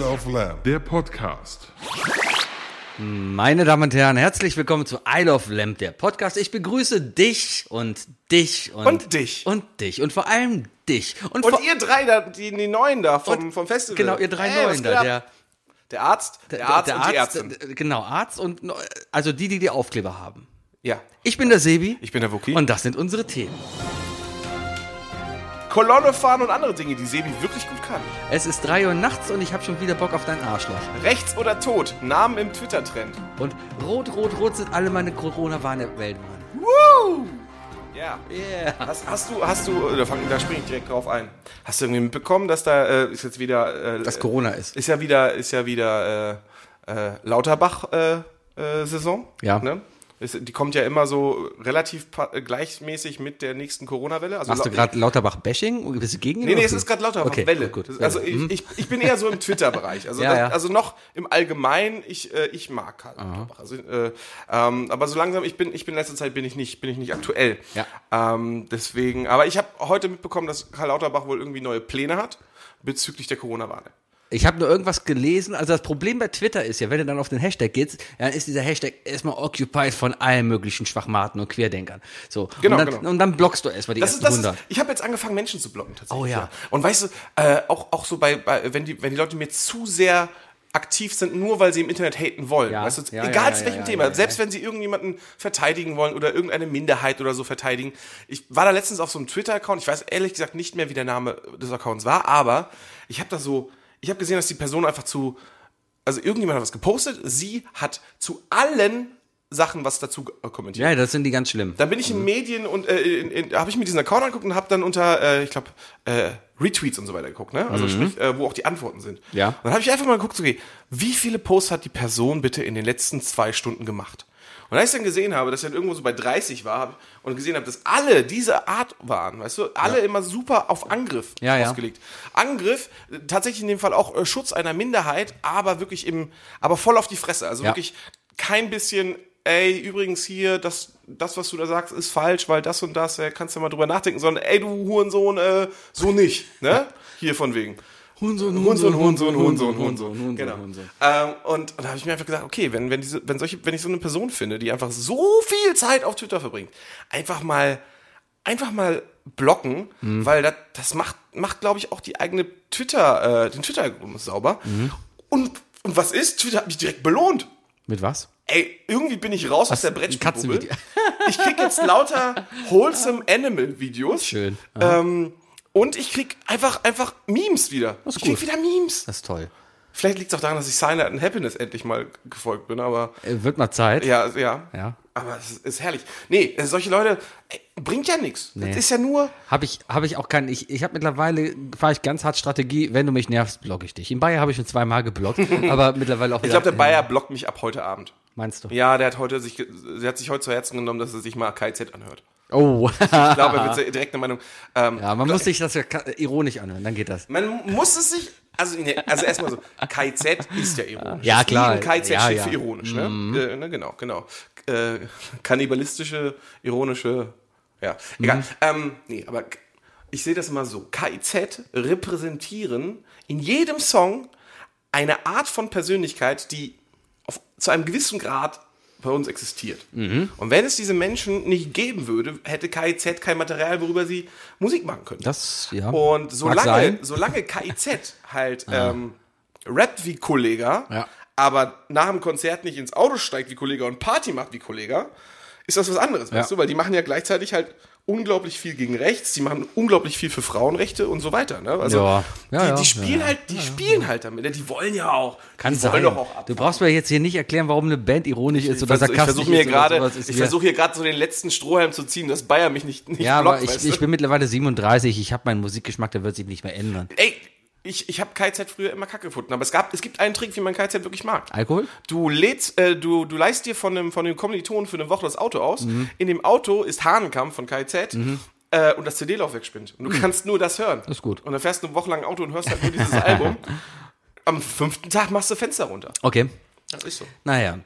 of Lamb, der Podcast. Meine Damen und Herren, herzlich willkommen zu Isle of Lamp, der Podcast. Ich begrüße dich und dich und dich. Und dich und vor allem dich. Und ihr drei da, die Neuen da vom Festival. Genau, ihr drei Neuen da. Der Arzt und die Ärztin. Genau, Arzt und also die Aufkleber haben. Ja. Ich bin der Sebi. Ich bin der Wookie. Und das sind unsere Themen. Kolonne fahren und andere Dinge, die Sebi wirklich gut kann. Es ist 3 Uhr nachts und ich habe schon wieder Bock auf deinen Arschloch. Rechts oder tot, Namen im Twitter-Trend. Und rot, rot, rot sind alle meine Corona-Warn-Welt, Mann. Woo! Ja. Yeah. Hast du, da springe ich direkt drauf ein. Hast du irgendwie mitbekommen, dass da ist jetzt wieder... dass Corona ist. Ist ja wieder Lauterbach-Saison. Ja. Ne? Die kommt ja immer so relativ gleichmäßig mit der nächsten Corona-Welle. Also machst du gerade Lauterbach-Bashing? Bist du gegen ihn? Nee, es ist gerade Lauterbach-Welle. Okay, gut. Also ich bin eher so im Twitter-Bereich. Also, also noch im Allgemeinen, ich mag Karl Lauterbach. Also, aber so langsam, ich bin in letzter Zeit bin ich nicht aktuell. Ja. Deswegen, aber ich habe heute mitbekommen, dass Karl Lauterbach wohl irgendwie neue Pläne hat bezüglich der Corona-Warne. Ich habe nur irgendwas gelesen, also das Problem bei Twitter ist ja, wenn du dann auf den Hashtag gehst, dann ist dieser Hashtag erstmal occupied von allen möglichen Schwachmaten und Querdenkern. So. Genau, und dann blockst du erstmal die ersten 100. Ich habe jetzt angefangen, Menschen zu blocken tatsächlich. Oh ja. Und weißt du, auch so wenn die Leute mir zu sehr aktiv sind, nur weil sie im Internet haten wollen. Ja, weißt du, ja, egal ja, zu welchem ja, Thema. ja, Selbst wenn sie irgendjemanden verteidigen wollen oder irgendeine Minderheit oder so verteidigen. Ich war da letztens auf so einem Twitter-Account, ich weiß ehrlich gesagt nicht mehr, wie der Name des Accounts war, aber ich habe gesehen, dass die Person einfach also irgendjemand hat was gepostet, sie hat zu allen Sachen was dazu kommentiert. Ja, das sind die ganz schlimm. Dann bin ich in Medien und habe ich mir diesen Account angeguckt und habe dann unter, ich glaube, Retweets und so weiter geguckt, ne? Also sprich, wo auch die Antworten sind. Ja. Und dann habe ich einfach mal geguckt, okay, wie viele Posts hat die Person bitte in den letzten 2 Stunden gemacht? Und als ich dann gesehen habe, dass ich dann irgendwo so bei 30 war und gesehen habe, dass alle diese Art waren, weißt du, alle immer super auf Angriff ausgelegt. Angriff, tatsächlich in dem Fall auch Schutz einer Minderheit, aber wirklich aber voll auf die Fresse. Also wirklich kein bisschen, ey, übrigens hier, das, was du da sagst, ist falsch, weil das und das, kannst du mal drüber nachdenken, sondern ey, du Hurensohn, so nicht, ne? Ja. Hier von wegen. Hurensohn. Genau. Und da habe ich mir einfach gesagt, okay, wenn ich so eine Person finde, die einfach so viel Zeit auf Twitter verbringt, einfach mal blocken, weil das macht glaube ich auch die eigene den Twitter-Algorithmus sauber. Und was ist? Twitter hat mich direkt belohnt. Mit was? Ey, irgendwie bin ich raus aus der Brettspielbubble. Ich krieg jetzt lauter wholesome Animal-Videos. Schön. Und ich krieg einfach Memes wieder. Ich krieg wieder Memes. Das ist toll. Vielleicht liegt es auch daran, dass ich Silent and Happiness endlich mal gefolgt bin, aber... Wird mal Zeit. Ja. Aber es ist herrlich. Nee, solche Leute, bringt ja nichts. Nee. Das ist ja nur... Hab ich auch keinen... Ich habe mittlerweile, fahre ich ganz hart Strategie, wenn du mich nervst, blocke ich dich. In Bayer habe ich schon 2-mal geblockt, aber mittlerweile auch wieder... Ich glaube, der Bayer blockt mich ab heute Abend. Meinst du? Ja, der hat sich heute zu Herzen genommen, dass er sich mal KZ anhört. Oh. Ich glaube, er wird direkt eine Meinung... ja, man muss sich das ja ironisch anhören, dann geht das. Man muss es sich... Also erstmal so, KZ ist ja ironisch. Ja, klar. Und KZ steht für ironisch, ne? Genau. Kannibalistische, ironische, ja. Egal. Nee, aber ich sehe das immer so. KIZ repräsentieren in jedem Song eine Art von Persönlichkeit, die zu einem gewissen Grad bei uns existiert. Und wenn es diese Menschen nicht geben würde, hätte KIZ kein Material, worüber sie Musik machen können. Das, ja. Und solange KIZ halt rappt wie Kollega, aber nach dem Konzert nicht ins Auto steigt wie Kollega und Party macht wie Kollega, ist das was anderes, weißt du? Weil die machen ja gleichzeitig halt unglaublich viel gegen rechts, die machen unglaublich viel für Frauenrechte und so weiter, ne? Also die spielen halt damit, ne? Die wollen ja auch. Kann die sein. wollen doch auch abfahren. Du brauchst mir jetzt hier nicht erklären, warum eine Band ironisch ist oder sarkastisch ist. Ich versuche hier gerade so den letzten Strohhalm zu ziehen, dass Bayer mich nicht blockt, aber ich bin mittlerweile 37, ich habe meinen Musikgeschmack, der wird sich nicht mehr ändern. Ey, ich habe KZ früher immer kacke gefunden, aber es gibt einen Trick, wie man KZ wirklich mag. Alkohol? Du leihst dir von dem Kommilitonen für eine Woche das Auto aus. In dem Auto ist Hahnenkampf von KZ und das CD-Laufwerk spinnt. Und du kannst nur das hören. Das ist gut. Und dann fährst du eine Woche lang Auto und hörst halt nur dieses Album. Am 5. Tag machst du Fenster runter. Okay. Das ist so. Naja.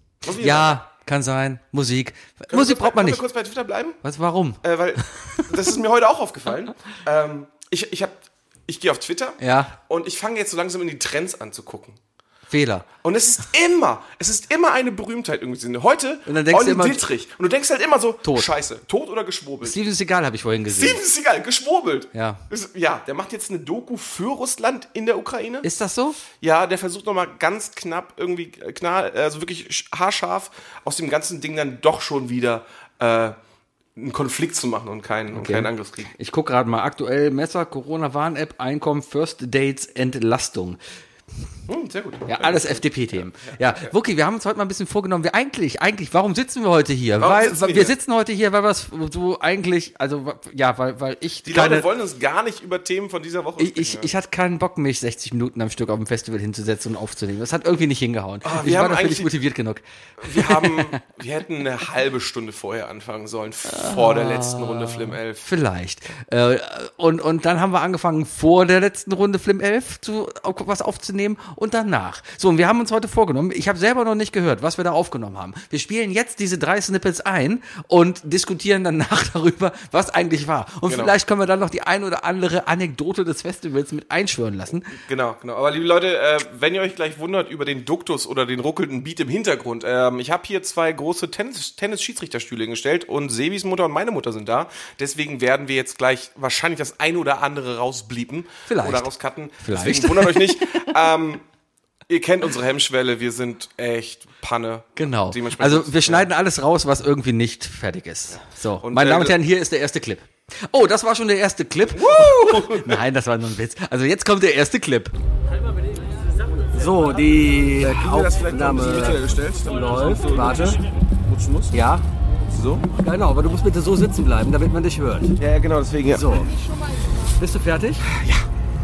Ja, kann sein. Musik. Musik braucht man nicht. Können wir kurz bei Twitter bleiben? Was, warum? Weil das ist mir heute auch aufgefallen. Ich ich gehe auf Twitter und ich fange jetzt so langsam in die Trends an zu gucken. Fehler. Und es ist immer eine Berühmtheit irgendwie. Heute Olli Dittrich. Und du denkst halt immer so, tot. Scheiße, tot oder geschwurbelt? Steven Seagal habe ich vorhin gesehen. Steven Seagal, geschwurbelt. Ja. Der macht jetzt eine Doku für Russland in der Ukraine. Ist das so? Ja, der versucht nochmal ganz knapp irgendwie, also wirklich haarscharf aus dem ganzen Ding dann doch schon wieder einen Konflikt zu machen und keinen Angriffskrieg. Ich gucke gerade mal aktuell Messer, Corona-Warn-App, Einkommen, First Dates, Entlastung. Sehr gut. Ja, alles FDP-Themen. Ja, Wookie, wir haben uns heute mal ein bisschen vorgenommen, warum sitzen wir heute hier? Wir sitzen heute hier, weil wir es so eigentlich, weil ich... Die Leute wollen uns gar nicht über Themen von dieser Woche sprechen. Ich hatte keinen Bock, mich 60 Minuten am Stück auf dem Festival hinzusetzen und aufzunehmen. Das hat irgendwie nicht hingehauen. Ich war dafür nicht motiviert genug. Wir hätten eine halbe Stunde vorher anfangen sollen, vor der letzten Runde Flim 11. Vielleicht. Und dann haben wir angefangen, vor der letzten Runde Flim 11 was aufzunehmen und danach. So, und wir haben uns heute vorgenommen, ich habe selber noch nicht gehört, was wir da aufgenommen haben. Wir spielen jetzt diese 3 Snippets ein und diskutieren danach darüber, was eigentlich war. Und vielleicht können wir dann noch die ein oder andere Anekdote des Festivals mit einschwören lassen. Genau. Aber liebe Leute, wenn ihr euch gleich wundert über den Duktus oder den ruckelnden Beat im Hintergrund, ich habe hier 2 große Tennis-Schiedsrichterstühle gestellt und Sebis Mutter und meine Mutter sind da. Deswegen werden wir jetzt gleich wahrscheinlich das ein oder andere rausbliepen. Vielleicht. Oder rauscutten. Vielleicht. Deswegen wundert euch nicht. Ihr kennt unsere Hemmschwelle, wir sind echt Panne. Genau. Also wir schneiden alles raus, was irgendwie nicht fertig ist. So, und meine Damen und Herren, hier ist der erste Clip. Oh, das war schon der erste Clip? Nein, das war nur ein Witz. Also jetzt kommt der erste Clip. So, die Aufnahme läuft. Warte. Rutschen muss? Ja. So? Genau, aber du musst bitte so sitzen bleiben, damit man dich hört. Ja, genau, deswegen. Ja. So. Bist du fertig? Ja.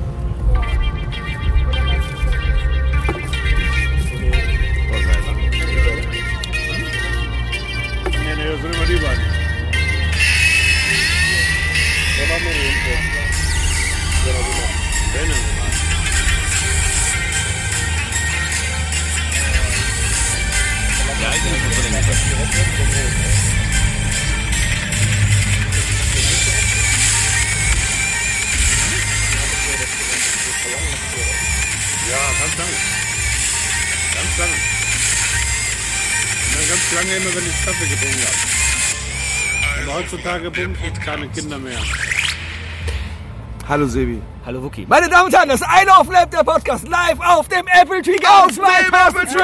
Ganz lange immer, wenn ich Kaffee getrunken habe. Aber heutzutage bummt jetzt keine Kinder mehr. Hallo Sebi. Hallo Wookie. Meine Damen und Herren, das ist eine auf Lab, der Podcast live auf dem Apple Tree Go 2022.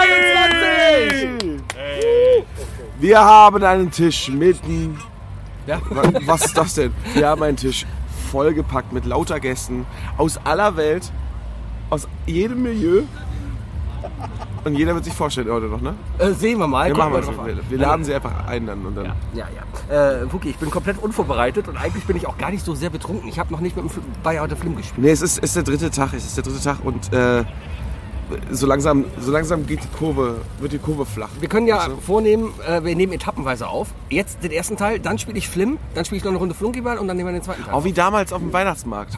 Hey. Wir haben einen Tisch mitten. Ja? Was ist das denn? Wir haben einen Tisch vollgepackt mit lauter Gästen aus aller Welt, aus jedem Milieu. Und jeder wird sich vorstellen heute noch, ne? Sehen wir mal. Wir laden sie einfach ein dann und dann. Ja. Wookie, ich bin komplett unvorbereitet und eigentlich bin ich auch gar nicht so sehr betrunken. Ich habe noch nicht mit dem Bayer heute Film gespielt. Nee, es ist der dritte Tag. Und so langsam wird die Kurve flach. Wir können ja vornehmen, wir nehmen etappenweise auf. Jetzt den ersten Teil, dann spiele ich Flim, dann spiele ich noch eine Runde Flunkyball und dann nehmen wir den zweiten Teil. Auch wie damals auf dem Weihnachtsmarkt.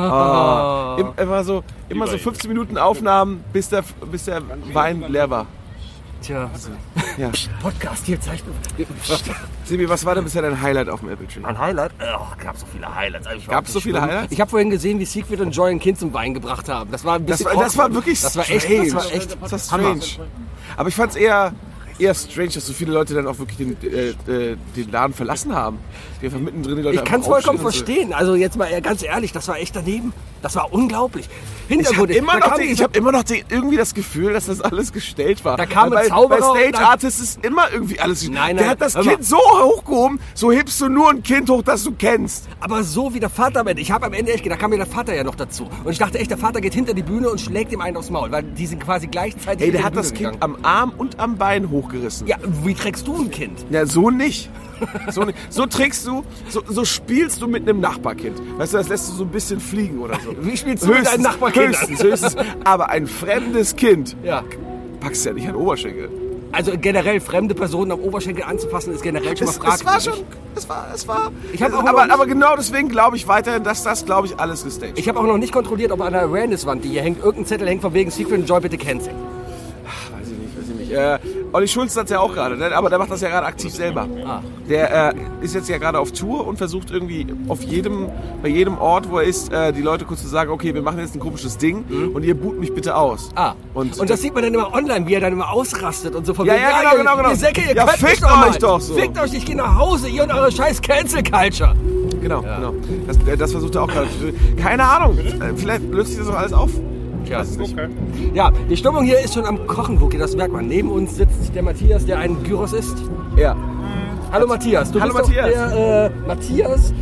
Immer so 15 Minuten Aufnahmen, bis der Wein leer war. Tja, Ja. Podcast hier zeichnen. Sebi, was war denn bisher dein Highlight auf dem Apple Tree? Ein Highlight? Gab so viele Highlights. Gab es so viele Highlights? Ich habe vorhin gesehen, wie Secret und Joy ein Kind zum Wein gebracht haben. Das war ein bisschen das war wirklich das war strange. echt Das war strange. Aber ich fand es eher strange, dass so viele Leute dann auch wirklich den Laden verlassen haben. Die einfach mittendrin die Leute Ich kann es vollkommen verstehen. Also jetzt mal ganz ehrlich, das war echt daneben. Das war unglaublich. Ich habe immer noch irgendwie das Gefühl, dass das alles gestellt war. Da kam ein Zauberer. Bei Stage Artists ist immer irgendwie alles. Nein, der hat das Kind so hochgehoben, so hebst du nur ein Kind hoch, das du kennst. Aber so wie der Vater am Ende. Ich habe am Ende echt gedacht, da kam mir der Vater ja noch dazu. Und ich dachte echt, der Vater geht hinter die Bühne und schlägt ihm einen aufs Maul, weil die sind quasi gleichzeitig. Der hat das Kind am Arm und am Bein hochgerissen. Ja, wie trägst du ein Kind? Ja, so nicht. So trägst du, so spielst du mit einem Nachbarkind. Weißt du, das lässt du so ein bisschen fliegen oder so. Wie spielst du mit deinem Nachbarkind? Höchstens. Aber ein fremdes Kind ja. packst du ja nicht an den Oberschenkel. Also generell fremde Personen am Oberschenkel anzufassen, ist generell schon mal fragwürdig. Es war. Aber genau deswegen glaube ich weiterhin, dass das, glaube ich, alles gestaged. Ich habe auch noch nicht kontrolliert, ob an der Awareness-Wand, die hier hängt, irgendein Zettel hängt von wegen Secret und Joy bitte canceln. Weiß ich nicht. Olli Schulz hat es ja auch gerade, ne? Aber der macht das ja gerade aktiv selber. Der ist jetzt ja gerade auf Tour und versucht irgendwie bei jedem Ort, wo er ist, die Leute kurz zu sagen, okay, wir machen jetzt ein komisches Ding und ihr boot mich bitte aus. Und das sieht man dann immer online, wie er dann immer ausrastet und so von Ja, genau. Ihr Säcke, ihr Ja, könnt fickt mich doch mal. euch doch so. Fickt euch, ich gehe nach Hause, ihr und eure scheiß Cancel Culture. Genau. Das versucht er auch gerade. Keine Ahnung, vielleicht löst sich das auch alles auf. Ja, die Stimmung hier ist schon am Kochen, Wookie, das merkt man. Neben uns sitzt der Matthias, der ein Gyros isst. Ja. Hallo Matthias, du Hallo bist Matthias. doch der Matthias,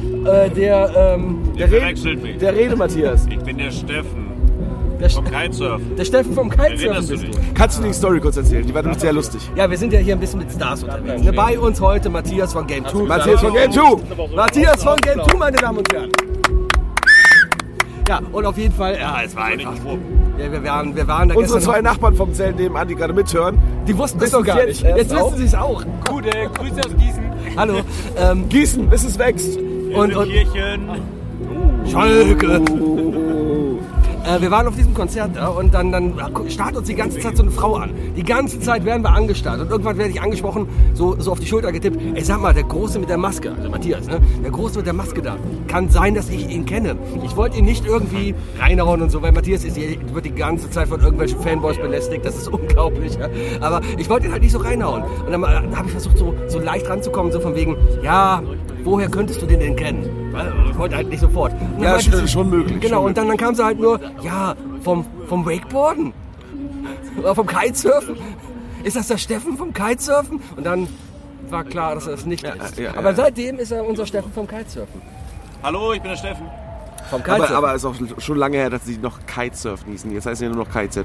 Der Rede Matthias. Ich bin der Steffen der, vom Kitesurfen. der Steffen vom Kitesurfen Erinnerst du bist dich? du. Kannst du die Story kurz erzählen? Die war nämlich sehr lustig. Ja, wir sind ja hier ein bisschen mit Stars unterwegs. Ne? Bei uns heute Matthias von Game 2. Matthias von Game 2. Matthias von Game 2, meine Damen und Herren. Ja, und auf jeden Fall, ja, es war einfach. Ja, wir waren da Unsere gestern zwei Nachbarn vom Zelt nebenan, die gerade mithören. Die wussten das doch gar nicht. Jetzt wissen sie es auch. Gute, Grüße aus Gießen. Hallo. Gießen, bis es wächst. Und Kirchen. Schalke. Wir waren auf diesem Konzert da und dann starrt uns die ganze Zeit so eine Frau an. Die ganze Zeit werden wir angestarrt und irgendwann werde ich angesprochen, so auf die Schulter getippt. Ey, sag mal, der Große mit der Maske, also Matthias, ne? Der Große mit der Maske da. Kann sein, dass ich ihn kenne. Ich wollte ihn nicht irgendwie reinhauen und so, weil Matthias wird die ganze Zeit von irgendwelchen Fanboys belästigt. Das ist unglaublich. Ja? Aber ich wollte ihn halt nicht so reinhauen. Und dann habe ich versucht, so leicht ranzukommen, so von wegen, ja, woher könntest du den denn kennen? Weil ich wollte halt nicht sofort. Und Ja, dann meinte sie, schon möglich. Genau, und dann kam sie halt nur, ja, vom Wakeboarden. Oder vom Kitesurfen. Ist das der Steffen vom Kitesurfen? Und dann war klar, dass er das nicht ist. Aber seitdem ist er unser Steffen vom Kitesurfen. Hallo, ich bin der Steffen. Vom Kitesurfen. Aber es ist auch schon lange her, dass sie noch Kitesurfen hießen. Jetzt heißt es ja nur noch KZ.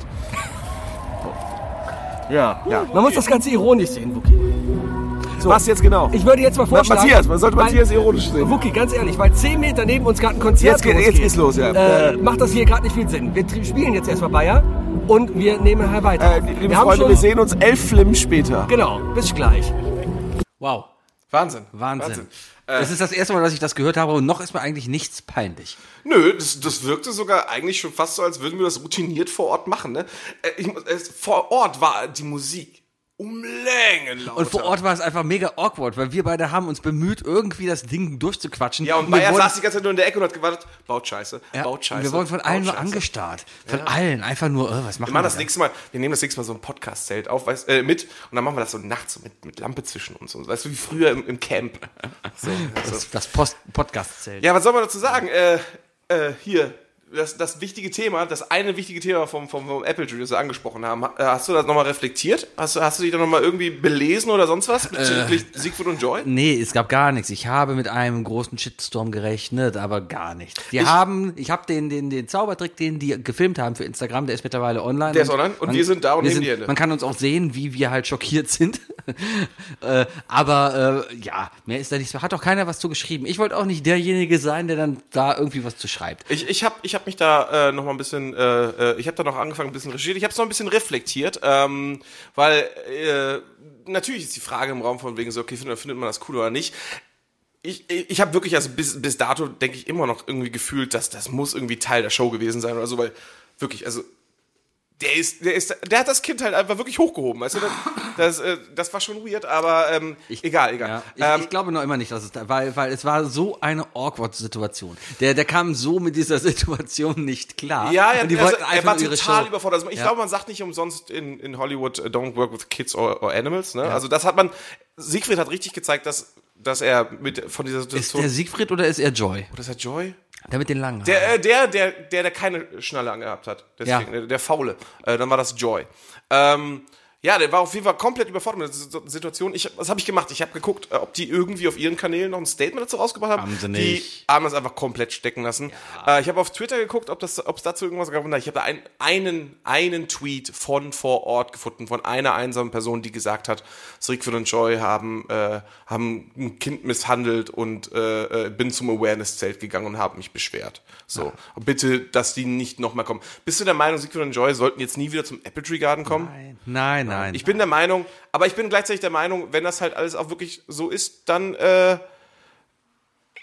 Ja. Man muss das Ganze ironisch sehen, Wookie. So, was jetzt genau? Ich würde jetzt mal vorschlagen... Matthias, man sollte Matthias ironisch sehen. Wookie, ganz ehrlich, weil 10 Meter neben uns gerade ein Konzert Jetzt geht's los, ja. Macht das hier gerade nicht viel Sinn. Wir spielen jetzt erstmal Bayer und wir nehmen nachher weiter. Liebe Freunde, wir sehen uns 11 Flimmen später. Genau, bis gleich. Wow. Wahnsinn. Es ist das erste Mal, dass ich das gehört habe und noch ist mir eigentlich nichts peinlich. Nö, das wirkte sogar eigentlich schon fast so, als würden wir das routiniert vor Ort machen. Ne? Vor Ort war die Musik Längen lauter. Und vor Ort war es einfach mega awkward, weil wir beide haben uns bemüht, irgendwie das Ding durchzuquatschen. Ja, und Bayer saß die ganze Zeit nur in der Ecke und hat gewartet, baut Scheiße. Wir wurden von allen nur angestarrt. Von allen. Einfach nur, was machen wir das nächste Mal, wir nehmen das nächste Mal so ein Podcast-Zelt auf, mit und dann machen wir das so nachts so mit Lampe zwischen uns. So. Weißt du, wie früher im Camp. So. Das Podcast-Zelt. Ja, was soll man dazu sagen? Hier, das wichtige Thema, das eine wichtige Thema vom Apple Julius angesprochen haben, hast du das nochmal reflektiert? Hast du dich da nochmal irgendwie belesen oder sonst was bezüglich Siegfried und Joy? Nee, es gab gar nichts. Ich habe mit einem großen Shitstorm gerechnet, aber gar nichts. Ich habe den Zaubertrick, den die gefilmt haben für Instagram, der ist mittlerweile online. Der ist online und wir sind da und nehmen die Hände. Man kann uns auch sehen, wie wir halt schockiert sind. Aber mehr ist da nichts. Hat auch keiner was zu geschrieben. Ich wollte auch nicht derjenige sein, der dann da irgendwie was zu schreibt. Ich hab mich da noch mal ein bisschen, ich habe da noch angefangen, ein bisschen recherchiert. Ich habe es noch ein bisschen reflektiert, weil natürlich ist die Frage im Raum von wegen so, okay, findet man das cool oder nicht. Ich habe wirklich, also bis dato denke ich immer noch irgendwie gefühlt, dass das muss irgendwie Teil der Show gewesen sein oder so, weil wirklich, also der hat das Kind halt einfach wirklich hochgehoben, weißt du? Das war schon weird, aber egal. Ja, ich glaube noch immer nicht, dass es da, weil es war so eine awkward Situation. Der kam so mit dieser Situation nicht klar. Ja, und die also, wollten einfach er war nur ihre total Show. überfordert. Also ich glaube, man sagt nicht umsonst in Hollywood, don't work with kids or animals. Ne? Ja. Also das hat man, Siegfried hat richtig gezeigt, dass er von dieser Situation... Ist der Siegfried oder ist er Joy? Oder ist er Joy? Der mit den langen Haaren. Der keine Schnalle angehabt hat. Deswegen, der Faule. Dann war das Joy. Der war auf jeden Fall komplett überfordert mit der Situation. Was habe ich gemacht? Ich habe geguckt, ob die irgendwie auf ihren Kanälen noch ein Statement dazu rausgebracht haben. Haben sie nicht. Die haben das einfach komplett stecken lassen. Ja. Ich habe auf Twitter geguckt, ob es dazu irgendwas gab. Ich habe da einen Tweet von vor Ort gefunden, von einer einsamen Person, die gesagt hat, Siegfried und Joy haben ein Kind misshandelt und bin zum Awareness-Zelt gegangen und habe mich beschwert. So, bitte, dass die nicht nochmal kommen. Bist du der Meinung, Siegfried und Joy sollten jetzt nie wieder zum Apple Tree Garden kommen? Nein. Ich bin der Meinung, aber ich bin gleichzeitig der Meinung, wenn das halt alles auch wirklich so ist, dann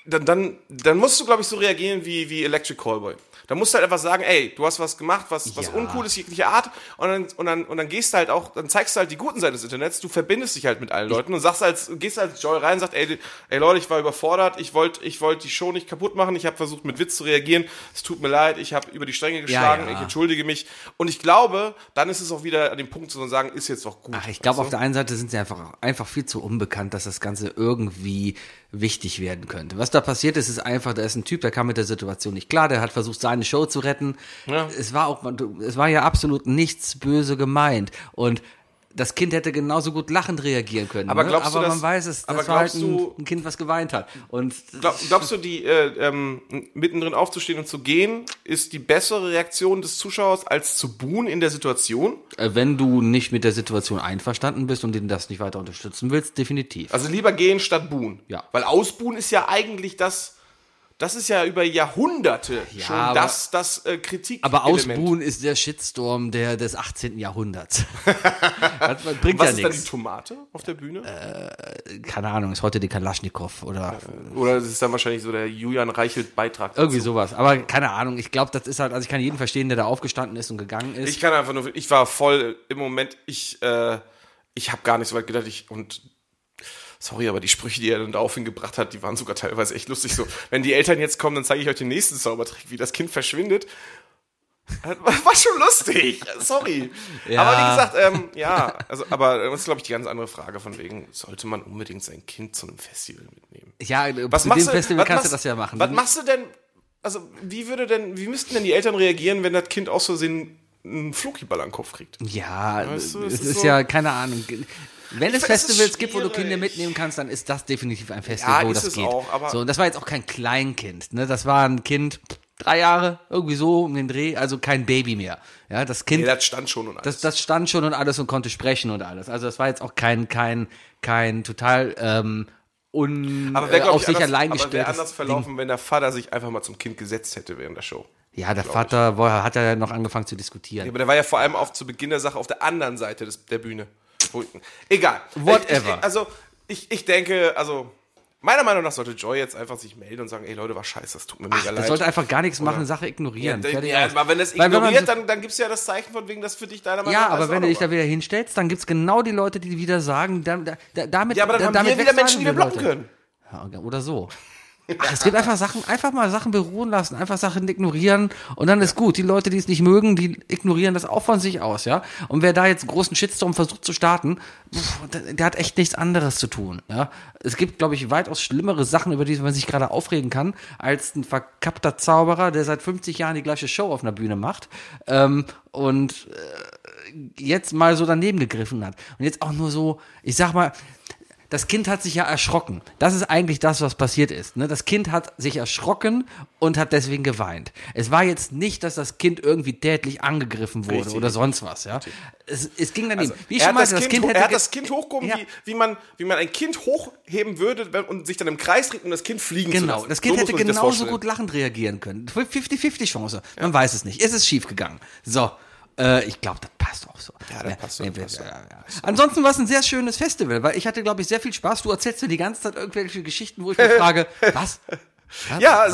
dann musst du, glaube ich, so reagieren wie Electric Callboy. Da musst du halt einfach sagen, ey, du hast was gemacht, was uncool ist, jegliche Art, und dann gehst du halt auch, dann zeigst du halt die guten Seiten des Internets, du verbindest dich halt mit allen Leuten und gehst als Joy rein und sagst, ey Leute, ich war überfordert, ich wollte die Show nicht kaputt machen, ich habe versucht mit Witz zu reagieren, es tut mir leid, ich habe über die Stränge geschlagen, ich entschuldige mich, und ich glaube, dann ist es auch wieder an dem Punkt zu sagen, ist jetzt auch gut. Ach, ich glaube, auf der einen Seite sind sie einfach viel zu unbekannt, dass das Ganze irgendwie wichtig werden könnte. Was da passiert ist einfach, da ist ein Typ, der kam mit der Situation nicht klar, der hat versucht, seine Show zu retten. Ja. Es war ja absolut nichts böse gemeint. Und das Kind hätte genauso gut lachend reagieren können. Aber glaubst du, man weiß es, das war halt ein Kind, was geweint hat. Und glaubst du, die mittendrin aufzustehen und zu gehen, ist die bessere Reaktion des Zuschauers als zu buhen in der Situation? Wenn du nicht mit der Situation einverstanden bist und den das nicht weiter unterstützen willst, definitiv. Also lieber gehen statt buhen. Ja. Weil ausbuhen ist ja eigentlich das ist ja über Jahrhunderte schon das Kritik. Aber Ausbuhen ist der Shitstorm des 18. Jahrhunderts. Das bringt was ja ist nichts. dann die Tomate auf der Bühne? Keine Ahnung, ist heute die Kalaschnikow oder es ist dann wahrscheinlich so der Julian Reichelt-Beitrag. Irgendwie sowas. Aber keine Ahnung, ich glaube, das ist halt, also ich kann jeden verstehen, der da aufgestanden ist und gegangen ist. Ich war voll im Moment, ich habe gar nicht so weit gedacht, sorry, aber die Sprüche, die er dann daraufhin gebracht hat, die waren sogar teilweise echt lustig. So, wenn die Eltern jetzt kommen, dann zeige ich euch den nächsten Zaubertrick, wie das Kind verschwindet. War schon lustig, sorry. Ja. Aber wie gesagt, aber das ist, glaube ich, die ganz andere Frage von wegen, sollte man unbedingt sein Kind zu einem Festival mitnehmen? Ja, zu dem Festival kannst du das ja machen. Was machst du denn, also wie müssten denn die Eltern reagieren, wenn das Kind aus Versehen einen Flunkyball an den Kopf kriegt? Ja, weißt du, es ist so, ja, keine Ahnung. Wenn es Festivals gibt, wo du Kinder mitnehmen kannst, dann ist das definitiv ein Festival, wo das geht. Auch, aber so, und das war jetzt auch kein Kleinkind, ne? Das war ein Kind, 3 Jahre, irgendwie so um den Dreh, also kein Baby mehr. Ja, das Kind. Nee, das stand schon und alles. Das stand schon und alles und konnte sprechen und alles. Also das war jetzt auch kein total auf sich allein gestelltes. Aber wäre anders verlaufen, wenn der Vater sich einfach mal zum Kind gesetzt hätte während der Show. Ja, der Vater hat ja noch angefangen zu diskutieren. Ja, aber der war ja vor allem zu Beginn der Sache auf der anderen Seite der Bühne. Egal. Whatever. Ich denke, meiner Meinung nach sollte Joy jetzt einfach sich melden und sagen, ey Leute, war scheiße, das tut mir mega leid. Der sollte einfach gar nichts machen, Sache ignorieren. Aber wenn es ignoriert, dann gibt es ja das Zeichen von wegen, das für dich deiner Meinung nach. Ja, aber wenn du dich da wieder hinstellst, dann gibt es genau die Leute, die wieder sagen, damit. Ja, aber dann haben wir wieder Menschen, die wir blocken können. Ja, oder so. Ach, es gibt einfach mal Sachen beruhen lassen, einfach Sachen ignorieren und dann ist gut. Die Leute, die es nicht mögen, die ignorieren das auch von sich aus, ja. Und wer da jetzt einen großen Shitstorm versucht zu starten, der hat echt nichts anderes zu tun, ja. Es gibt, glaube ich, weitaus schlimmere Sachen, über die man sich gerade aufregen kann, als ein verkappter Zauberer, der seit 50 Jahren die gleiche Show auf einer Bühne macht und jetzt mal so daneben gegriffen hat. Und jetzt auch nur so, ich sag mal, das Kind hat sich ja erschrocken. Das ist eigentlich das, was passiert ist. Ne? Das Kind hat sich erschrocken und hat deswegen geweint. Es war jetzt nicht, dass das Kind irgendwie tätlich angegriffen wurde oder sonst was. Ja? Es ging daneben. Er hat das Kind hochgehoben, wie man ein Kind hochheben würde und sich dann im Kreis dreht und das Kind fliegen zu lassen. Genau, das Kind hätte genauso gut lachend reagieren können. 50-50 Chance. Man weiß es nicht. Es ist schief gegangen. So. Ich glaube, das passt auch so. Ja, das passt so. Ansonsten war es ein sehr schönes Festival, weil ich hatte, glaube ich, sehr viel Spaß. Du erzählst mir die ganze Zeit irgendwelche Geschichten, wo ich mich frage, was? Ja,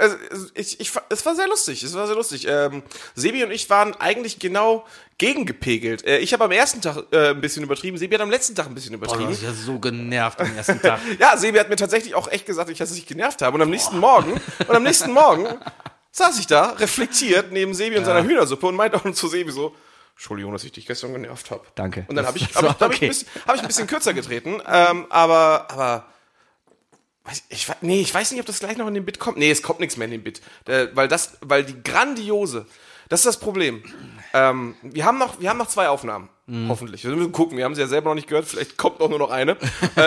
es war sehr lustig. Sebi und ich waren eigentlich genau gegengepegelt. Ich habe am ersten Tag ein bisschen übertrieben, Sebi hat am letzten Tag ein bisschen übertrieben. Du hast ja so genervt am ersten Tag. Ja, Sebi hat mir tatsächlich auch echt gesagt, dass ich genervt habe. Und am nächsten Morgen saß ich da, reflektiert, neben Sebi und seiner Hühnersuppe und meinte auch zu Sebi so, Entschuldigung, dass ich dich gestern genervt habe. Danke. Und dann habe ich ein bisschen kürzer getreten, aber ich weiß nicht, ob das gleich noch in den Bit kommt. Nee, es kommt nichts mehr in den Bit. Weil die grandiose, das ist das Problem. Wir haben noch 2 Aufnahmen, hoffentlich. Wir müssen gucken, wir haben sie ja selber noch nicht gehört, vielleicht kommt auch nur noch eine.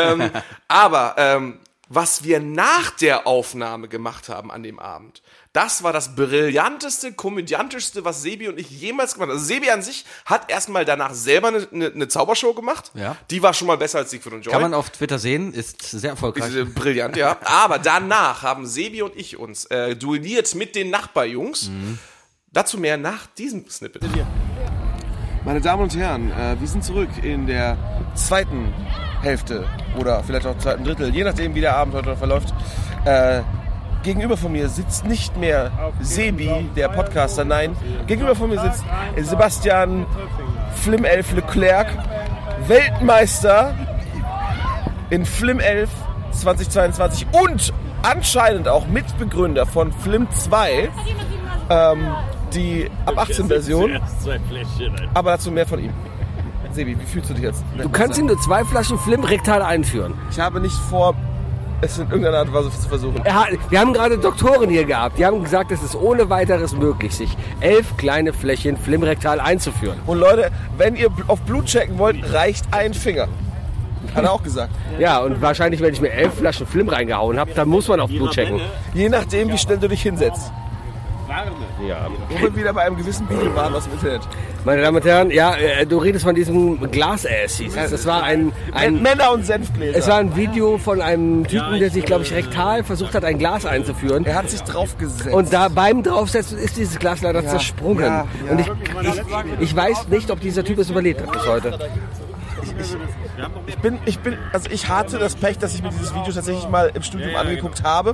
Aber was wir nach der Aufnahme gemacht haben an dem Abend, das war das brillanteste, komödiantischste, was Sebi und ich jemals gemacht haben. Also Sebi an sich hat erstmal danach selber eine Zaubershow gemacht. Ja. Die war schon mal besser als Siegfried und Joy. Kann man auf Twitter sehen, ist sehr erfolgreich. Ist brillant, ja. Aber danach haben Sebi und ich uns duelliert mit den Nachbarjungs. Dazu mehr nach diesem Snippet. Meine Damen und Herren, wir sind zurück in der zweiten Hälfte oder vielleicht auch zweiten Drittel, je nachdem, wie der Abend heute verläuft, gegenüber von mir sitzt nicht mehr Sebi, der Podcaster, nein. Gegenüber von mir sitzt Sebastian Flim 11 Leclerc, Weltmeister in Flim 11 2022 und anscheinend auch Mitbegründer von Flim 2, die ab 18 Version. Aber dazu mehr von ihm. Sebi, wie fühlst du dich jetzt? Du kannst ihm nur 2 Flaschen Flim rektal einführen. Ich habe nicht vor, es in irgendeiner Art und Weise zu versuchen. Wir haben gerade Doktoren hier gehabt. Die haben gesagt, es ist ohne weiteres möglich, sich 11 kleine Fläschchen Flim rektal einzuführen. Und Leute, wenn ihr auf Blut checken wollt, reicht ein Finger. Hat er auch gesagt. Ja, und wahrscheinlich, wenn ich mir 11 Flaschen Flim reingehauen habe, dann muss man auf Blut checken. Je nachdem, wie schnell du dich hinsetzt. Ja. Wo wir wieder bei einem gewissen Video waren aus dem Internet. Meine Damen und Herren, ja, du redest von diesem Glasass hieß es. Das war ein Männer- und Senfgläser. Es war ein Video von einem Typen, der sich, glaube ich, rektal versucht hat, ein Glas einzuführen. Er hat sich draufgesetzt. Und da beim Draufsetzen ist dieses Glas leider zersprungen. Ja. Und ich weiß nicht, ob dieser Typ es überlebt hat bis heute. Ich hatte das Pech, dass ich mir dieses Video tatsächlich mal im Studium angeguckt habe.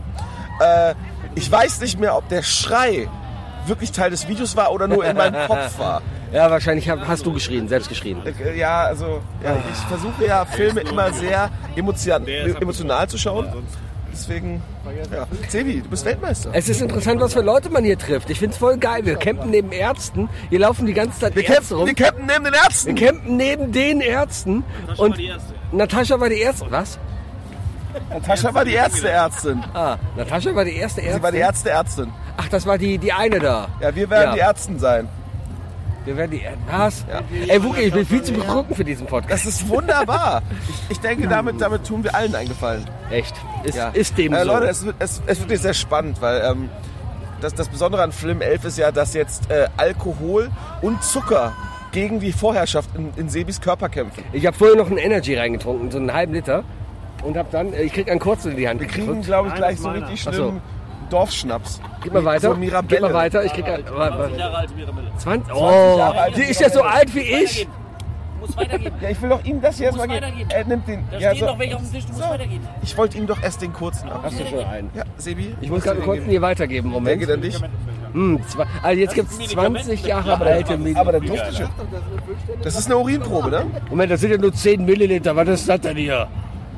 Ich weiß nicht mehr, ob der Schrei wirklich Teil des Videos war oder nur in meinem Kopf war. Ja, wahrscheinlich hast du geschrien, selbst geschrien. Ja, ich versuche ja Filme immer sehr emotional zu schauen. Deswegen, ja. Sebi, du bist Weltmeister. Es ist interessant, was für Leute man hier trifft. Ich finde es voll geil. Wir campen neben Ärzten. Hier laufen die ganze Zeit Ärzte rum. Wir campen neben den Ärzten. Wir campen neben den Ärzten. Und Natascha war die Erste. Was? Natascha war die erste Ärztin. Natascha war die erste Ärztin? Sie war die erste Ärztin. Ach, das war die eine da. Ja, wir werden die Ärzten sein. Wir werden die Was? Ja. Ey, Wuki, ich bin viel zu betrunken für diesen Podcast. Das ist wunderbar. Ich denke, damit tun wir allen einen Gefallen. Echt? Ist dem so. Leute, es wird jetzt sehr spannend, weil das Besondere an Flim 11 ist ja, dass jetzt Alkohol und Zucker gegen die Vorherrschaft in Sebis Körper kämpfen. Ich habe vorher noch einen Energy reingetrunken, so einen halben Liter. Und hab dann, ich krieg einen kurzen in die Hand. Wir kriegen, glaube ich, gleich so richtig schlimm Dorfschnaps. Gib mal weiter. So Gib mal weiter. Ich krieg 20 Jahre alte Mirabelle. 20? 20 Jahre alt. Die ist ja so alt wie ich. Muss weitergeben. Ja, ich will doch ihm das jetzt mal geben. Er nimmt den. Da Ja, stehen so. noch welche auf dem Tisch, du musst weitergeben. Ich wollte ihm doch erst den kurzen ab. Hast du schon einen? Ja, Sebi. Ich muss gerade einen kurzen hier weitergeben. Der Moment. geht an dich. Also jetzt gibt es 20 Jahre alte Medikamente. Aber der duftet schon. Das ist eine Urinprobe, ne? Moment, das sind ja nur 10 Milliliter. Was ist das denn hier?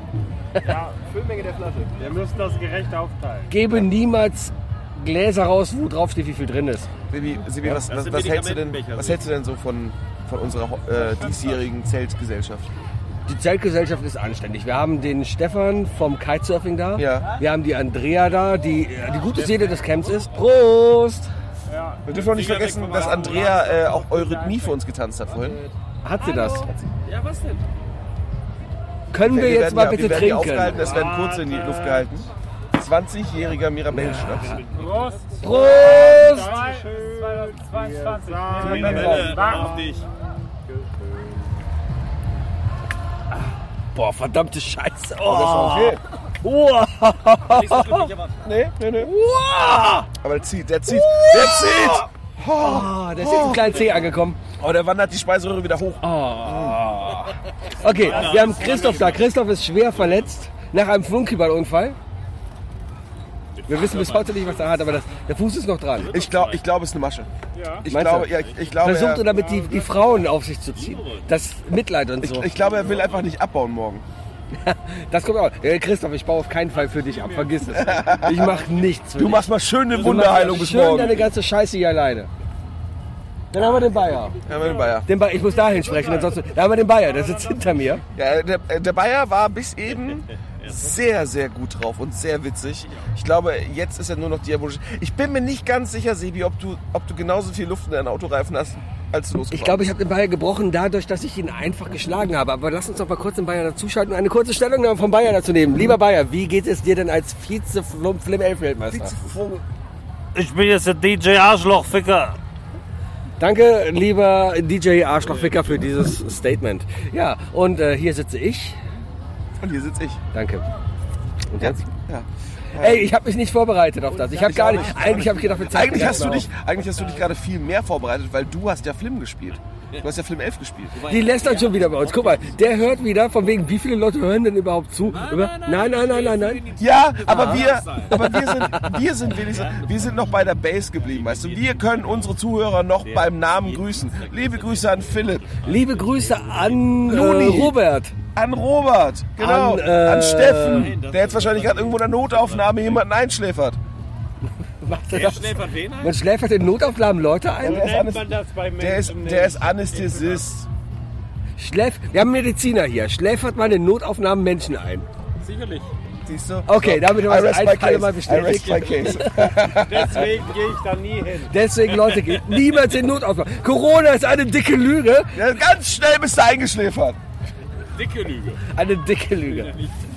Ja, Füllmenge der Flasche. Wir müssen das gerecht aufteilen. Gebe niemals Gläser raus, wo drauf steht, wie viel drin ist. Sebi, was hältst du denn so von unserer diesjährigen Zeltgesellschaft? Die Zeltgesellschaft ist anständig. Wir haben den Stefan vom Kitesurfing da. Ja. Wir haben die Andrea da, die gute Seele des Camps ist. Prost! Wir dürfen auch nicht vergessen, dass Andrea auch Eurythmie für uns getanzt hat vorhin. Hat sie das? Ja, was denn? Können wir jetzt mal bitte wir werden trinken? aufgehalten, es werden kurz in die Luft gehalten. 20-jähriger Mirabellenschnaps. Prost! Prost! 22. Mirabelle, auf dich. Boah, verdammte Scheiße. Das war okay. Wow. Nee. Wow. Aber der zieht. Der zieht! Oh, der ist jetzt im kleinen C angekommen. Oh, der wandert die Speiseröhre wieder hoch. Okay, wir haben Christoph da. Christoph ist schwer verletzt nach einem Flunkyballunfall. Wir wissen bis heute nicht, was er hat, aber der Fuß ist noch dran. Ich glaube, es ist eine Masche. Ich Meinst glaube, du? Versucht er damit die Frauen auf sich zu ziehen. Das Mitleid und so. Ich glaube, er will einfach nicht abbauen morgen. Das kommt auch. Christoph, ich baue auf keinen Fall für dich ab. Vergiss es. Ich mach nichts für Du dich. machst mal schön eine Du Wunderheilung machst bis schön morgen. deine ganze Scheiße hier alleine. Dann haben wir den Bayer. Ja, den Bayer. Ich muss dahin sprechen, ansonsten. Da haben wir den Bayer, der sitzt hinter mir. Ja, der Bayer war bis eben sehr, sehr gut drauf und sehr witzig. Ich glaube, jetzt ist er nur noch diabolisch. Ich bin mir nicht ganz sicher, Sebi, ob du genauso viel Luft in deinen Autoreifen hast, als du losgefahren Ich glaube, ich habe den Bayer gebrochen dadurch, dass ich ihn einfach geschlagen habe. Aber lass uns doch mal kurz den Bayer dazuschalten und eine kurze Stellungnahme vom Bayer dazu nehmen. Lieber Bayer, wie geht es dir denn als Vize-Flim 11 Weltmeister? Ich bin jetzt der DJ Arschlochficker. Danke, lieber DJ Arschlochficker, für dieses Statement. Ja, und hier sitze ich. Und hier sitze ich. Danke. Und jetzt? Ja. Ey, ich habe mich nicht vorbereitet auf das. Ich habe gar nicht. Eigentlich habe ich gedacht, wir zeigen Eigentlich hast du dich gerade viel mehr vorbereitet, weil du hast ja Flim gespielt. Du hast ja Film 11 gespielt. Die lästert schon wieder bei uns. Guck mal, der hört wieder, von wegen, wie viele Leute hören denn überhaupt zu? Nein. Ja, aber wir sind wenigstens, wir sind noch bei der Base geblieben, weißt du. Wir können unsere Zuhörer noch beim Namen grüßen. Liebe Grüße an Philipp. Liebe Grüße an Luni. Robert. An Robert, genau. An Steffen, der jetzt wahrscheinlich gerade irgendwo in der Notaufnahme jemanden einschläfert. Macht er das? Man schläfert in Notaufnahmen Leute ein? Der ist Anästhesist. Wir haben Mediziner hier. Schläfert man in Notaufnahmen Menschen ein? Sicherlich. Siehst du? Okay, damit haben wir das alle mal I rest bestätigt. my case. Deswegen gehe ich da nie hin. Deswegen, Leute, geht niemals in Notaufnahmen. Corona ist eine dicke Lüge. Ja, ganz schnell bist du eingeschläfert. Dicke Lüge. Eine dicke Lüge.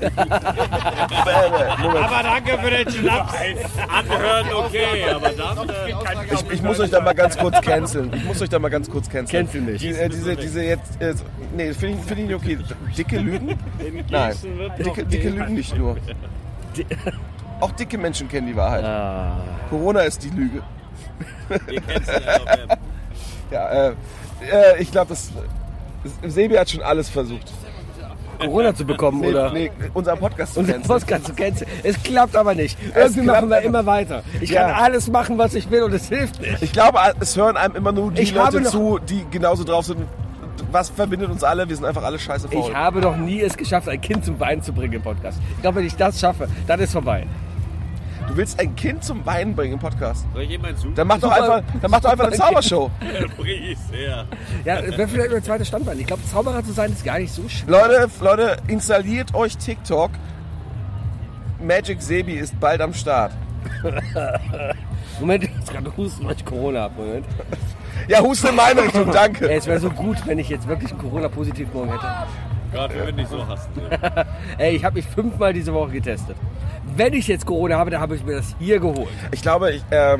Aber danke für den Schnaps. Anhören, okay, aber dann... Ich muss euch da mal ganz kurz canceln. Kennst du nicht. Diese jetzt... nee, finde ich nicht okay. Dicke Lügen? Nein. Dicke Lügen nicht nur. Auch dicke Menschen kennen die Wahrheit. Corona ist die Lüge. Ihr kennt sie ja noch. Ja, ich glaube, Sebi hat schon alles versucht. Corona zu bekommen, oder? Nee, unseren Podcast zu Unseren canceln. Podcast zu canceln. Es klappt aber nicht. Irgendwie klappt machen wir aber. immer weiter. Ich Ja. kann alles machen, was ich will und es hilft nicht. Ich glaube, es hören einem immer nur die Ich habe Leute noch- zu, die genauso drauf sind. Was verbindet uns alle? Wir sind einfach alle scheiße faul. Ich habe noch nie es geschafft, ein Kind zum Weinen zu bringen im Podcast. Ich glaube, wenn ich das schaffe, dann ist vorbei. Du willst ein Kind zum Weinen bringen im Podcast? Soll ich jemanden suchen? Dann mach doch einfach eine Zaubershow. Pries, ja. Ja, wäre vielleicht ein zweites Standbein. Ich glaube, Zauberer zu sein ist gar nicht so schwer. Leute, installiert euch TikTok. Magic Sebi ist bald am Start. Moment, ich muss gerade husten, weil ich Corona habe. Moment. Ja, huste in meine Richtung, danke. Ey, es wäre so gut, wenn ich jetzt wirklich einen Corona-positiv morgen hätte. Gerade wenn du nicht so hast. Ey, ich habe mich 5-mal diese Woche getestet. Wenn ich jetzt Corona habe, dann habe ich mir das hier geholt. Ich glaube,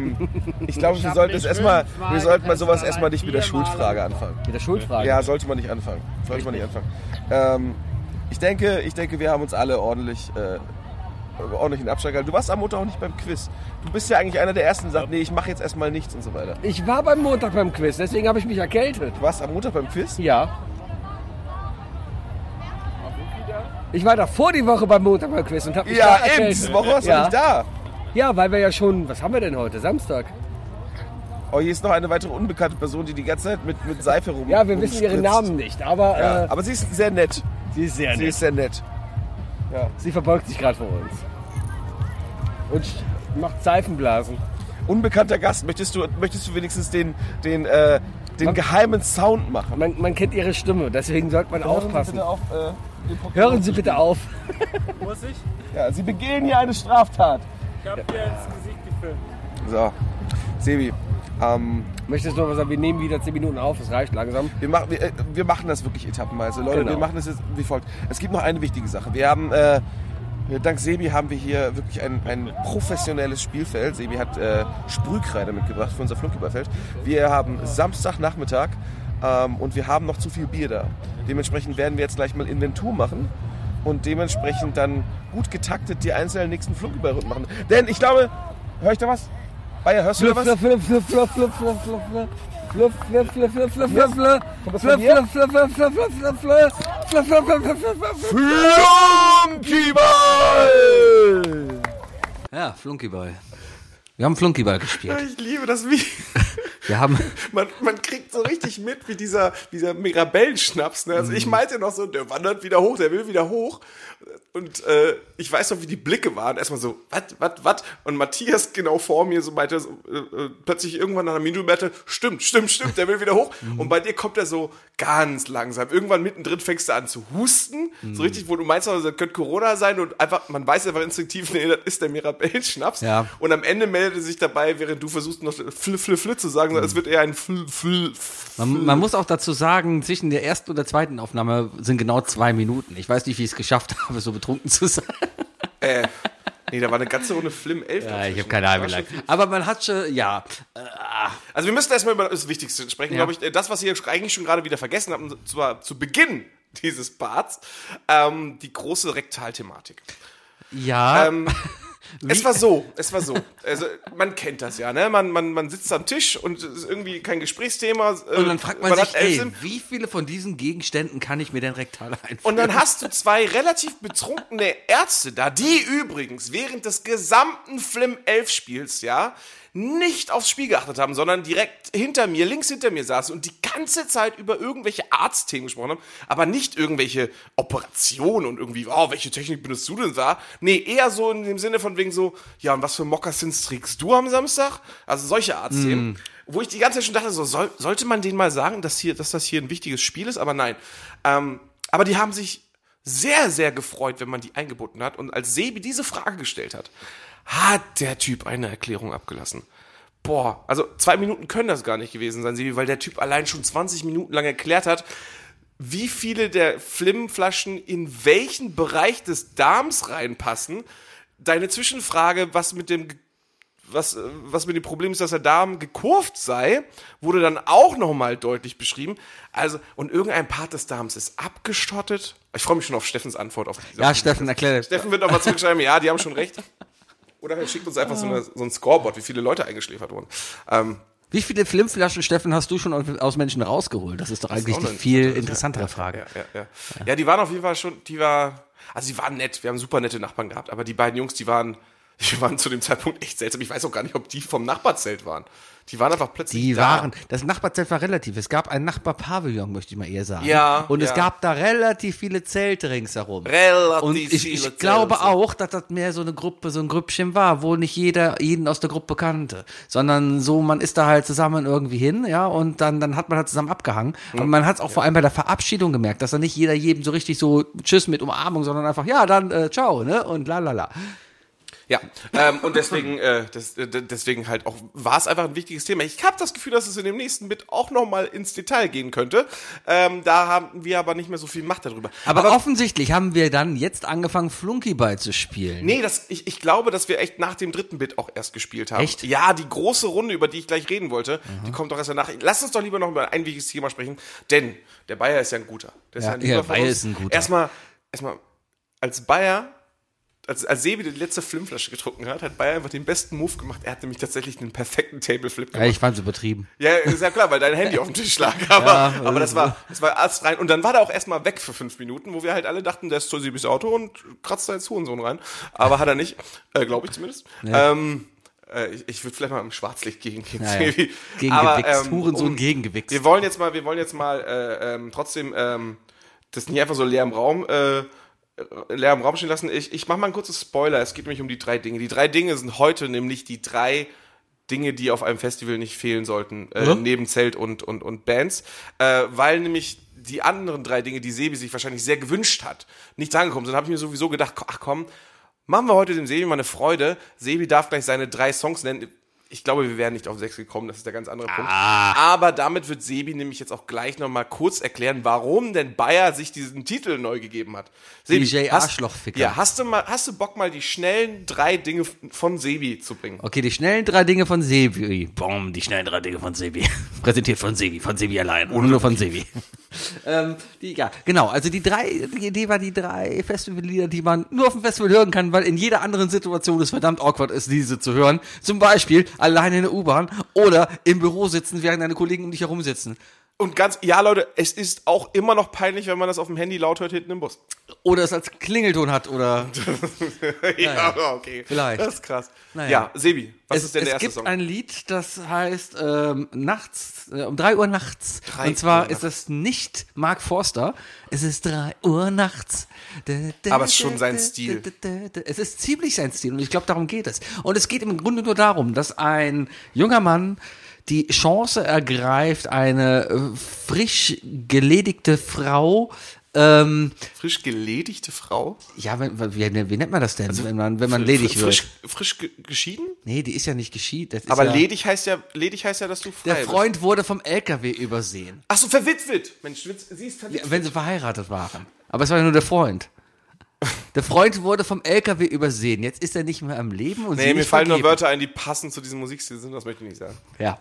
wir sollten mal sowas erstmal nicht mit der Schuldfrage anfangen. Mit der Schuldfrage. Ja, sollte man nicht anfangen. Ich denke, wir haben uns alle ordentlich in Abstand gehalten. Du warst am Montag auch nicht beim Quiz. Du bist ja eigentlich einer der Ersten, der sagt, nee, ich mache jetzt erstmal nichts und so weiter. Ich war beim Montag beim Quiz, deswegen habe ich mich erkältet. Du warst am Montag beim Quiz? Ja. Ich war davor die Woche beim Montag beim Quiz und habe mich Ja, da eben, erkältet. diese Woche warst du Ja. nicht da. Ja, weil wir ja schon, was haben wir denn heute? Samstag. Oh, hier ist noch eine weitere unbekannte Person, die Ganze Zeit mit Seife rum. Ja, wir wissen ihren rumspritzt. Namen nicht, aber Ja, aber sie ist sehr nett. sie ist sehr Sie nett. ist sehr nett. Ja. Sie verbeugt sich gerade vor uns. Und macht Seifenblasen. Unbekannter Gast, möchtest du wenigstens den geheimen Sound machen? Man kennt ihre Stimme, deswegen sollte man aufpassen. Bitte auf, den Podcast. Hören Sie bitte auf. Muss ich? Ja, Sie begehen hier eine Straftat. Ich hab dir ins Gesicht gefilmt. So, Sebi, Möchtest du noch was sagen? Wir nehmen wieder 10 Minuten auf, es reicht langsam. wir machen das wirklich etappenweise. Leute, Genau. wir machen das jetzt wie folgt. Es gibt noch eine wichtige Sache. Wir haben, dank Sebi haben wir hier wirklich ein professionelles Spielfeld. Sebi hat Sprühkreide mitgebracht für unser Flunkyballfeld. Wir haben Samstagnachmittag und wir haben noch zu viel Bier da. Dementsprechend werden wir jetzt gleich mal Inventur machen und dementsprechend dann gut getaktet die einzelnen nächsten Flunkyballrunden machen. Denn ich glaube, höre ich da was? Bayer, hörst du da was? Flunkyball! Ja, Flunkyball. Wir haben Flunkyball gespielt. Ich liebe das, wie Wir haben... man kriegt so richtig mit, wie dieser Mirabellenschnaps. Ne? Also ich meinte noch so, der wandert wieder hoch, der will wieder hoch. Und ich weiß noch, wie die Blicke waren. Erstmal so, was? Und Matthias genau vor mir so meinte, plötzlich irgendwann nach einer Minute meinte, stimmt, der will wieder hoch. Und bei dir kommt er so ganz langsam. Irgendwann mittendrin fängst du an zu husten. So richtig, wo du meinst, das könnte Corona sein. Und einfach, man weiß einfach instinktiv, nee, das ist der Mirabellenschnaps. Ja. Und am Ende meldet er sich dabei, während du versuchst noch fl zu sagen, es wird eher ein fl. Man muss auch dazu sagen, zwischen der ersten und der zweiten Aufnahme sind genau 2 Minuten. Ich weiß nicht, wie ich es geschafft habe, so betrunken zu sein. Nee, da war eine ganze Runde Flim 11. Ja, ich habe keine Ahnung, wie lang. Aber man hat schon, ja. Also wir müssen erstmal über das Wichtigste sprechen, Ja. glaube ich. Das, was ihr eigentlich schon gerade wieder vergessen habt, und zwar zu Beginn dieses Parts, die große Rektalthematik. Ja. Es war so. Also, man kennt das ja, ne? Man sitzt am Tisch und es ist irgendwie kein Gesprächsthema. Und dann fragt man sich, hat Elf wie viele von diesen Gegenständen kann ich mir denn rektal einführen? Und dann hast du zwei relativ betrunkene Ärzte da, die übrigens während des gesamten Flim 11 Spiels, ja, nicht aufs Spiel geachtet haben, sondern direkt links hinter mir saßen und die ganze Zeit über irgendwelche Arztthemen gesprochen haben, aber nicht irgendwelche Operationen und irgendwie, welche Technik benutzt du denn da? Nee, eher so in dem Sinne von wegen so, ja, und was für Mokassins trägst du am Samstag? Also solche Arztthemen. Wo ich die ganze Zeit schon dachte, so, sollte man denen mal sagen, dass das hier ein wichtiges Spiel ist, aber nein. Aber die haben sich sehr, sehr gefreut, wenn man die eingebunden hat. Und als Sebi diese Frage gestellt hat der Typ eine Erklärung abgelassen. Boah, also 2 Minuten können das gar nicht gewesen sein, Sebi, weil der Typ allein schon 20 Minuten lang erklärt hat, wie viele der Flim-Flaschen in welchen Bereich des Darms reinpassen. Deine Zwischenfrage, was mit dem Problem ist, dass der Darm gekurvt sei, wurde dann auch nochmal deutlich beschrieben. Also, und irgendein Part des Darms ist abgeschottet. Ich freue mich schon auf Steffens Antwort auf diese. Ja, Steffen, erklär. Steffen wird nochmal zurückschreiben, ja, die haben schon recht. Oder er schickt uns einfach so ein Scoreboard, wie viele Leute eingeschläfert wurden. Wie viele Flimflaschen, Steffen, hast du schon aus Menschen rausgeholt? Das ist doch eigentlich die viel interessantere Frage. Ja, die waren auf jeden Fall schon, die waren nett, wir haben super nette Nachbarn gehabt, aber die beiden Jungs, die waren zu dem Zeitpunkt echt seltsam. Ich weiß auch gar nicht, ob die vom Nachbarzelt waren. Die waren einfach plötzlich Das Nachbarzelt war relativ. Es gab ein Nachbarpavillon, möchte ich mal eher sagen. Ja. Und es gab da relativ viele Zelte ringsherum. Und ich glaube auch, dass das mehr so eine Gruppe, so ein Grüppchen war, wo nicht jeder jeden aus der Gruppe kannte, sondern so, man ist da halt zusammen irgendwie hin, ja, und dann hat man halt zusammen abgehangen. Und man hat es auch vor allem bei der Verabschiedung gemerkt, dass da nicht jeder jedem so richtig so Tschüss mit Umarmung, sondern einfach, ja, dann ciao, ne, und lalala. Ja, und deswegen halt auch, war es einfach ein wichtiges Thema. Ich habe das Gefühl, dass es in dem nächsten Bit auch nochmal ins Detail gehen könnte. Da haben wir aber nicht mehr so viel Macht darüber. Aber offensichtlich haben wir dann jetzt angefangen, Flunkyball zu spielen. Nee, ich glaube, dass wir echt nach dem 3. Bit auch erst gespielt haben. Echt? Ja, die große Runde, über die ich gleich reden wollte, die kommt doch erst danach. Lass uns doch lieber noch über ein wichtiges Thema sprechen, denn der Bayer ist ja ein guter. Bayer ist ein guter. Erstmal, als Bayer, als Sebi die letzte Flimflasche getrunken hat Bayer einfach den besten Move gemacht. Er hat nämlich tatsächlich einen perfekten Tableflip gemacht. Ja, ich fand's übertrieben. Ja, ist ja klar, weil dein Handy auf dem Tisch lag. Aber das war astrein. Und dann war der auch erstmal weg für 5 Minuten, wo wir halt alle dachten, der ist zu Sebis Auto und kratzt da jetzt Hurensohn rein. Aber hat er nicht. Glaube ich zumindest. Ja. Ich würde vielleicht mal im Schwarzlicht gegen Sebi. Gegengewichst. Hurensohn gegengewichst. Wir wollen jetzt mal trotzdem das nicht einfach so leer im Raum stehen lassen. Ich mache mal ein kurzes Spoiler. Es geht nämlich um die 3 Dinge. Die 3 Dinge sind heute nämlich die 3 Dinge, die auf einem Festival nicht fehlen sollten, neben Zelt und Bands, weil nämlich die anderen 3 Dinge, die Sebi sich wahrscheinlich sehr gewünscht hat, nicht angekommen sind. Habe ich mir sowieso gedacht, ach komm, machen wir heute dem Sebi mal eine Freude. Sebi darf gleich seine 3 Songs nennen. Ich glaube, wir wären nicht auf 6 gekommen, das ist der ganz andere Punkt. Aber damit wird Sebi nämlich jetzt auch gleich nochmal kurz erklären, warum denn Bayer sich diesen Titel neu gegeben hat. Sebi, DJ Arschlochficker. Ja, hast du Bock mal die schnellen 3 Dinge von Sebi zu bringen? Okay, die schnellen 3 Dinge von Sebi. Boom, die schnellen 3 Dinge von Sebi. Präsentiert von Sebi allein. Ohne nur von Sebi. Genau, also die Idee war die 3 Festivallieder, die man nur auf dem Festival hören kann, weil in jeder anderen Situation es verdammt awkward ist, diese zu hören. Zum Beispiel alleine in der U-Bahn oder im Büro sitzen, während deine Kollegen um dich herum sitzen. Und Leute, es ist auch immer noch peinlich, wenn man das auf dem Handy laut hört hinten im Bus. Oder es als Klingelton hat, oder... Ja, okay. Vielleicht. Das ist krass. Naja. Ja, Sebi, was ist denn der erste Song? Es gibt Song? ein Lied, das heißt nachts, um 3 Uhr nachts. Und zwar ist es nicht Mark Forster, es ist 3 Uhr nachts. Aber es ist schon sein Stil. Es ist ziemlich sein Stil und ich glaube, darum geht es. Und es geht im Grunde nur darum, dass ein junger Mann die Chance ergreift, eine frisch geledigte Frau. Frisch geledigte Frau? Ja, wie nennt man das denn, also, wenn man ledig wird? Frisch geschieden? Nee, die ist ja nicht geschieden. Aber ledig heißt ja, dass du frei Der Freund wurde vom LKW übersehen. Ach so, verwitwet. Mensch, sie ist verwitwet. Ja, wenn sie verheiratet waren. Aber es war ja nur der Freund. Der Freund wurde vom LKW übersehen. Jetzt ist er nicht mehr am Leben und mir fallen nur Wörter ein, die passend zu diesem Musikstil sind. Das möchte ich nicht sagen. Ja.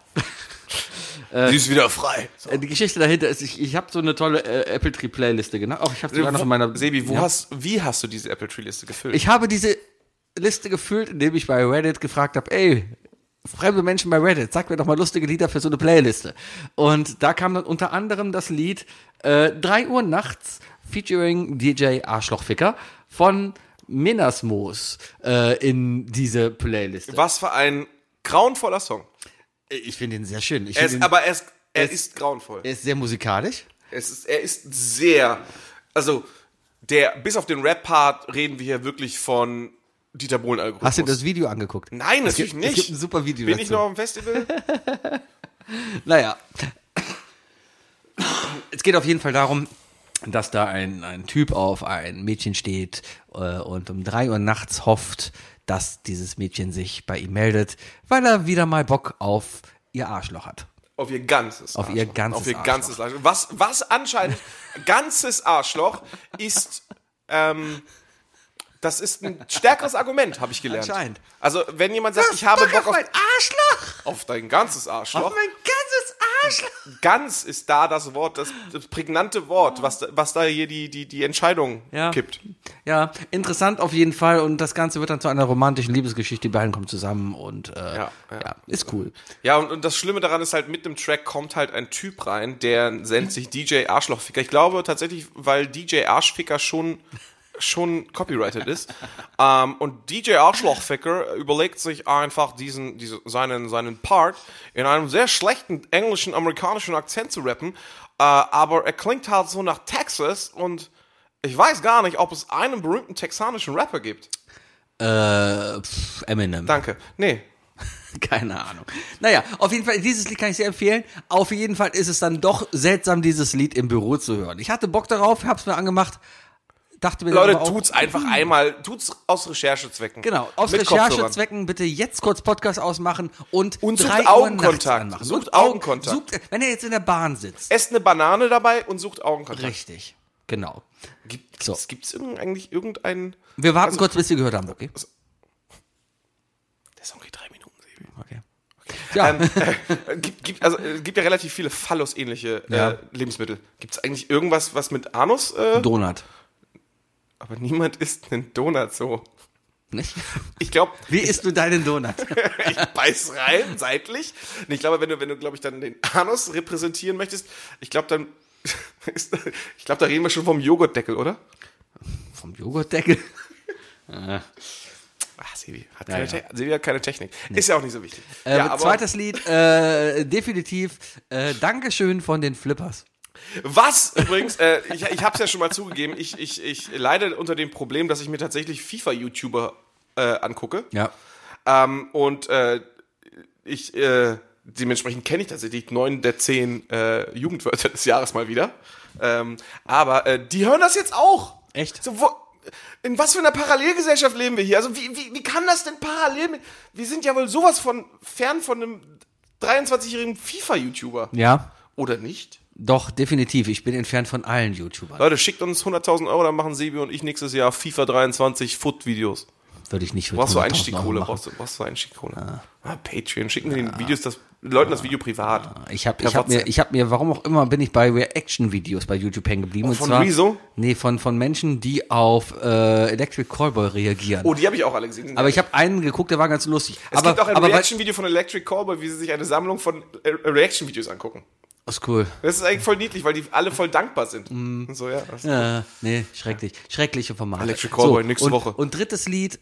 Sie ist wieder frei. So. Die Geschichte dahinter ist, ich habe so eine tolle Apple Tree Playliste, genau. Ich habe sogar noch in meiner... Sebi, wie hast du diese Apple Tree Liste gefüllt? Ich habe diese Liste gefüllt, indem ich bei Reddit gefragt habe, ey, fremde Menschen bei Reddit, sag mir doch mal lustige Lieder für so eine Playliste. Und da kam dann unter anderem das Lied 3 Uhr nachts featuring DJ Arschlochficker von Menasmos in diese Playliste. Was für ein grauenvoller Song. Ich finde ihn sehr schön. Er ist grauenvoll. Er ist sehr musikalisch. Er ist sehr, also bis auf den Rap-Part reden wir hier wirklich von Dieter Bohlen-Algorithmus. Hast du das Video angeguckt? Nein, natürlich nicht. Es gibt ein super Video Bin dazu. ich noch auf dem Festival? Naja. Es geht auf jeden Fall darum, dass da ein Typ auf ein Mädchen steht und um 3 Uhr nachts hofft, dass dieses Mädchen sich bei ihm meldet, weil er wieder mal Bock auf ihr Arschloch hat. Auf ihr ganzes Auf ihr ganzes Arschloch. Was anscheinend ganzes Arschloch ist, das ist ein stärkeres Argument, habe ich gelernt. Anscheinend. Also, wenn jemand sagt, ich habe Bock auf mein Arschloch! auf dein ganzes Arschloch. Auf mein ganzes Arschloch! Ganz ist da das Wort, das prägnante Wort, was da hier die Entscheidung kippt. Ja, interessant auf jeden Fall und das Ganze wird dann zu einer romantischen Liebesgeschichte, die beiden kommen zusammen und ist cool. Ja, und das Schlimme daran ist halt, mit dem Track kommt halt ein Typ rein, der nennt sich DJ Arschlochficker. Ich glaube tatsächlich, weil DJ Arschficker schon copyrighted ist. Und DJ Arschlochficker überlegt sich einfach seinen Part in einem sehr schlechten englischen, amerikanischen Akzent zu rappen. Aber er klingt halt so nach Texas und ich weiß gar nicht, ob es einen berühmten texanischen Rapper gibt. Eminem. Danke. Nee. Keine Ahnung. Naja, auf jeden Fall, dieses Lied kann ich sehr empfehlen. Auf jeden Fall ist es dann doch seltsam, dieses Lied im Büro zu hören. Ich hatte Bock darauf, hab's mir angemacht. Dachte mir Leute, dann aber auch, tut's einfach einmal, tut's aus Recherchezwecken. Genau, aus Mit Recherchezwecken bitte jetzt kurz Podcast ausmachen und sucht 3 Uhr Augenkontakt. nachts anmachen. Sucht Und Augenkontakt. Wenn er jetzt in der Bahn sitzt. Esst eine Banane dabei und sucht Augenkontakt. Richtig, genau. Gibt's eigentlich irgendeinen... Wir warten kurz, bis wir gehört haben, okay? Der Song geht 3 Minuten, Sebi. Okay. Ja, gibt ja relativ viele Phallus-ähnliche Lebensmittel. Gibt's eigentlich irgendwas, was mit Anus... Donut. Aber niemand isst einen Donut so. Nicht? Ich glaube... Wie isst du deinen Donut? Ich beiß rein, seitlich. Und ich glaube, wenn du glaube ich, dann den Anus repräsentieren möchtest, ich glaube, da reden wir schon vom Joghurtdeckel, oder? Vom Joghurtdeckel? Sebi hat keine Technik. Nee. Ist ja auch nicht so wichtig. Aber zweites Lied, definitiv Dankeschön von den Flippers. Was übrigens, ich habe es ja schon mal zugegeben, ich leide unter dem Problem, dass ich mir tatsächlich FIFA-YouTuber angucke. Ja. Dementsprechend kenne ich tatsächlich 9 der 10 Jugendwörter des Jahres mal wieder. Aber die hören das jetzt auch. Echt? So, in was für einer Parallelgesellschaft leben wir hier? Also wie kann das denn parallel wir sind ja wohl sowas von fern von einem 23-jährigen FIFA-YouTuber. Ja. Oder nicht? Doch, definitiv. Ich bin entfernt von allen YouTubern. Leute, schickt uns 100.000 €, dann machen Sebi und ich nächstes Jahr FIFA 23 Foot-Videos. Würde ich nicht für Brauchst du 100.000 Einstiegkohle? machen. Brauchst du Einstiegkohle? Patreon. Schicken wir den Leuten das Video privat. Ich hab mir, warum auch immer, bin ich bei Reaction-Videos bei YouTube hängen geblieben. Oh, und von zwar, Rezo? Nee, von Menschen, die auf Electric Callboy reagieren. Oh, die habe ich auch alle gesehen. Aber ich habe einen geguckt, der war ganz lustig. Es gibt auch ein Reaction-Video von Electric Callboy, wie sie sich eine Sammlung von Reaction-Videos angucken. Das ist cool. Das ist eigentlich voll niedlich, weil die alle voll dankbar sind. Und so, ja. Nee, schrecklich. Schreckliche Formate. Electric Callboy, nächste Woche. Und drittes Lied,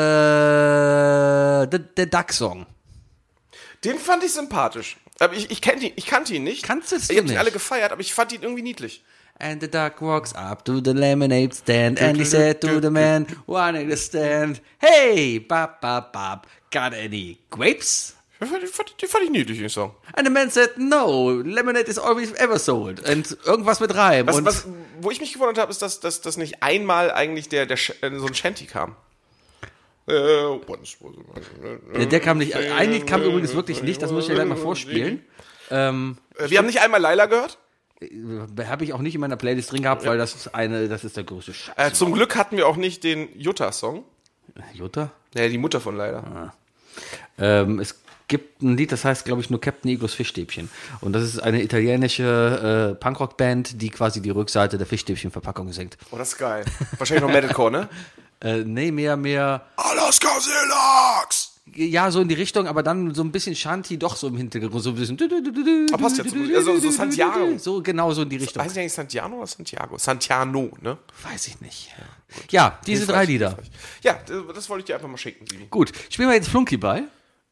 der Duck-Song. Den fand ich sympathisch. Aber ich kannte ihn nicht. Kannst du es Ich habe nicht? die alle gefeiert, aber ich fand ihn irgendwie niedlich. And the duck walks up to the lemonade stand and he said to the man wanting to stand, hey, bab, bab, bab, got any grapes? Die fand ich niedlich, den Song. And the man said, no, lemonade is always ever sold. Und irgendwas mit Reim. Wo ich mich gewundert habe, ist, dass nicht einmal eigentlich so ein Shanty kam. Der kam nicht. Ein Lied kam übrigens wirklich nicht, das muss ich ja gleich mal vorspielen. Wir haben nicht einmal Laila gehört? Habe ich auch nicht in meiner Playlist drin gehabt, weil das ist der größte Scheiß. Zum Glück hatten wir auch nicht den Jutta-Song. Jutta? Ja, die Mutter von Laila. Es gibt ein Lied, das heißt, glaube ich, nur Captain Iglos Fischstäbchen. Und das ist eine italienische Punkrock-Band, die quasi die Rückseite der Fischstäbchenverpackung singt. Oh, das ist geil. Wahrscheinlich noch Metalcore, ne? Nee, mehr. Alaska Seelachs! Ja, so in die Richtung, aber dann so ein bisschen Shanty doch so im Hintergrund. So ein bisschen. Aber passt ja zu Musik. Also so Santiago. So, genau so in die Richtung. Heißt die eigentlich Santiano oder Santiago? Santiano, ne? Weiß ich nicht. Ja, diese 3 Lieder. Ja, das wollte ich dir einfach mal schicken, Sibi. Gut, spielen wir jetzt Flunkyball?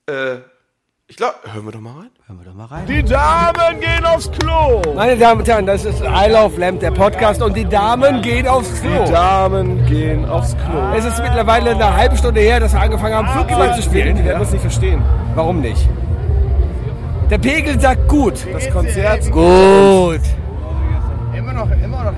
Ich glaube, hören wir doch mal rein. Hören wir doch mal rein. Die Damen gehen aufs Klo. Meine Damen und Herren, das ist I Love Lamp, der Podcast, und die Damen gehen aufs Klo. Die Damen gehen aufs Klo. Es ist mittlerweile eine halbe Stunde her, dass wir angefangen haben, Flunkyball zu spielen. Die werden uns nicht verstehen. Warum nicht? Der Pegel sagt gut. Das Konzert. Gut. Immer noch.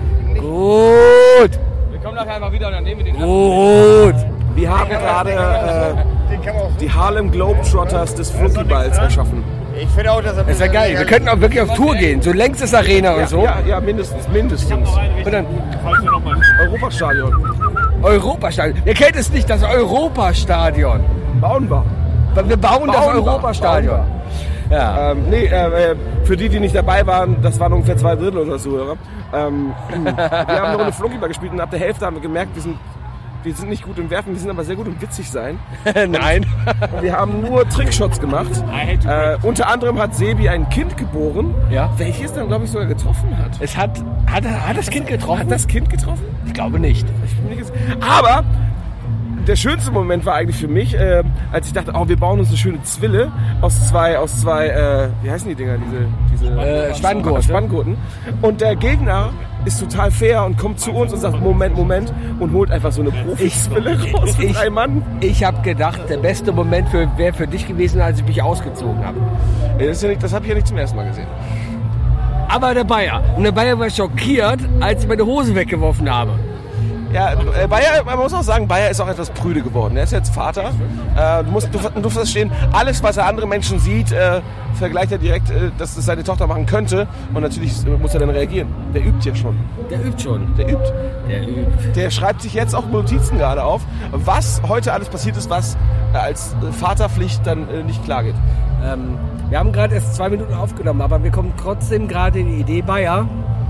Gut. Wir kommen nachher einfach wieder und dann nehmen wir den. Gut. Wir haben gerade die Harlem Globetrotters des Flunkyballs erschaffen. Ich finde auch, dass er... Das ist ja geil. Wir könnten auch wirklich auf Tour gehen. So längstes Arena und so. Ja, mindestens. Und dann Europastadion. Europastadion. Ihr kennt es nicht, das Europastadion. Bauen wir. Wir bauen das Europastadion. Ja. Für die nicht dabei waren, das waren ungefähr 2 Drittel unserer Zuhörer. Wir haben eine Runde Flunkyball gespielt und ab der Hälfte haben wir gemerkt, wir sind nicht gut im Werfen, wir sind aber sehr gut im witzig sein. Nein. Wir haben nur Trickshots gemacht. Unter anderem hat Sebi ein Kind geboren, Ja. welches dann, glaube ich, sogar getroffen hat. Es hat das Kind getroffen? Hat das Kind getroffen? Ich glaube nicht. Aber der schönste Moment war eigentlich für mich, als ich dachte, wir bauen uns eine schöne Zwille aus zwei, wie heißen die Dinger, diese Spanngurten. Und der Gegner ist total fair und kommt zu uns und sagt, Moment, und holt einfach so eine Profi-Zwille raus mit 3 Mann. Ich habe gedacht, der beste Moment wäre für dich gewesen, als ich mich ausgezogen habe. Das habe ich ja nicht zum ersten Mal gesehen. Aber der Bayer war schockiert, als ich meine Hose weggeworfen habe. Ja, Bayer, man muss auch sagen, Bayer ist auch etwas prüde geworden. Er ist jetzt Vater. Du musst verstehen, alles, was er andere Menschen sieht, vergleicht er direkt, dass es seine Tochter machen könnte. Und natürlich muss er dann reagieren. Der übt ja schon. Der übt schon. Der übt. Der schreibt sich jetzt auch Notizen gerade auf, was heute alles passiert ist, was als Vaterpflicht dann nicht klar geht. Wir haben gerade erst 2 Minuten aufgenommen, aber wir kommen trotzdem gerade in die Idee, Bayer.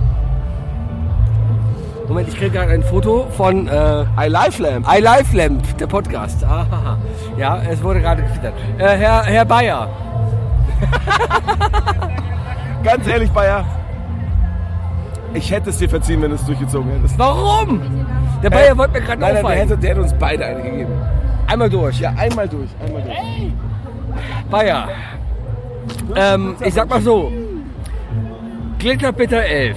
Moment, ich kriege gerade ein Foto von I Live Lamp, der Podcast. Aha. Ja, es wurde gerade getwittert. Herr Bayer. Ganz ehrlich, Bayer, ich hätte es dir verziehen, wenn du es durchgezogen hättest. Warum? Der Bayer wollte mir gerade aufhalten. Der hätte uns beide eine gegeben. Einmal durch. Ja, einmal durch. Bayer. Ich sag mal so. Glitterbitter 11.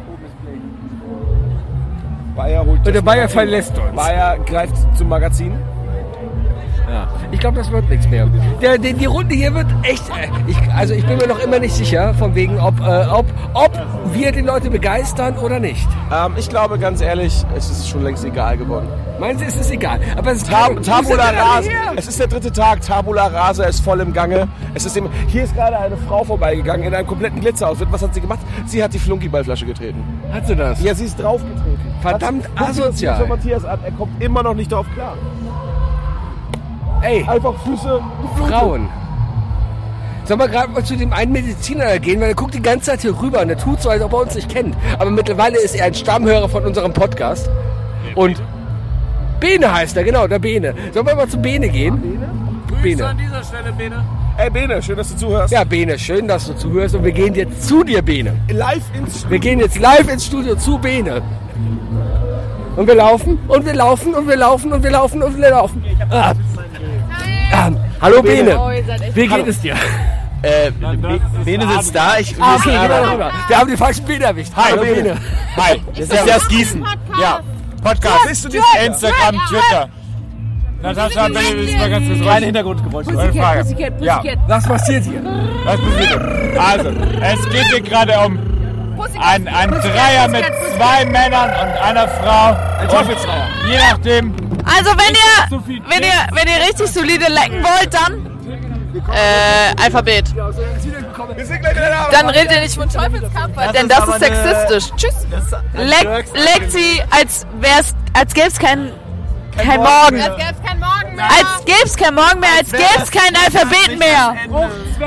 Bayer holt Und der Bayer verlässt uns. Bayer greift zum Magazin. Ja. Ich glaube, das wird nichts mehr. Die Runde hier wird echt... ich bin mir noch immer nicht sicher, von wegen, ob wir die Leute begeistern oder nicht. Ich glaube, ganz ehrlich, es ist schon längst egal geworden. Meinen Sie, es ist egal? Aber es ist Tabula Rasa. Es ist der 3. Tag. Tabula Rasa ist voll im Gange. Hier ist gerade eine Frau vorbeigegangen in einem kompletten Glitzeroutfit. Was hat sie gemacht? Sie hat die Flunkyballflasche getreten. Hat sie das? Ja, sie ist draufgetreten. Verdammt asozial. Guck Matthias an. Er kommt immer noch nicht darauf klar. Ey, Einfach Füße. Frauen. Sollen wir gerade mal zu dem einen Mediziner gehen, weil er guckt die ganze Zeit hier rüber und er tut so, als ob er uns nicht kennt. Aber mittlerweile ist er ein Stammhörer von unserem Podcast. Und Bene heißt er, genau, der Bene. Sollen wir mal zu Bene gehen? Bene. An dieser Stelle, Bene. Ey, Bene, schön, dass du zuhörst. Ja, Bene, schön, dass du zuhörst. Und wir gehen jetzt zu dir, Bene. Live ins Wir gehen jetzt live ins Studio zu Bene. Und wir laufen, und wir laufen, und wir laufen, und wir laufen, und wir laufen. Hallo Bene, wie geht es dir? Bene sitzt da. Okay, geh mal rüber. Wir haben den falschen Bene erwischt. Hallo Bene. Hi, das ist das Gießen. Ja, Podcast. Bist du dies Instagram, Twitter. Natascha, bitte, ist mal ganz kurz kleine Hintergrundgeräusche. Eure Frage. Ja, Was passiert hier? was passiert? Also, es geht hier gerade um ein Dreier mit 2 Männern und einer Frau. Ein Teufelsdreier. Je nachdem. Also wenn ihr richtig solide lecken wollt, dann Alphabet. Wir sind gleich wieder da. Dann redet ihr nicht von Teufelskampf, denn das ist sexistisch. Tschüss. Leckt sie, als gäbe es kein Morgen. Als gäbe es kein Morgen mehr. Als gäbe es kein Morgen mehr, als gäbe es kein Alphabet mehr.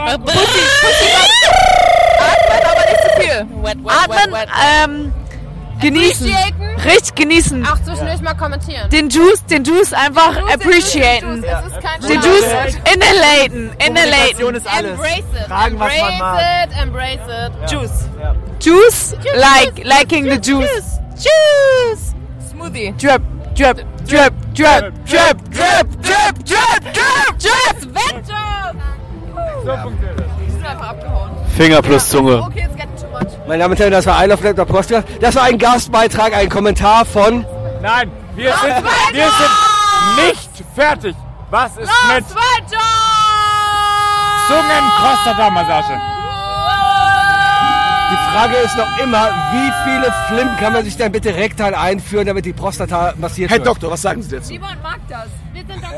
Pussy. Atmen, aber nicht zu viel. Atmen, Genießen. Richtig genießen. Auch zwischendurch mal kommentieren. Den Juice einfach appreciaten. Den Juice inhalaten. Kommunikation ist alles. Embrace it. Fragen, was man mag. Embrace it. Juice. Juice, liking the juice. Juice. Smoothie. Drip. So funktioniert das. Die sind einfach abgehauen. Finger plus Zunge. Okay, it's getting too much. Meine Damen und Herren, das war I Love Laptop Podcast. Das war ein Gastbeitrag, ein Kommentar von... Nein, wir sind nicht fertig. Was ist mit Zungen-Prostata-Massage? Die Frage ist noch immer, wie viele Flim kann man sich denn bitte rektal einführen, damit die Prostata massiert wird? Herr Doktor, was sagen Sie dazu? Niemand mag das. Wir sind doch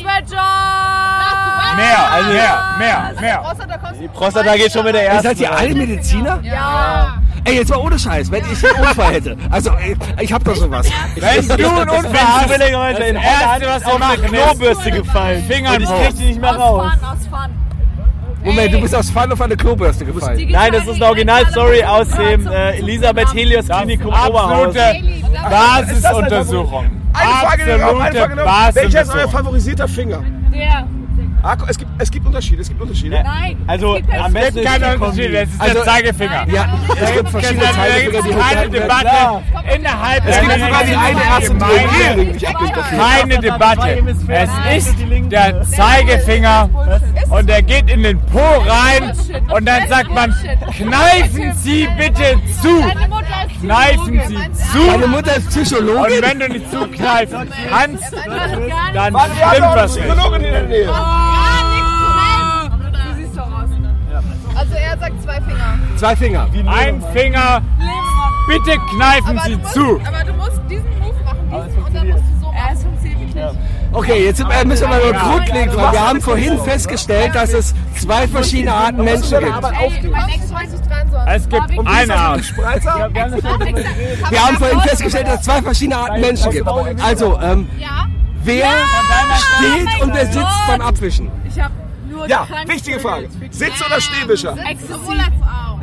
Mehr. Die Prostata geht schon mit der ersten. Seid ihr alle Mediziner? Ja. Ey, jetzt mal ohne Scheiß, wenn ich einen Unfall hätte. Also, ich hab doch sowas. Wenn du einen Unfall hast, Heute in Holland was auf eine Klobürste gefallen. Fingern Und ich krieg die nicht mehr raus. Aus Fun. Moment, du bist aus Fun auf eine Klobürste gefallen. Nein, das ist eine Originalstory aus dem Elisabeth Helios Klinikum Oberhausen. Absolute Basisuntersuchung. Eine Frage noch. Basisuntersuchung. Welcher ist euer favorisierter Finger? Der. Es gibt Unterschiede. Nein. Also am besten Es gibt keinen Unterschied, es ist der Zeigefinger. Ja, es gibt verschiedene Zeigefinger, die keine hochgehalten werden. Debatte innerhalb Es gibt sogar die eine Ärztin, die nicht abgibt dafür. Keine Debatte. Es ist der Zeigefinger und der geht in den Po rein und dann sagt man, kneifen Sie bitte zu. Kneifen Sie zu. Meine Mutter ist Psychologin. Und wenn du nicht zukneifen kannst, dann Wir haben stimmt auch eine was nicht. Psychologin in der Nähe. Du siehst doch aus. Also er sagt 2 Finger. 2 Finger. Ein Finger, bitte kneifen Sie zu. Aber du musst diesen Move machen, und dann musst du so machen. Es funktioniert nicht. Okay, jetzt müssen wir mal nur grundlegend fragen. Wir haben vorhin festgestellt, dass es 2 verschiedene Arten Menschen gibt. Beim nächsten Mal ist dran, so. Es gibt eine Art. Wir haben vorhin festgestellt, dass es 2 verschiedene Arten Menschen gibt. Also, wer steht und wer sitzt beim Abwischen? Ich hab nur Ja, wichtige Frage. Sitz- oder Stehwischer? Sowohl als auch.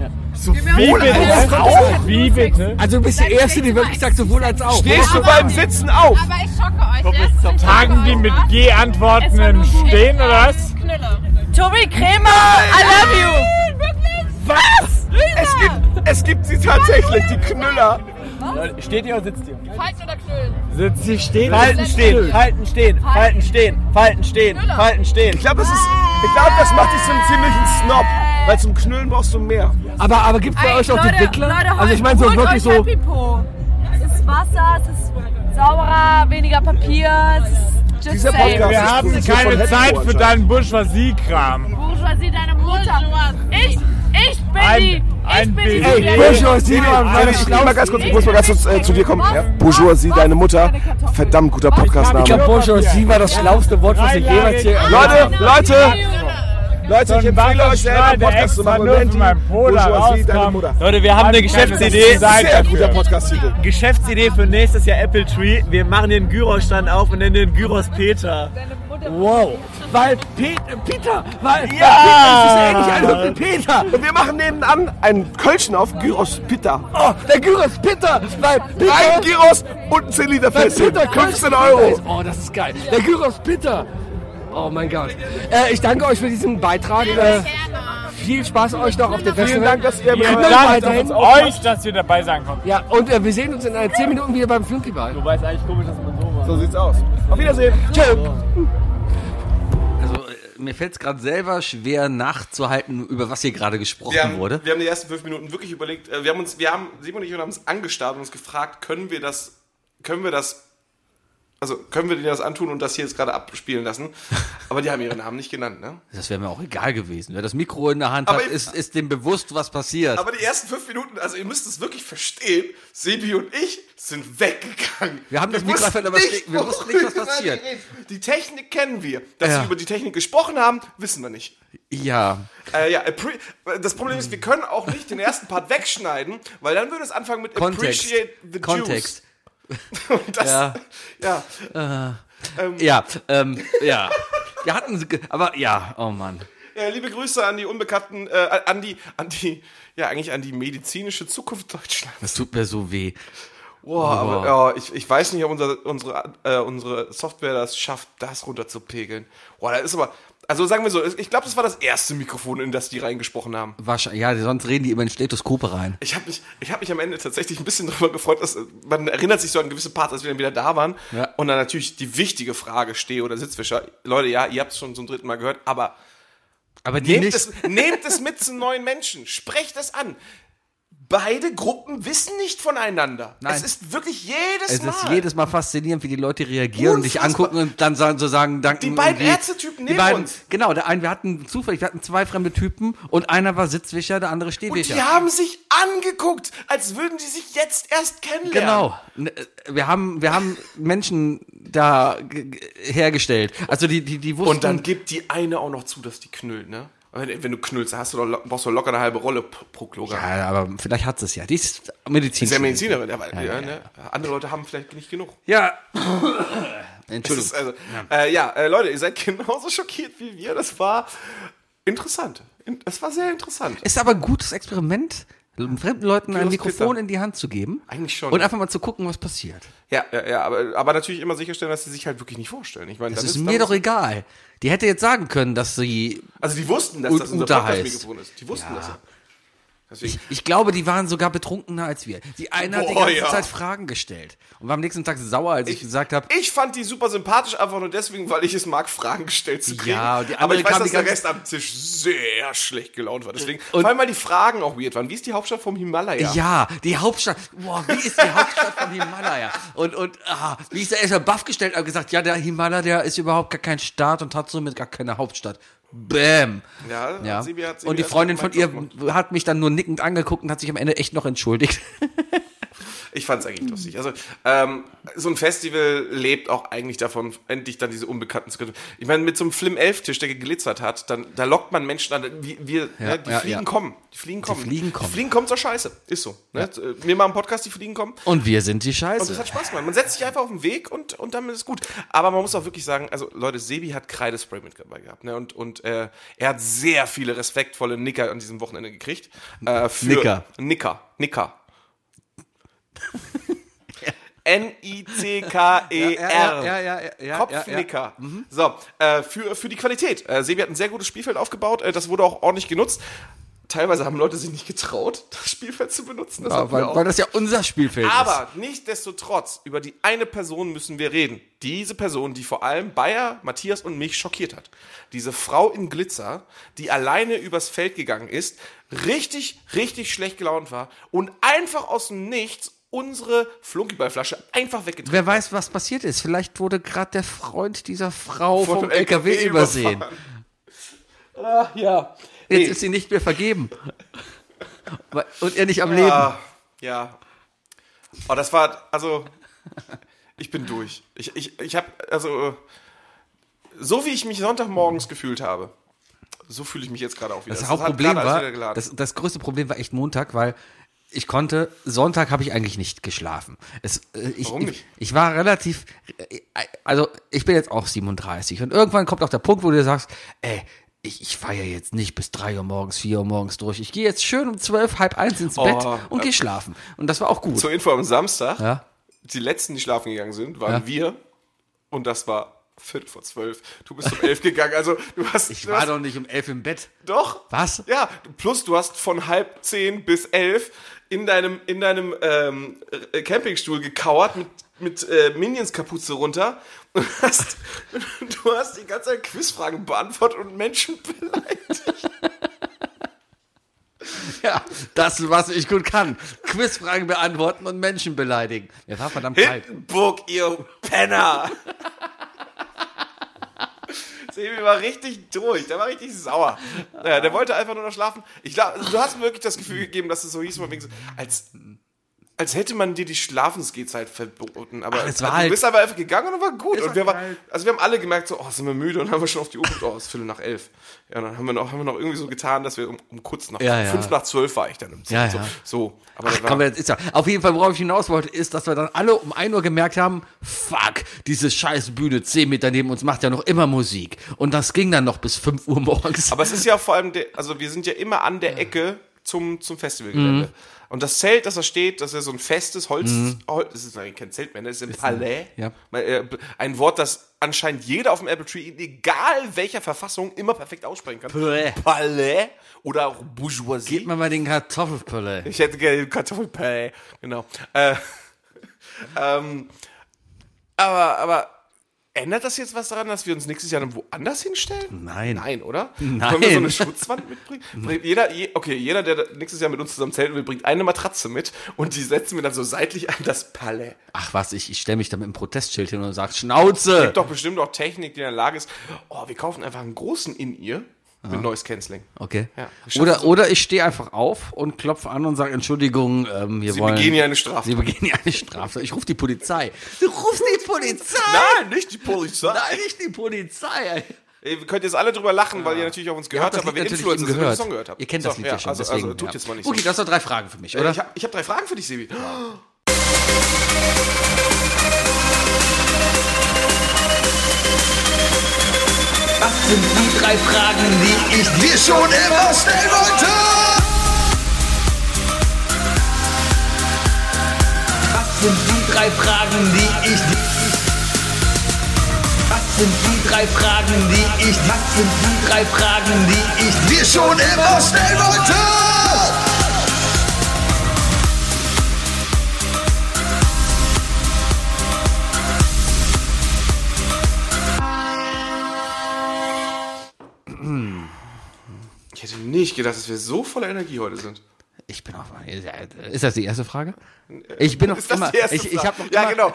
Wie bitte? Also du bist die Erste, die wirklich sagt, sowohl als auch. Stehst du beim Sitzen auf? Aber ich schocke euch jetzt. Tagen die mit G-Antworten im Stehen oder was? Knülle. Tobi Kremer, I love you. Wirklich? Was? Es gibt sie tatsächlich, die Knüller. Steht ihr oder sitzt ihr? Falten oder knüllen? Sitzt sie stehen? Falten stehen, falten stehen, falten stehen, falten stehen, falten stehen. Ich glaube, das macht dich zum ziemlichen Snob. Weil zum Knüllen brauchst du mehr. Aber gibt es bei euch auch die Wickler? Also ich meine so wirklich so... Es ist Wasser, es ist sauberer, weniger Papier, es ist just Dieser same. Podcast Wir ist haben produziert von keine Zeit Hetero für deinen Bourgeoisie-Kram. Bourgeoisie, deine Mutter. Ich bin die. Ey, Bourgeoisie, Ich muss mal ganz kurz zu dir kommen. Ja. Bourgeoisie, deine Mutter. Verdammt guter Podcastname. Ich glaube, Bourgeoisie war das schlauste Wort, was ich jemals hier... Leute, ich empfehle euch selber einen Podcast zu machen. Und Bourgeoisie, deine Mutter. Leute, wir haben eine Geschäftsidee. Sehr guter Podcast-Titel. Geschäftsidee für nächstes Jahr Apple Tree. Wir machen den Gyros-Stand auf und nennen den Gyros Peter. Wow. Weil Peter, weil Ja! das ist ähnlich ein Hüpfel Peter. Und wir machen nebenan einen Kölschen auf, Gyros Pitta. Oh, der Gyros Peter, weil Peter... Ein Gyros und ein 10 Liter weil Fläschchen. Peter 15 €. Oh, das ist geil. Der Gyros Peter. Oh mein Gott. Ich danke euch für diesen Beitrag. Viel Spaß euch noch auf dem Festival. Vielen Dank, dass ihr Vielen dabei Dank euch, dass ihr dabei sein konnten. Ja, und wir sehen uns in 10 Minuten wieder beim Filmfestival. Du weißt eigentlich komisch, dass man so macht. So sieht's aus. Auf Wiedersehen. Tschö. Also, mir fällt es gerade selber schwer nachzuhalten, über was hier gerade gesprochen wurde. Wir haben die ersten 5 Minuten wirklich überlegt, Simon und ich haben uns angestarrt und uns gefragt, können wir denen das antun und das hier jetzt gerade abspielen lassen? Aber die haben ihren Namen nicht genannt, ne? Das wäre mir auch egal gewesen. Wer das Mikro in der Hand hat, ist dem bewusst, was passiert. Aber die ersten 5 Minuten, also ihr müsst es wirklich verstehen, Sebi und ich sind weggegangen. Wir haben das Mikro einfach, aber wir wussten nicht, was passiert. Die Technik kennen wir. Dass wir über die Technik gesprochen haben, wissen wir nicht. Ja. Das Problem ist, wir können auch nicht den ersten Part wegschneiden, weil dann würde es anfangen mit Kontext. Appreciate the Kontext. Juice. Und das, ja. Wir hatten, aber ja, oh Mann. Ja, liebe Grüße an die Unbekannten, an die ja, eigentlich an die medizinische Zukunft Deutschlands. Das tut mir so weh. Boah, aber ja, ich weiß nicht, ob unsere Software das schafft, das runterzupegeln. Boah, das ist aber, also sagen wir so, ich glaube, das war das erste Mikrofon, in das die reingesprochen haben. Wahrscheinlich, ja, sonst reden die immer in Stethoskope rein. Ich hab mich am Ende tatsächlich ein bisschen darüber gefreut, dass man erinnert sich so an gewisse Parts, als wir dann wieder da waren. Ja. Und dann natürlich die wichtige Frage, Steh- oder Sitzwischer. Leute, ja, ihr habt es schon zum 3. Mal gehört, aber nehmt es mit zu neuen Menschen. Sprecht es an. Beide Gruppen wissen nicht voneinander. Nein. Es ist wirklich jedes Mal. Es ist jedes Mal faszinierend, wie die Leute reagieren und dich angucken und dann sagen, danke. Die beiden Ärztetypen neben uns. Genau, wir hatten 2 fremde Typen und einer war Sitzwischer, der andere Stehwischer. Und die haben sich angeguckt, als würden die sich jetzt erst kennenlernen. Genau. Wir haben Menschen da hergestellt. Also die wussten. Und dann gibt die eine auch noch zu, dass die knüllt, ne? Wenn du knüllst, brauchst du locker eine halbe Rolle pro Klogang. Ja, aber vielleicht hat sie es ja. Die ist Medizinerin. Ist ja Medizinerin, aber ja. Ne? Andere Leute haben vielleicht nicht genug. Ja. Entschuldigung. Leute, ihr seid genauso schockiert wie wir. Das war interessant. Das war sehr interessant. Ist aber ein gutes Experiment, fremden Leuten ein Mikrofon in die Hand zu geben. Eigentlich schon. Und einfach mal zu gucken, was passiert. Ja, aber natürlich immer sicherstellen, dass sie sich halt wirklich nicht vorstellen. Ich meine, das ist mir doch egal. Die hätte jetzt sagen können, dass sie. Also die wussten, dass das unser Podcast-Mikrofon ist. Die wussten das ja. Ich glaube, die waren sogar betrunkener als wir. Die eine hat die ganze Zeit Fragen gestellt und war am nächsten Tag sauer, als ich gesagt habe. Ich fand die super sympathisch, einfach nur deswegen, weil ich es mag, Fragen gestellt zu kriegen. Ja, die aber ich weiß, dass der Rest am Tisch sehr schlecht gelaunt war. Deswegen, vor allem, weil die Fragen auch weird waren. Wie ist die Hauptstadt vom Himalaya? Ja, die Hauptstadt. Boah, wie ist die Hauptstadt vom Himalaya? Und wie ist der erstmal baff gestellt und gesagt, ja, der Himalaya, der ist überhaupt gar kein Staat und hat somit gar keine Hauptstadt. Bäm. Ja. Sebi und die Freundin von ihr hat mich dann nur nickend angeguckt und hat sich am Ende echt noch entschuldigt. Ich fand's eigentlich lustig. Also, so ein Festival lebt auch eigentlich davon, endlich dann diese Unbekannten zu können. Ich meine, mit so einem Flim-11-Tisch, der geglitzert hat, da lockt man Menschen an, die Fliegen kommen. Die Fliegen kommen zur Scheiße. Ist so. Ne? Wir machen einen Podcast, die Fliegen kommen. Und wir sind die Scheiße. Und das hat Spaß gemacht. Man setzt sich einfach auf den Weg und dann ist es gut. Aber man muss auch wirklich sagen, also Leute, Sebi hat Kreidespray mit dabei gehabt. Ne? Und er hat sehr viele respektvolle Nicker an diesem Wochenende gekriegt. Nicker. N-I-C-K-E-R. Kopfnicker. Ja. So, für die Qualität. Sebi hat ein sehr gutes Spielfeld aufgebaut. Das wurde auch ordentlich genutzt. Teilweise haben Leute sich nicht getraut, das Spielfeld zu benutzen. Das weil das ja unser Spielfeld ist. Aber nichtsdestotrotz, über die eine Person müssen wir reden. Diese Person, die vor allem Bayer, Matthias und mich schockiert hat. Diese Frau in Glitzer, die alleine übers Feld gegangen ist, richtig, richtig schlecht gelaunt war und einfach aus dem Nichts unsere Flunkyballflasche einfach weggetreten. Wer weiß, was passiert ist. Vielleicht wurde gerade der Freund dieser Frau vom LKW übersehen. Ach, ja. Jetzt ist sie nicht mehr vergeben. Und er nicht am Leben. Ja. Oh, das war, also, ich bin durch. Ich habe, also, so wie ich mich Sonntagmorgens gefühlt habe, so fühle ich mich jetzt gerade auch wieder. Das Hauptproblem war, das größte Problem war echt Montag, weil Sonntag habe ich eigentlich nicht geschlafen. Warum nicht? Ich war relativ, also ich bin jetzt auch 37 und irgendwann kommt auch der Punkt, wo du sagst, ich feiere jetzt nicht bis 3 Uhr morgens, 4 Uhr morgens durch. Ich gehe jetzt schön um 12, 12:30 ins Bett und gehe schlafen. Und das war auch gut. Zur Info am Samstag, die letzten, die schlafen gegangen sind, waren wir und das war 11:45. Du bist um 11 gegangen, also Ich war doch nicht um 11 im Bett. Doch. Was? Ja, plus du hast von 9:30 bis 11 in deinem Campingstuhl gekauert mit Minions-Kapuze runter und du hast die ganze Zeit Quizfragen beantwortet und Menschen beleidigt. Ja, das, was ich gut kann. Quizfragen beantworten und Menschen beleidigen. Mir war verdammt kalt. Hindenburg, ihr Penner! Sebi war richtig durch, der war richtig sauer. Der wollte einfach nur noch schlafen. Ich glaube, du hast mir wirklich das Gefühl gegeben, dass es so hieß, als hätte man dir die Schlafensgehzeit verboten. Aber du bist aber einfach gegangen und war gut. Und wir haben alle gemerkt, so, sind wir müde und haben wir schon auf die Uhr geguckt, es ist 11:15. Ja, dann haben wir noch irgendwie so getan, dass wir um kurz nach 11:55 war ich dann im Zimmer. So. Aber auf jeden Fall, worauf ich hinaus wollte, ist, dass wir dann alle um 1 Uhr gemerkt haben, fuck, diese scheiß Bühne 10 Meter neben uns macht ja noch immer Musik. Und das ging dann noch bis 5 Uhr morgens. Aber es ist ja vor allem, wir sind ja immer an der Ecke zum Festivalgelände. Und das Zelt, das da steht, das ist ja so ein festes Holz, das ist eigentlich kein Zelt mehr, das ist ein Palais. Ja. Ein Wort, das anscheinend jeder auf dem Apple Tree, egal welcher Verfassung, immer perfekt aussprechen kann. Palais oder auch Bourgeoisie. Gib mir mal den Kartoffelpulé. Ich hätte gerne den Kartoffelpalais, genau. Aber ändert das jetzt was daran, dass wir uns nächstes Jahr dann woanders hinstellen? Nein. Nein, oder? Nein. Können wir so eine Schutzwand mitbringen? Jeder, der nächstes Jahr mit uns zusammen zelten will, bringt eine Matratze mit und die setzen wir dann so seitlich an das Palais. Ach was, ich stelle mich da mit einem Protestschild hin und sage, Schnauze! Es gibt doch bestimmt auch Technik, die in der Lage ist, wir kaufen einfach einen großen In-Ear mit Noise Cancelling. Okay. Ja, oder ich stehe einfach auf und klopfe an und sage, Entschuldigung, Sie begehen hier eine Straftat. Sie begehen hier eine Straftat. Ich rufe die Polizei. Du rufst die Polizei? Nein, nicht die Polizei. Nein, nicht die Polizei. Ihr könnt jetzt alle drüber lachen, weil ihr natürlich auf uns gehört habt, aber wir Influencer sind, den Song gehört habt. Ihr kennt das Lied ja schon, deswegen. Also tut jetzt mal nicht so. Okay, das sind 3 Fragen für mich, oder? Ich hab 3 Fragen für dich, Sebi. Was sind die 3 Fragen, die ich dir schon immer stellen wollte? Was sind die 3 Fragen, die ich dir... Was sind die 3 Fragen, die ich... Was sind die 3 Fragen, die ich dir schon immer stellen wollte? Ich hätte nicht gedacht, dass wir so voller Energie heute sind. Ich bin auch. Ist das die erste Frage? Ich bin noch ist das immer. Die erste ich Frage? habe noch. Ja, immer, genau.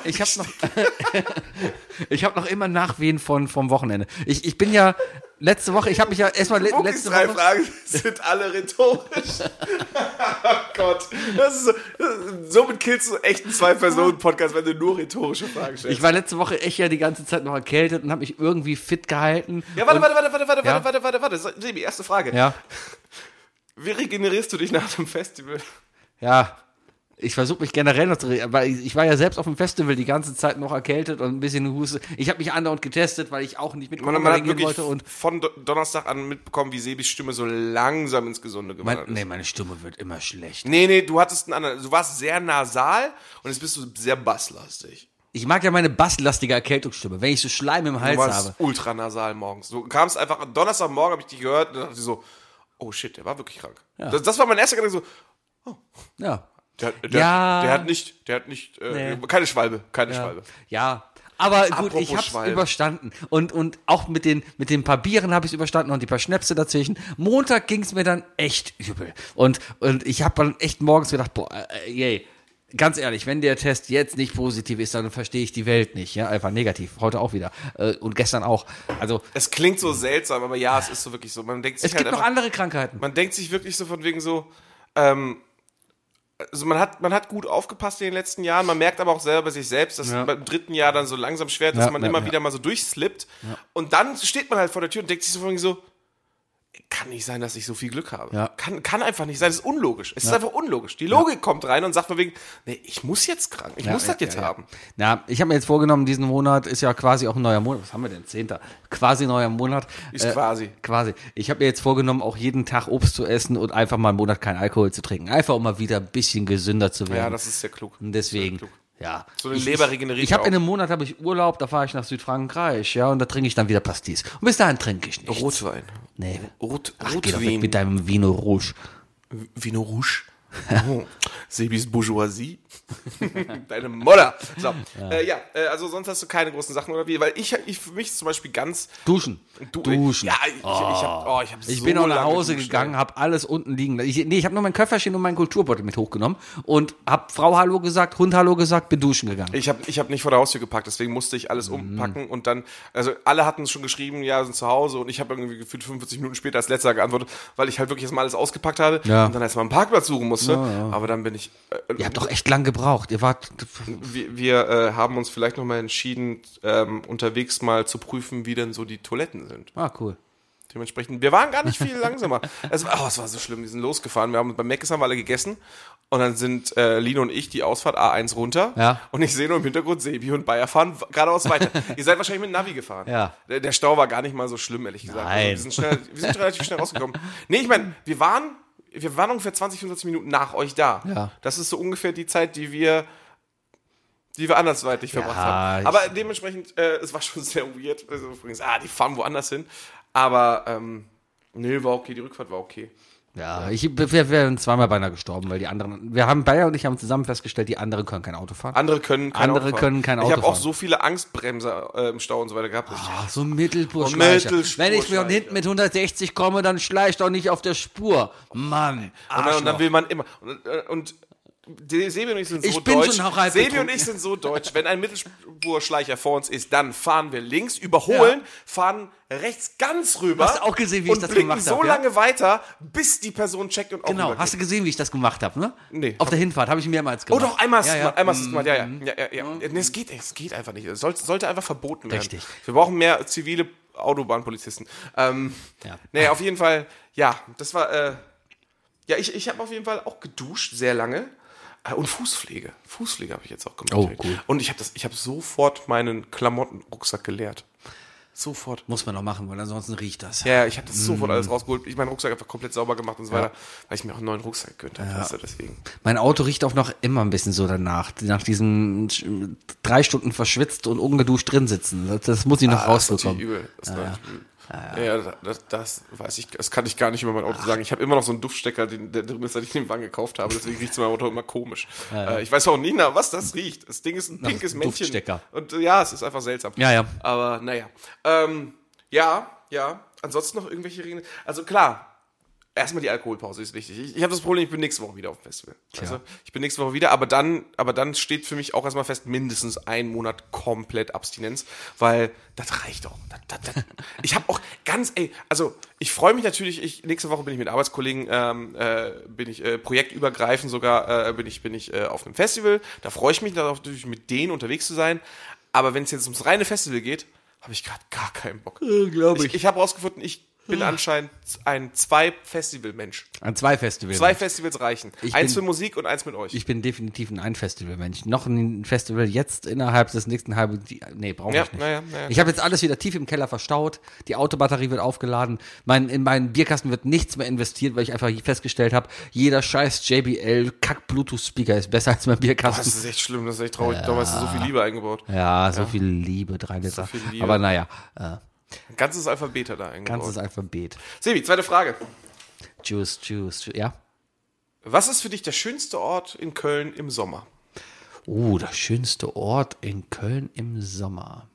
Ich habe noch immer Nachwehen vom Wochenende. Ich bin ja letzte Woche. Ich habe mich ja erstmal letzte Woche. 3 Fragen sind alle rhetorisch. Oh Gott, somit killst du echt einen 2-Personen-Podcast, wenn du nur rhetorische Fragen stellst. Ich war letzte Woche echt ja die ganze Zeit noch erkältet und habe mich irgendwie fit gehalten. Ja, warte. Sebi, erste Frage. Ja. Wie regenerierst du dich nach dem Festival? Ja, ich versuche mich generell noch zu regeln, weil ich war ja selbst auf dem Festival die ganze Zeit noch erkältet und ein bisschen Huste. Ich habe mich andauernd getestet, weil ich auch nicht mit Man hat wirklich wollte und von Donnerstag an mitbekommen, wie Sebis Stimme so langsam ins Gesunde gewandert ist. Meine Stimme wird immer schlecht. Nee, du hattest einen anderen. Du warst sehr nasal und jetzt bist du sehr basslastig. Ich mag ja meine basslastige Erkältungsstimme, wenn ich so Schleim im Hals habe. Du warst ultranasal morgens. Du kamst einfach, Donnerstagmorgen habe ich dich gehört und dachte ich so, oh shit, der war wirklich krank. Ja. Das war mein erster Gedanke so, oh. Ja. Der hat nicht, keine Schwalbe. Ja, aber gut, Apropos ich hab's Schwalbe. überstanden. Und auch mit den paar Bieren habe ich es überstanden und die paar Schnäpse dazwischen. Montag ging's mir dann echt übel. Und ich habe dann echt morgens gedacht, ganz ehrlich, wenn der Test jetzt nicht positiv ist, dann verstehe ich die Welt nicht. Ja, einfach negativ. Heute auch wieder. Und gestern auch. Also. Es klingt so seltsam, aber ja, es ist so wirklich so. Man denkt sich es gibt noch andere Krankheiten. Man denkt sich wirklich so von wegen so, also man hat gut aufgepasst in den letzten Jahren, man merkt aber auch selber bei sich selbst, dass beim 3. Jahr dann so langsam schwer ist, dass man immer wieder mal so durchslippt. Ja. Und dann steht man halt vor der Tür und denkt sich so von wegen so, kann nicht sein, dass ich so viel Glück habe. Ja. Kann einfach nicht sein, das ist unlogisch. Es ist einfach unlogisch. Die Logik kommt rein und sagt von wegen, nee, ich muss jetzt krank, ich muss das jetzt haben. Ja, ich habe mir jetzt vorgenommen, diesen Monat ist ja quasi auch ein neuer Monat. Was haben wir denn? 10. Quasi neuer Monat. Ist quasi. Quasi. Ich habe mir jetzt vorgenommen, auch jeden Tag Obst zu essen und einfach mal einen Monat keinen Alkohol zu trinken. Einfach um mal wieder ein bisschen gesünder zu werden. Ja, das ist sehr klug. Und deswegen. Sehr klug. Ja. So eine Leber regeneriert. Ich habe in einem Monat Urlaub, da fahre ich nach Südfrankreich, ja, und da trinke ich dann wieder Pastis. Und bis dahin trinke ich nichts. Rotwein. Nee. Rotwein. Mit deinem Vino Rouge. Vino Rouge? Oh, Sebis Bourgeoisie. Deine Mutter. So. Also sonst hast du keine großen Sachen oder wie? Weil ich für mich zum Beispiel ganz... Duschen. Ja, ich bin auch nach Hause gegangen, habe alles unten liegen. Ich habe nur mein Köfferchen und meinen Kulturbeutel mit hochgenommen und habe Frau Hallo gesagt, Hund Hallo gesagt, bin duschen gegangen. Ich hab nicht vor der Haustür gepackt, deswegen musste ich alles umpacken und dann, also alle hatten schon geschrieben, ja, sind zu Hause und ich habe irgendwie gefühlt 45 Minuten später als letzter geantwortet, weil ich halt wirklich erstmal alles ausgepackt habe und dann erstmal einen Parkplatz suchen musste. Ja. Aber dann bin ich... Ihr habt doch echt lang gebraucht. Ihr wart... Wir haben uns vielleicht nochmal entschieden, unterwegs mal zu prüfen, wie denn so die Toiletten sind. Ah, cool. Dementsprechend, wir waren gar nicht viel langsamer. Es war so schlimm, wir sind losgefahren. Wir haben beim Meckes haben wir alle gegessen und dann sind Lino und ich die Ausfahrt A1 runter und ich sehe nur im Hintergrund Sebi und Bayer fahren geradeaus weiter. Ihr seid wahrscheinlich mit dem Navi gefahren. Ja. Der Stau war gar nicht mal so schlimm, ehrlich gesagt. Nein. Also wir sind relativ schnell rausgekommen. Nee, ich meine, wir waren wir waren ungefähr 20, 25 Minuten nach euch da. Ja. Das ist so ungefähr die Zeit, die wir andersweitig verbracht haben. Aber dementsprechend, es war schon sehr weird. Also übrigens, die fahren woanders hin. Aber, war okay, die Rückfahrt war okay. Ja, wir wären zweimal beinahe gestorben, weil die anderen, Bayer und ich haben zusammen festgestellt, die anderen können kein Auto fahren. Andere können kein Auto fahren. Ich habe auch fahren. so viele Angstbremser im Stau und so weiter gehabt. So ein Mittelspurschleicher. Wenn ich von hinten mit 160 komme, dann schleicht doch nicht auf der Spur. Mann, und dann will man immer. Und Sebi und ich sind so deutsch. Sebi und ich sind so deutsch. Wenn ein Mittelspurschleicher vor uns ist, dann fahren wir links, überholen, fahren rechts ganz rüber. Hast du auch gesehen, wie ich das gemacht habe? Und blicken so lange weiter, bis die Person checkt und auch Genau, hast du gesehen, wie ich das gemacht habe, ne? Nee. Auf der Hinfahrt habe ich mehrmals gemacht. Oh doch, einmal hast du es gemacht. Ja. Nee, es geht einfach nicht. Es sollte einfach verboten werden. Richtig. Wir brauchen mehr zivile Autobahnpolizisten. Nee, auf jeden Fall, das war, ich habe auf jeden Fall auch geduscht, sehr lange. Und Fußpflege. Fußpflege habe ich jetzt auch gemacht. Oh, cool. Und ich habe sofort meinen Klamottenrucksack geleert. Sofort. Muss man noch machen, weil ansonsten riecht das. Ja, ich habe das sofort alles rausgeholt. Ich meinen Rucksack einfach komplett sauber gemacht und so weiter, weil ich mir auch einen neuen Rucksack gegönnt habe. Weißt du, deswegen. Mein Auto riecht auch noch immer ein bisschen so danach. Nach diesen 3 Stunden verschwitzt und ungeduscht drin sitzen. Das muss ich noch rausbekommen. Das ist natürlich übel. Das weiß ich, das kann ich gar nicht über mein Auto sagen. Ich habe immer noch so einen Duftstecker, der drin ist, seit ich den Wagen gekauft habe. Deswegen riecht es mein Auto immer komisch. Ich weiß auch nicht, was das riecht. Das Ding ist ein pinkes Männchen. Duftstecker. Und es ist einfach seltsam. Ja. Aber naja. Ansonsten noch irgendwelche Regeln. Also klar. Erstmal die Alkoholpause ist wichtig. Ich habe das Problem, ich bin nächste Woche wieder auf dem Festival. Also, ich bin nächste Woche wieder, aber dann steht für mich auch erstmal fest, mindestens 1 Monat komplett Abstinenz, weil das reicht doch. Ich habe auch ich freue mich natürlich, nächste Woche bin ich mit Arbeitskollegen, projektübergreifend sogar, bin ich auf einem Festival. Da freue ich mich darauf, natürlich mit denen unterwegs zu sein. Aber wenn es jetzt ums reine Festival geht, habe ich gerade gar keinen Bock. Glaube ich. Ich habe rausgefunden, ich bin anscheinend ein 2-Festival-Mensch. Ein 2-Festival. 2 Festivals reichen. Eins für Musik und eins mit euch. Ich bin definitiv ein Ein-Festival-Mensch. Noch ein Festival jetzt innerhalb des nächsten halben... Nee, brauche ich nicht. Ja. Ich habe jetzt alles wieder tief im Keller verstaut. Die Autobatterie wird aufgeladen. In meinen Bierkasten wird nichts mehr investiert, weil ich einfach festgestellt habe, jeder scheiß JBL Kack-Bluetooth-Speaker ist besser als mein Bierkasten. Das ist echt schlimm, das ist echt traurig. Da hast du so viel Liebe eingebaut. Ja, so viel Liebe, 3 Liter. So viel Liebe. Aber naja, ein ganzes Alphabet da eingebaut. Ganzes Alphabet. Sebi, zweite Frage. Juice, ja. Was ist für dich der schönste Ort in Köln im Sommer? Der schönste Ort in Köln im Sommer.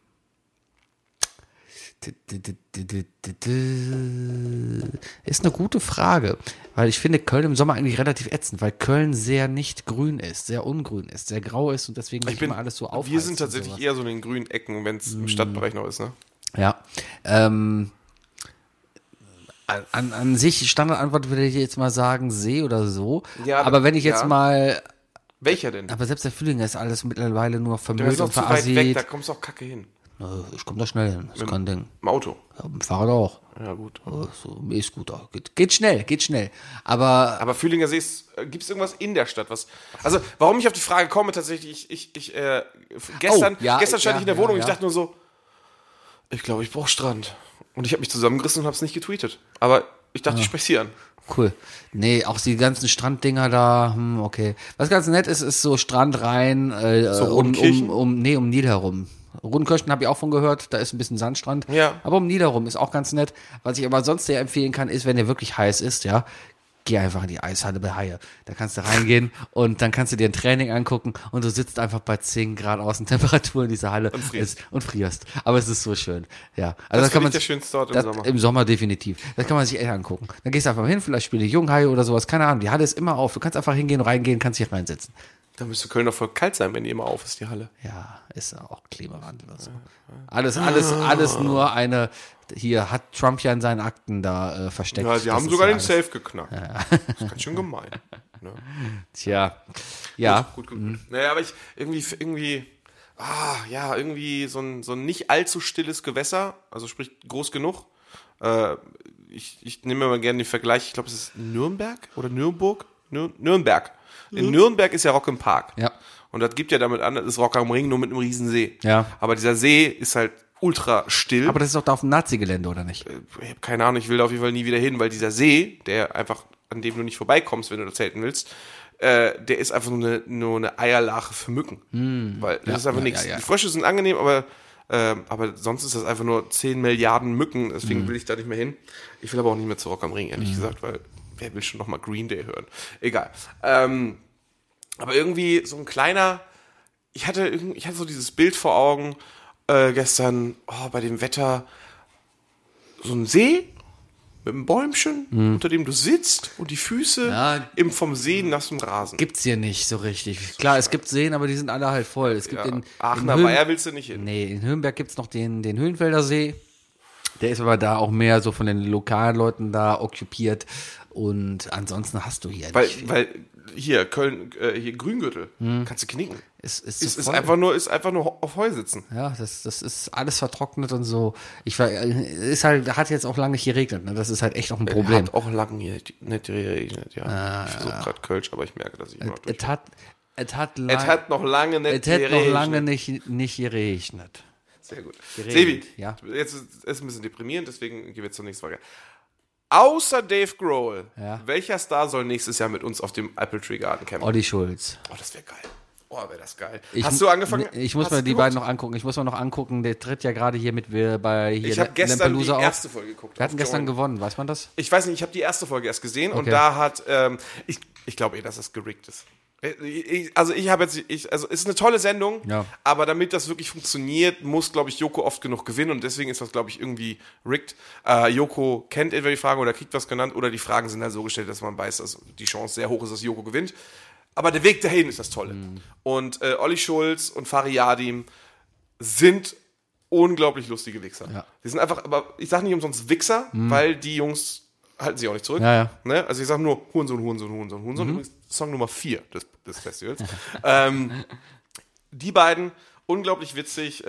Ist eine gute Frage, weil ich finde Köln im Sommer eigentlich relativ ätzend, weil Köln sehr nicht grün ist, sehr ungrün ist, sehr grau ist und deswegen nicht immer alles so aufheizt. Wir sind tatsächlich eher so in den grünen Ecken, wenn es im Stadtbereich noch ist, ne? Ja. An sich, Standardantwort würde ich jetzt mal sagen, See oder so. Ja, aber wenn ich jetzt mal... Welcher denn? Aber selbst der Fühlinger ist alles mittlerweile nur vermüllt und und verasselt. Zu weit weg, da kommst du auch kacke hin. Ich komme da schnell hin, das ist kein Ding. Im Auto? Ja, mit dem Fahrrad auch. Ja, gut. So, E-Scooter. Geht schnell. Aber Fühlinger See, gibt es irgendwas in der Stadt? Also, warum ich auf die Frage komme, tatsächlich, gestern stand ich in der Wohnung und ich dachte nur so, ich glaube, ich brauche Strand. Und ich habe mich zusammengerissen und habe es nicht getweetet. Aber ich dachte, ich spreche sie an. Cool. Nee, auch die ganzen Stranddinger da, okay. Was ganz nett ist so Strand rein, um Nil herum. Rodenkirchen habe ich auch von gehört, da ist ein bisschen Sandstrand. Ja. Aber um Nil herum ist auch ganz nett. Was ich aber sonst sehr empfehlen kann, ist, wenn der wirklich heiß ist, geh einfach in die Eishalle bei Haie. Da kannst du reingehen und dann kannst du dir ein Training angucken und du sitzt einfach bei 10 Grad Außentemperatur in dieser Halle und frierst. Aber es ist so schön. Ja. Also das kann man, der schönste Ort im Sommer. Im Sommer definitiv. Das kann man sich echt angucken. Dann gehst du einfach mal hin, vielleicht spiele Junghaie oder sowas. Keine Ahnung. Die Halle ist immer auf. Du kannst einfach hingehen, reingehen, kannst dich reinsetzen. Da müsste Köln doch voll kalt sein, wenn die immer auf ist, die Halle. Ja, ist auch Klimawandel oder so. Alles nur eine, hier hat Trump ja in seinen Akten da versteckt. Ja, sie haben sogar den Safe geknackt. Ja. Das ist ganz schön gemein. Ne? Tja, ja. Gut. Naja, aber irgendwie so ein nicht allzu stilles Gewässer, also sprich groß genug. Ich nehme mal gerne den Vergleich, ich glaube, es ist Nürnberg oder Nürnberg. Nürnberg. In Nürnberg ist ja Rock im Park. Ja. Und das gibt ja damit an, das ist Rock am Ring, nur mit einem riesen See. Ja. Aber dieser See ist halt ultra still. Aber das ist doch da auf dem Nazi-Gelände, oder nicht? Ich habe keine Ahnung, ich will da auf jeden Fall nie wieder hin, weil dieser See, der einfach an dem du nicht vorbeikommst, wenn du da zelten willst, der ist einfach nur eine Eierlache für Mücken. Weil das ist einfach nichts. Die Frösche sind angenehm, aber sonst ist das einfach nur 10 Milliarden Mücken, deswegen will ich da nicht mehr hin. Ich will aber auch nicht mehr zu Rock am Ring, ehrlich gesagt, weil wer will schon nochmal Green Day hören? Egal. Aber irgendwie so ein kleiner, ich hatte so dieses Bild vor Augen, gestern, bei dem Wetter, so ein See mit einem Bäumchen, unter dem du sitzt und die Füße vom See nass im Rasen. Gibt's hier nicht so richtig. Klar, es gibt Seen, aber die sind alle halt voll. Es gibt Aachener Weiher willst du nicht hin. Nee, in Höhenberg gibt's noch den Höhenfelder See. Der ist aber da auch mehr so von den lokalen Leuten da okkupiert. Und ansonsten hast du hier nicht viel. Weil hier, Köln, hier Grüngürtel, kannst du knicken. Ist einfach nur auf Heu sitzen. Ja, das ist alles vertrocknet und so. Hat jetzt auch lange nicht geregnet, ne? Das ist halt echt auch ein Problem. Hat auch lange nicht geregnet, ja. Ich versuche gerade Kölsch, aber ich merke, dass ich noch Es hat noch lange nicht geregnet. Sehr gut. Sebi, jetzt ist es ein bisschen deprimierend, deswegen gehen wir jetzt zur nächsten Frage. Außer Dave Grohl, welcher Star soll nächstes Jahr mit uns auf dem Apple Tree Garden campen? Olli Schulz. Oh, das wäre geil. Oh, wäre das geil. Hast du angefangen? Ich muss mir die beiden noch angucken. Ich muss mir noch angucken. Der tritt ja gerade hier bei Ich habe gestern die erste Folge geguckt. Wir hatten gestern gewonnen, weiß man das? Ich weiß nicht, ich habe die erste Folge erst gesehen und da hat, ich glaube dass es gerickt ist. Es ist eine tolle Sendung, aber damit das wirklich funktioniert, muss, glaube ich, Joko oft genug gewinnen und deswegen ist das, glaube ich, irgendwie rigged. Joko kennt entweder die Fragen oder kriegt was genannt oder die Fragen sind halt so gestellt, dass man weiß, dass die Chance sehr hoch ist, dass Joko gewinnt. Aber der Weg dahin ist das Tolle. Und Olli Schulz und Fariyadim sind unglaublich lustige Wichser. Ja. Die sind einfach, aber ich sage nicht umsonst Wichser, weil die Jungs halten sich auch nicht zurück. Ja. Ne? Also ich sage nur Hurensohn. Übrigens Song Nummer 4 des Festivals. Die beiden, unglaublich witzig,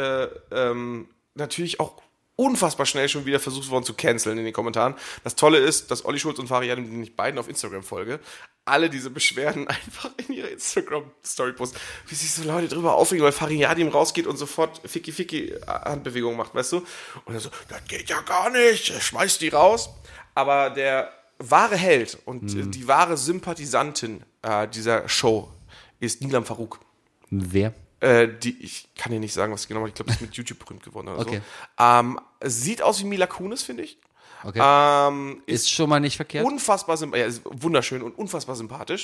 natürlich auch unfassbar schnell schon wieder versucht worden zu canceln in den Kommentaren. Das Tolle ist, dass Olli Schulz und Fariyadim, die ich beiden auf Instagram folge, alle diese Beschwerden einfach in ihre Instagram-Story posten. Wie sich so Leute drüber aufregen, weil Fariyadim rausgeht und sofort Ficky-Ficky-Handbewegung macht, weißt du? Und er so, das geht ja gar nicht, schmeißt die raus. Aber der wahre Held und die wahre Sympathisantin dieser Show ist Nilam Farouk. Wer? Ich kann dir nicht sagen, was sie genau macht. Ich glaube, die ist mit YouTube berühmt geworden oder so. Sieht aus wie Mila Kunis, finde ich. Okay. Ist schon mal nicht verkehrt. Unfassbar ist wunderschön und unfassbar sympathisch.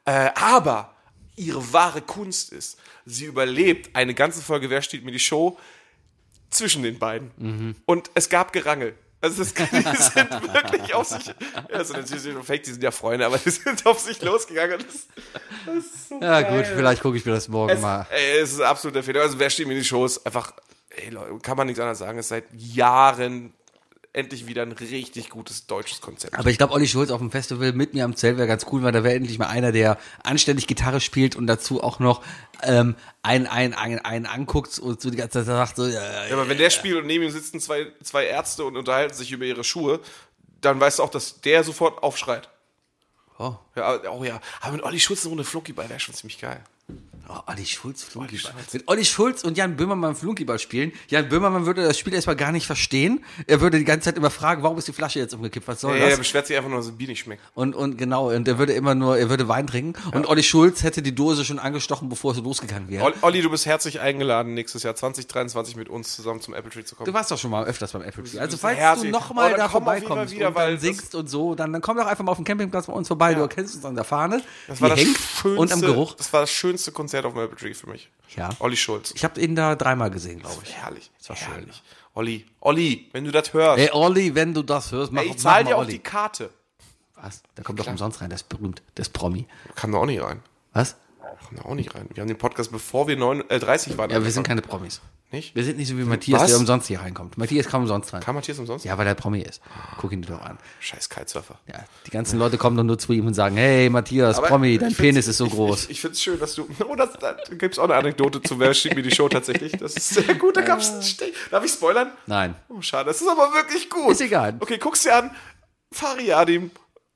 Aber ihre wahre Kunst ist, sie überlebt eine ganze Folge Wer steht mir die Show zwischen den beiden. Und es gab Gerangel. Also die sind wirklich auf sich, also natürlich sind fake, die sind ja Freunde, aber die sind auf sich losgegangen. Das ist so geil. Gut, vielleicht gucke ich mir das morgen mal. Es ist absolut der Fehler. Also Wer steht mir die Shows? Einfach, Leute, kann man nichts anderes sagen. Es ist seit Jahren endlich wieder ein richtig gutes deutsches Konzept. Aber ich glaube, Olli Schulz auf dem Festival mit mir am Zelt wäre ganz cool, weil da wäre endlich mal einer, der anständig Gitarre spielt und dazu auch noch einen anguckt und so die ganze Zeit sagt so, aber wenn der spielt und neben ihm sitzen zwei Ärzte und unterhalten sich über ihre Schuhe, dann weißt du auch, dass der sofort aufschreit. Oh. Ja. Aber mit Olli Schulz eine Runde Flunkyball wäre schon ziemlich geil. Oh, Olli Schulz, Flunkyball. Wenn Olli Schulz und Jan Böhmermann Flunkyball spielen, Jan Böhmermann würde das Spiel erstmal gar nicht verstehen. Er würde die ganze Zeit immer fragen, warum ist die Flasche jetzt umgekippt? Was soll das? Er beschwert sich einfach nur, dass das Bier nicht schmeckt. Und er würde Wein trinken. Ja. Und Olli Schulz hätte die Dose schon angestochen, bevor es losgegangen wäre. Olli, du bist herzlich eingeladen, nächstes Jahr 2023 mit uns zusammen zum Apple Tree zu kommen. Du warst doch schon mal öfters beim Apple Tree. Also falls du nochmal da vorbeikommst wieder, und dann singst und so, dann komm doch einfach mal auf den Campingplatz bei uns vorbei. Ja. Du erkennst uns an der Fahne, das war hängt und am Geruch. Das war das schönste Konzert auf dem Apple Tree für mich. Ja. Olli Schulz. Ich habe ihn da 3-mal gesehen, glaube ich. Herrlich. Das war schön. Olli, wenn du das hörst. Ey, Olli, wenn du das hörst, ich zahle dir auch die Karte. Was? Der kommt doch umsonst rein, der ist berühmt, der ist Promi. Kann da auch nicht rein. Was? Kann da auch nicht rein. Wir haben den Podcast, bevor wir 30 waren. Ja, wir sind keine Promis. Nicht? Wir sind nicht so wie Matthias, der umsonst hier reinkommt. Matthias kam umsonst rein. Kam Matthias umsonst? Ja, weil er Promi ist. Guck ihn dir doch an. Scheiß Kitesurfer. Ja, die ganzen Leute kommen doch nur zu ihm und sagen, hey Matthias, aber Promi, dein Penis ist so groß. Ich find's schön, dass du, da gibt's auch eine Anekdote zu Wer steht mir die Show tatsächlich. Das ist sehr gut, da gab's einen Stich. Darf ich spoilern? Nein. Oh, schade, das ist aber wirklich gut. Ist egal. Okay, guck's dir an. Fariyadim.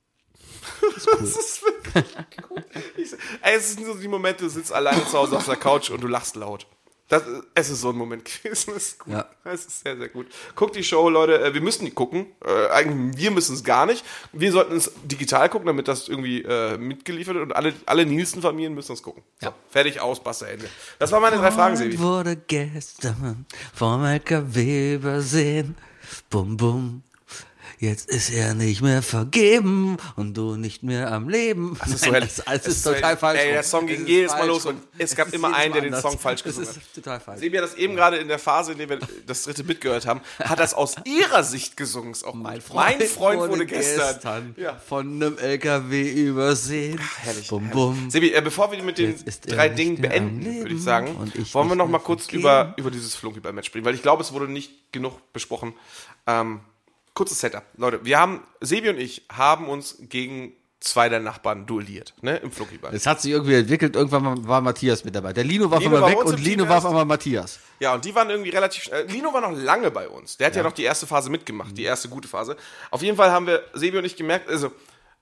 Das ist wirklich gut. Es sind so die Momente, du sitzt alleine zu Hause auf der Couch und du lachst laut. Es ist so ein Moment gewesen. Es ist gut. Ja. Es ist sehr, sehr gut. Guckt die Show, Leute. Wir müssen die gucken. Eigentlich, wir müssen es gar nicht. Wir sollten es digital gucken, damit das irgendwie mitgeliefert wird. Und alle Nielsen-Familien müssen es gucken. So, fertig, aus, Basta, Ende. Das waren meine 3 Fragen, Sebi. Wurde gestern vom LKW übersehen. Bum, bum. Jetzt ist er nicht mehr vergeben und du nicht mehr am Leben. Das ist so herrlich. Das ist total falsch. Ey, der Song ging jedes Mal los und es gab immer einen, der den Song falsch gesungen hat. Das ist total falsch. Sebi hat das eben gerade in der Phase, in der wir das 3. Bit gehört haben, hat das aus ihrer Sicht gesungen. Ist auch mein Freund wurde gestern von einem LKW übersehen. Ach, herrlich. Bum, bum. Sebi, bevor wir mit den 3 Dingen beenden, würde ich sagen, wollen wir noch mal kurz über dieses Flunkyball-Match sprechen, weil ich glaube, es wurde nicht genug besprochen. Kurzes Setup. Leute, Sebi und ich haben uns gegen 2 der Nachbarn duelliert, ne, im Flunkyball. Es hat sich irgendwie entwickelt, irgendwann war Matthias mit dabei. Der Lino war von mal weg und Lino war auf einmal Matthias. Ja, und die waren irgendwie relativ schnell. Lino war noch lange bei uns. Der hat ja noch die erste Phase mitgemacht, die erste gute Phase. Auf jeden Fall haben Sebi und ich gemerkt, also,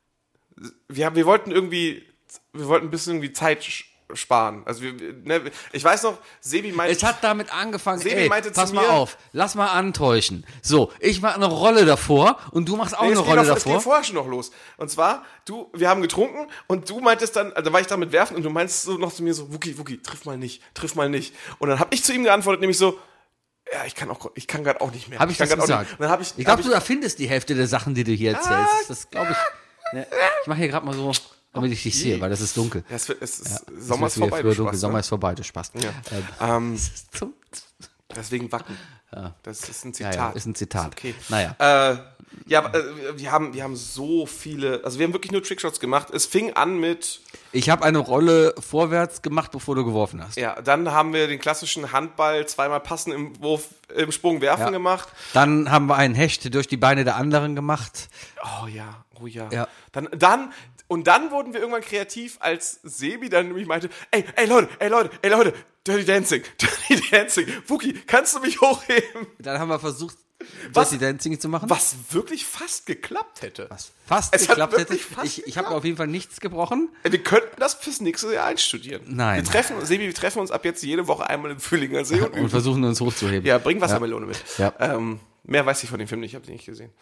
wir wollten ein bisschen irgendwie Zeit sparen. Also ich weiß noch, Sebi meinte... Es hat damit angefangen, Sebi meinte pass zu mal mir, auf, lass mal antäuschen. So, ich mache eine Rolle davor und du machst auch eine Rolle davor. Es ging vorher schon noch los. Und zwar, wir haben getrunken und du meintest dann, da war ich dran mit Werfen und du meinst so noch zu mir so, Wookie, triff mal nicht. Und dann habe ich zu ihm geantwortet, nämlich so, ja, ich kann gerade auch nicht mehr. Habe ich das gesagt? Ich glaube, du erfindest die Hälfte der Sachen, die du hier erzählst. Das glaube ich. Ne, ich mache hier gerade mal so... Damit ich dich sehe, weil das ist dunkel. Ja, Sommer ist vorbei, du Spaß. Sommer ist vorbei, du Spaß. Ja. Deswegen Wacken. Ja. Das ist ein Zitat. Ja, ist ein Zitat. Okay. Naja. Wir haben so viele, also wir haben wirklich nur Trickshots gemacht. Es fing an mit... Ich habe eine Rolle vorwärts gemacht, bevor du geworfen hast. Ja, dann haben wir den klassischen Handball zweimal passen im Sprung werfen gemacht. Dann haben wir einen Hecht durch die Beine der anderen gemacht. Oh ja. Dann wurden wir irgendwann kreativ, als Sebi dann nämlich meinte, ey Leute, Dirty Dancing, Wookie, kannst du mich hochheben? Dann haben wir versucht, Dirty Dancing zu machen. Was wirklich fast geklappt hätte. Ich habe auf jeden Fall nichts gebrochen. Wir könnten das fürs nächste Jahr einstudieren. Nein. Wir treffen uns ab jetzt jede Woche einmal im Fühlinger See und versuchen uns hochzuheben. Ja, bring Wassermelone mit. Ja. Mehr weiß ich von dem Film nicht, ich habe den nicht gesehen.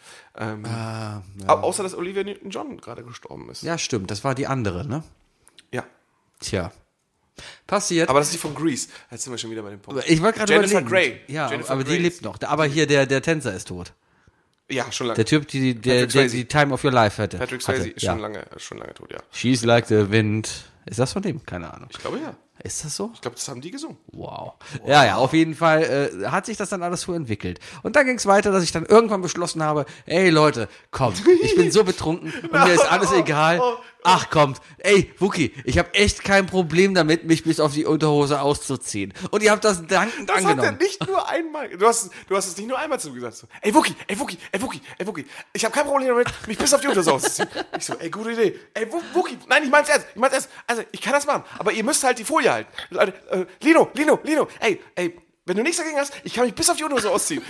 Außer, dass Olivia Newton-John gerade gestorben ist. Ja, stimmt, das war die andere, ne? Ja. Tja. Passiert. Aber das ist die von Grease. Jetzt sind wir schon wieder bei dem Punkt. Ich wollte gerade Jennifer überlegen. Grey. Ja, Jennifer aber Grey die lebt noch. Aber hier der Tänzer ist tot. Ja, schon lange. Der Typ, der die Time of Your Life hatte. Patrick Swayze ist schon lange tot, ja. She's like the wind. Ist das von dem? Keine Ahnung. Ich glaube, ja. Ist das so? Ich glaube, das haben die gesungen. Wow. Ja, auf jeden Fall hat sich das dann alles so entwickelt. Und dann ging es weiter, dass ich dann irgendwann beschlossen habe, ey Leute, kommt, ich bin so betrunken und mir ist alles egal. Ach kommt, ey Wookie, ich habe echt kein Problem damit, mich bis auf die Unterhose auszuziehen. Und ihr habt das dankend angenommen. Das hat er nicht nur einmal, du hast es nicht nur einmal zu ihm gesagt. So, ey Wookie, ich habe kein Problem damit, mich bis auf die Unterhose auszuziehen. Ich so, ey, gute Idee. Ey Wookie, nein, ich mein's ernst. Also, ich kann das machen, aber ihr müsst halt die Folie halten. Lino, ey, wenn du nichts dagegen hast, ich kann mich bis auf die Unterhose ausziehen.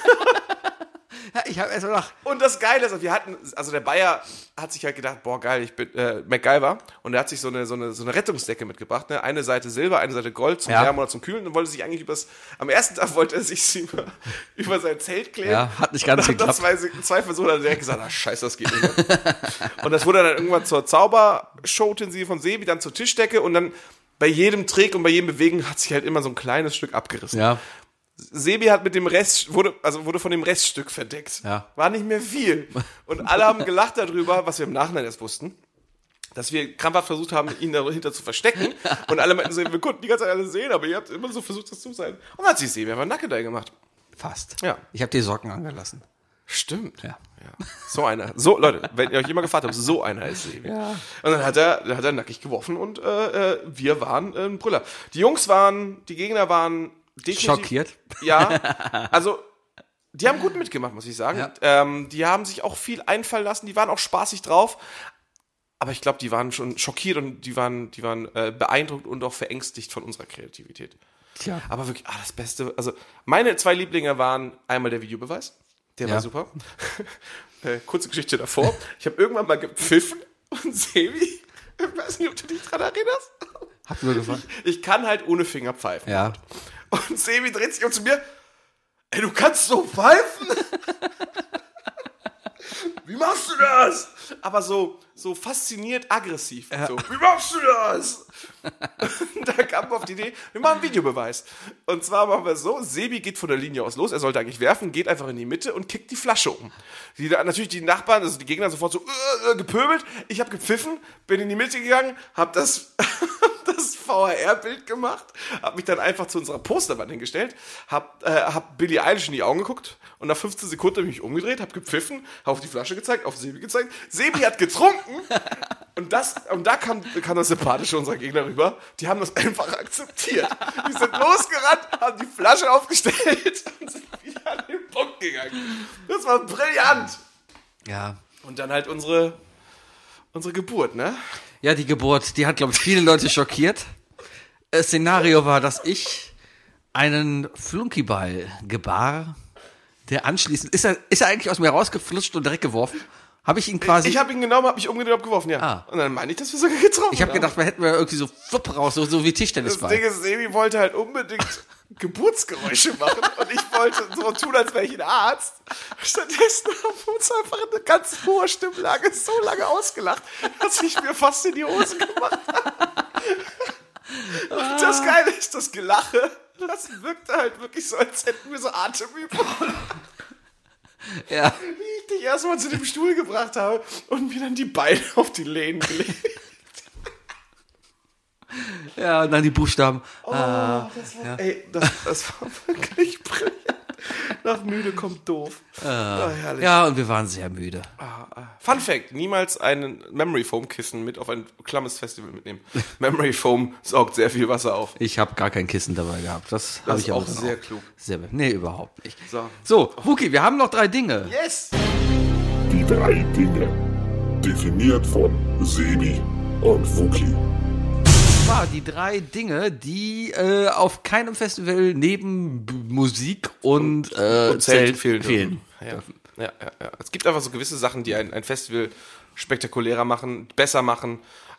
Ja, ich habe erst gedacht. Und das Geile ist, der Bayer hat sich halt gedacht, boah geil, ich bin MacGyver, und er hat sich so eine Rettungsdecke mitgebracht, ne? Eine Seite Silber, eine Seite Gold zum Wärmen oder zum Kühlen, und wollte sich eigentlich am ersten Tag wollte er sich über sein Zelt kleben. Ja, hat nicht ganz geklappt. Zwei Versuche hat er direkt gesagt, scheiße, das geht nicht mehr. Und das wurde dann irgendwann zur Zaubershow-Utensil von Sebi, dann zur Tischdecke, und dann bei jedem Trick und bei jedem Bewegen hat sich halt immer so ein kleines Stück abgerissen. Ja. Sebi hat mit dem Rest, wurde von dem Reststück verdeckt. Ja. War nicht mehr viel. Und alle haben gelacht darüber, was wir im Nachhinein erst wussten, dass wir krampfhaft versucht haben, ihn dahinter zu verstecken. Und alle meinten so, wir konnten die ganze Zeit alles sehen, aber ihr habt immer so versucht, das zu sein. Und dann hat sich Sebi einfach Nackedei gemacht. Fast. Ja. Ich habe die Socken angelassen. Stimmt. Ja. So einer. So, Leute, wenn ihr euch immer gefragt habt, so einer ist Sebi. Ja. Und dann hat er nackig geworfen und wir waren Brüller. Die Gegner waren definitiv schockiert. Ja, also die haben gut mitgemacht, muss ich sagen. Ja. Die haben sich auch viel einfallen lassen, die waren auch spaßig drauf. Aber ich glaube, die waren schon schockiert und die waren beeindruckt und auch verängstigt von unserer Kreativität. Tja. Aber wirklich, das Beste, also meine 2 Lieblinge waren einmal der Videobeweis, der war super. Kurze Geschichte davor. Ich habe irgendwann mal gepfiffen und Sebi, ich weiß nicht, ob du dich dran erinnerst. Hat mir gefallen. Ich kann halt ohne Finger pfeifen. Ja. Und Sebi dreht sich um zu mir. Ey, du kannst so pfeifen? Wie machst du das? Aber so fasziniert aggressiv. Ja. So, wie machst du das? Da kam auf die Idee, wir machen einen Videobeweis. Und zwar machen wir es so, Sebi geht von der Linie aus los, er sollte eigentlich werfen, geht einfach in die Mitte und kickt die Flasche um. Natürlich die Nachbarn, also die Gegner sofort so gepöbelt. Ich habe gepfiffen, bin in die Mitte gegangen, habe das VHR-Bild gemacht, habe mich dann einfach zu unserer Posterwand hingestellt, hab Billie Eilish in die Augen geguckt und nach 15 Sekunden habe ich mich umgedreht, habe gepfiffen, habe auf die Flasche gezeigt, auf Sebi gezeigt. Sebi hat getrunken und da kam das Sympathische unserer Gegner rüber. Die haben das einfach akzeptiert. Die sind losgerannt, haben die Flasche aufgestellt und sind wieder an den Punkt gegangen. Das war brillant. Ja. Und dann halt unsere Geburt, ne? Ja, die Geburt, die hat, glaube ich, viele Leute schockiert. Das Szenario war, dass ich einen Flunkyball gebar, der anschließend, ist er eigentlich aus mir rausgeflutscht und direkt geworfen? Habe ich ihn quasi... Ich habe ihn genommen, habe mich umgedreht und geworfen, ja. Ah. Und dann meine ich, dass wir sogar getroffen haben. Ich habe gedacht, wir hätten irgendwie so flupp raus, so wie Tischtennisball. Das Ding ist, Sebi wollte halt unbedingt Geburtsgeräusche machen und ich wollte so tun, als wäre ich ein Arzt. Stattdessen haben wir uns einfach eine ganz hohe Stimmlage so lange ausgelacht, dass ich mir fast in die Hose gemacht habe. Und das Geile ist, das Gelache, das wirkte halt wirklich so, als hätten wir so Atemübungen. Ja. Wie ich dich erstmal zu dem Stuhl gebracht habe und mir dann die Beine auf die Lehnen gelegt. Ja, und dann die Buchstaben. Das war wirklich brillant. Nach müde kommt doof. Herrlich. Ja, und wir waren sehr müde. Fun Fact, niemals ein Memory Foam Kissen mit auf ein klammes Festival mitnehmen. Memory Foam saugt sehr viel Wasser auf. Ich habe gar kein Kissen dabei gehabt. Das habe ich auch sehr klug. Nee, überhaupt nicht. So, Wookie, wir haben noch 3 Dinge. Yes! Die 3 Dinge. Definiert von Sebi und Wookie. Die 3 Dinge, die auf keinem Festival neben Musik und Zelt fehlen. Ja. Es gibt einfach so gewisse Sachen, die ein Festival spektakulärer machen, besser machen.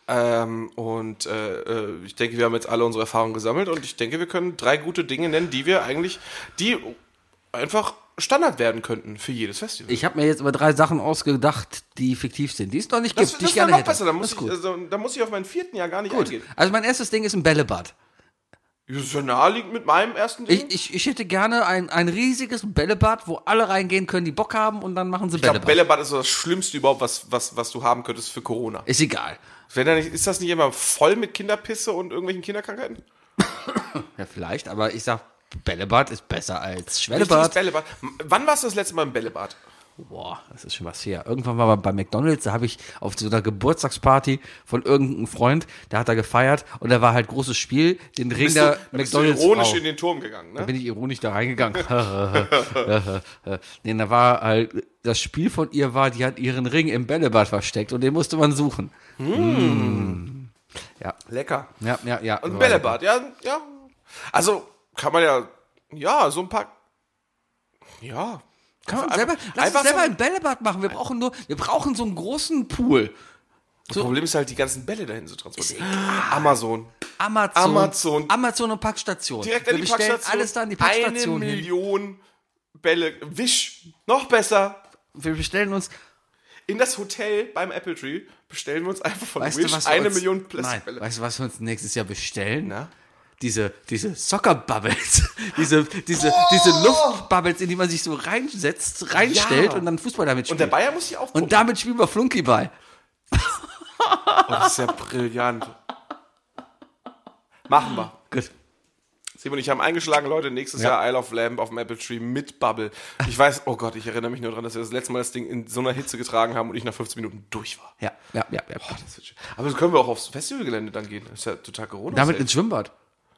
Ich denke, wir haben jetzt alle unsere Erfahrungen gesammelt und ich denke, wir können 3 gute Dinge nennen, die einfach Standard werden könnten für jedes Festival. Ich habe mir jetzt über 3 Sachen ausgedacht, die fiktiv sind, die es noch nicht gibt, die ich gerne hätte. Das wäre noch besser, da muss ich auf meinen 4. Jahr gar nicht eingehen. Also mein erstes Ding ist ein Bällebad. Das ist ja naheliegend mit meinem ersten Ding. Ich hätte gerne ein riesiges Bällebad, wo alle reingehen können, die Bock haben und dann machen sie Bällebad. Ich glaube, Bällebad ist so das Schlimmste überhaupt, was du haben könntest für Corona. Ist egal. Ist das nicht immer voll mit Kinderpisse und irgendwelchen Kinderkrankheiten? Ja, vielleicht, aber ich sag, Bällebad ist besser als Schwellebad. Bällebad. Wann warst du das letzte Mal im Bällebad? Boah, das ist schon was her. Irgendwann war bei McDonald's, da habe ich auf so einer Geburtstagsparty von irgendeinem Freund, der hat da gefeiert und da war halt großes Spiel, den Ring der McDonald's. Bist du ironisch in den Turm gegangen, ne? Da bin ich ironisch da reingegangen. Nee, da war halt, das Spiel von ihr war, die hat ihren Ring im Bällebad versteckt und den musste man suchen. Ja. Lecker. Ja. Und Bällebad, ja. Also, kann man so ein paar, Kann man selber, lass uns selber ein Bällebad machen. Wir brauchen so einen großen Pool. Das Problem ist halt, die ganzen Bälle dahin zu transportieren. Amazon und Packstation. Direkt an die Packstation. Wir bestellen alles da an die Packstation 1 Million Bälle. Wisch. Noch besser. Wir bestellen uns in das Hotel beim Apple Tree, bestellen wir uns einfach von Wish 1 Million Plastikbälle. Weißt du, was wir uns nächstes Jahr bestellen? Na? Diese Soccer-Bubbles, diese Luftbubbles, in die man sich so reinstellt und dann Fußball damit spielt. Und der Bayer muss sich aufpumpen. Und damit spielen wir Flunkyball. Das ist ja brillant. Machen wir. Gut. Simon und ich haben eingeschlagen, Leute, nächstes Jahr Isle of Lamp auf dem Apple Tree mit Bubble. Ich weiß, oh Gott, ich erinnere mich nur daran, dass wir das letzte Mal das Ding in so einer Hitze getragen haben und ich nach 15 Minuten durch war. Ja. Das wird schön. Aber das können wir auch aufs Festivalgelände dann gehen. Das ist ja total Corona. Damit ins Schwimmbad.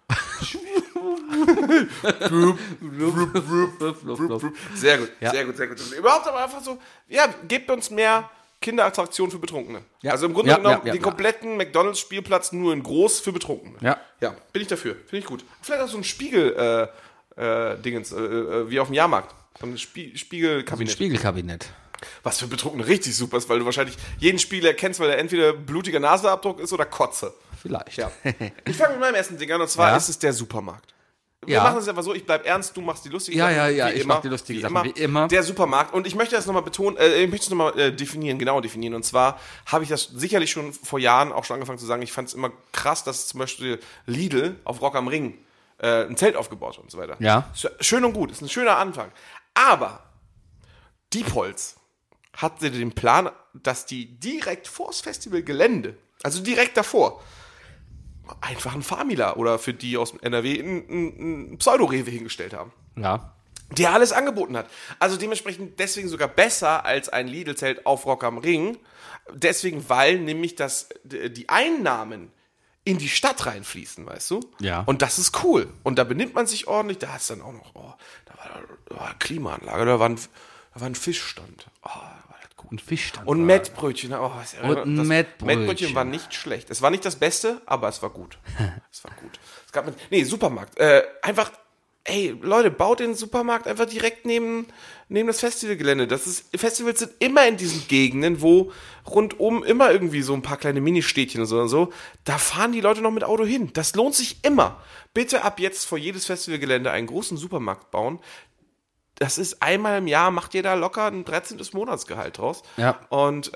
Sehr gut. Überhaupt aber einfach so, gebt uns mehr Kinderattraktionen für Betrunkene. Ja. Also im Grunde genommen den kompletten McDonald's-Spielplatz nur in groß für Betrunkene. Ja, bin ich dafür. Finde ich gut. Vielleicht auch so ein Spiegel-Dingens, wie auf dem Jahrmarkt. So ein Spiegelkabinett. Spiegelkabinett. Was für Betrunkene richtig super ist, weil du wahrscheinlich jeden Spieler kennst, weil er entweder blutiger Nasenabdruck ist oder Kotze. Vielleicht. Ja. Ich fange mit meinem ersten Ding an, und zwar ist es der Supermarkt. Wir machen es einfach so, ich bleib ernst, du machst die lustige Sache. Ja, ich mach die lustige Sache, wie immer. Der Supermarkt. Und ich möchte das nochmal betonen, ich möchte es nochmal genauer definieren. Und zwar habe ich das sicherlich schon vor Jahren auch schon angefangen zu sagen, ich fand es immer krass, dass zum Beispiel Lidl auf Rock am Ring ein Zelt aufgebaut hat und so weiter. Ja. Schön und gut, ist ein schöner Anfang. Aber Diepholz hatte den Plan, dass die direkt vors Festivalgelände, also direkt davor, einfach ein Famila oder für die aus dem NRW ein Pseudo-Rewe hingestellt haben. Ja. Der alles angeboten hat. Also dementsprechend deswegen sogar besser als ein Lidl-Zelt auf Rock am Ring. Deswegen, weil nämlich die Einnahmen in die Stadt reinfließen, weißt du? Ja. Und das ist cool. Und da benimmt man sich ordentlich. Da hat es dann auch noch, da war eine Klimaanlage, da war ein Fischstand. Oh, war das gut. Ein Fischstand. Und Mettbrötchen. Oh, Mettbrötchen war nicht schlecht. Es war nicht das Beste, aber es war gut. Es war gut. Es gab Supermarkt. Einfach, ey, Leute, baut den Supermarkt einfach direkt neben das Festivalgelände. Festivals sind immer in diesen Gegenden, wo rundum immer irgendwie so ein paar kleine Ministädtchen und so. Da fahren die Leute noch mit Auto hin. Das lohnt sich immer. Bitte ab jetzt vor jedes Festivalgelände einen großen Supermarkt bauen. Das ist einmal im Jahr, macht ihr da locker ein 13. Monatsgehalt draus. Ja. Und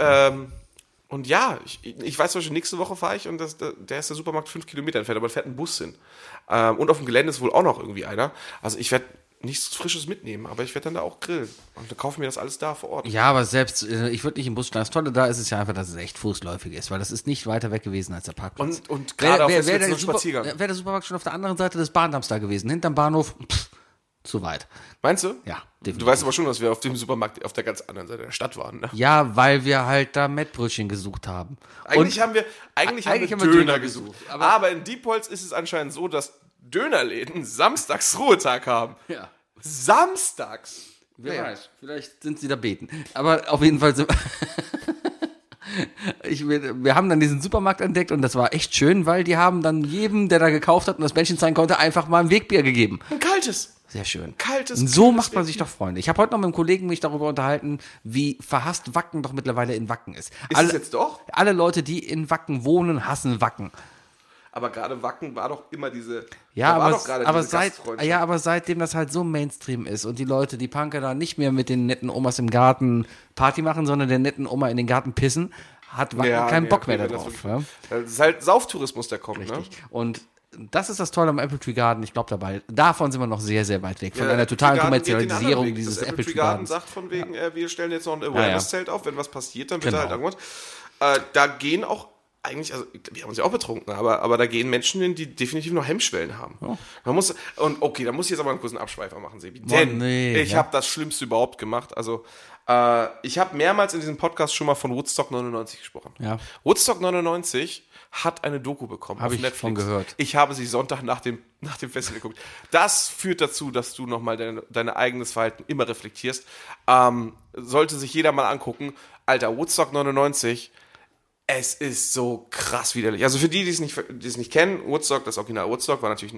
ja, ich weiß zum Beispiel, nächste Woche fahre ich und der ist der Supermarkt 5 Kilometer entfernt, aber da fährt ein Bus hin. Und auf dem Gelände ist wohl auch noch irgendwie einer. Also ich werde nichts Frisches mitnehmen, aber ich werde dann da auch grillen. Und dann kaufen wir das alles da vor Ort. Ja, aber selbst, ich würde nicht im Bus steigen. Das Tolle da ist es ja einfach, dass es echt fußläufig ist, weil das ist nicht weiter weg gewesen als der Parkplatz. Und gerade auf der Spaziergang. Wäre der Supermarkt schon auf der anderen Seite des Bahndamms da gewesen, hinterm Bahnhof, zu weit. Meinst du? Ja, definitiv. Du weißt aber schon, dass wir auf dem Supermarkt auf der ganz anderen Seite der Stadt waren, ne? Ja, weil wir halt da Mettbrötchen gesucht haben. Eigentlich haben wir Döner gesucht. Aber in Diepholz ist es anscheinend so, dass Dönerläden samstags Ruhetag haben. Ja. Samstags? Wer weiß, vielleicht sind sie da beten. Aber auf jeden Fall wir haben dann diesen Supermarkt entdeckt und das war echt schön, weil die haben dann jedem, der da gekauft hat und das Bändchen zeigen konnte, einfach mal ein Wegbier gegeben. Ein kaltes. Sehr schön. Kaltes. Und so macht man sich doch Freunde. Ich habe heute noch mit einem Kollegen mich darüber unterhalten, wie verhasst Wacken doch mittlerweile in Wacken ist. Es jetzt doch? Alle Leute, die in Wacken wohnen, hassen Wacken. Aber gerade Wacken war doch immer diese. Ja, aber seitdem das halt so Mainstream ist und die Leute, die Punker da nicht mehr mit den netten Omas im Garten Party machen, sondern der netten Oma in den Garten pissen, hat Wacken keinen Bock mehr darauf. Das ist halt Sauftourismus, der kommt. Richtig. Ne? Und das ist das Tolle am Apple Tree Garden. Ich glaube davon sind wir noch sehr, sehr weit weg. Von einer totalen Kommerzialisierung dieses das Apple Tree Gardens. sagt von wegen, wir stellen jetzt noch ein Awareness-Zelt auf, wenn was passiert, dann bitte halt irgendwas. Da gehen auch eigentlich, also wir haben uns ja auch betrunken, aber da gehen Menschen hin, die definitiv noch Hemmschwellen haben. Oh. Da muss ich jetzt aber einen kurzen Abschweifer machen, Sebi. Denn ich habe das Schlimmste überhaupt gemacht. Also ich habe mehrmals in diesem Podcast schon mal von Woodstock 99 gesprochen. Ja. Woodstock 99 hat eine Doku bekommen auf Netflix. Von gehört. Ich habe sie Sonntag nach dem Festival geguckt. Das führt dazu, dass du nochmal dein eigenes Verhalten immer reflektierst. Sollte sich jeder mal angucken. Alter, Woodstock 99, es ist so krass widerlich. Also für die es nicht kennen, Woodstock, das Original Woodstock, war natürlich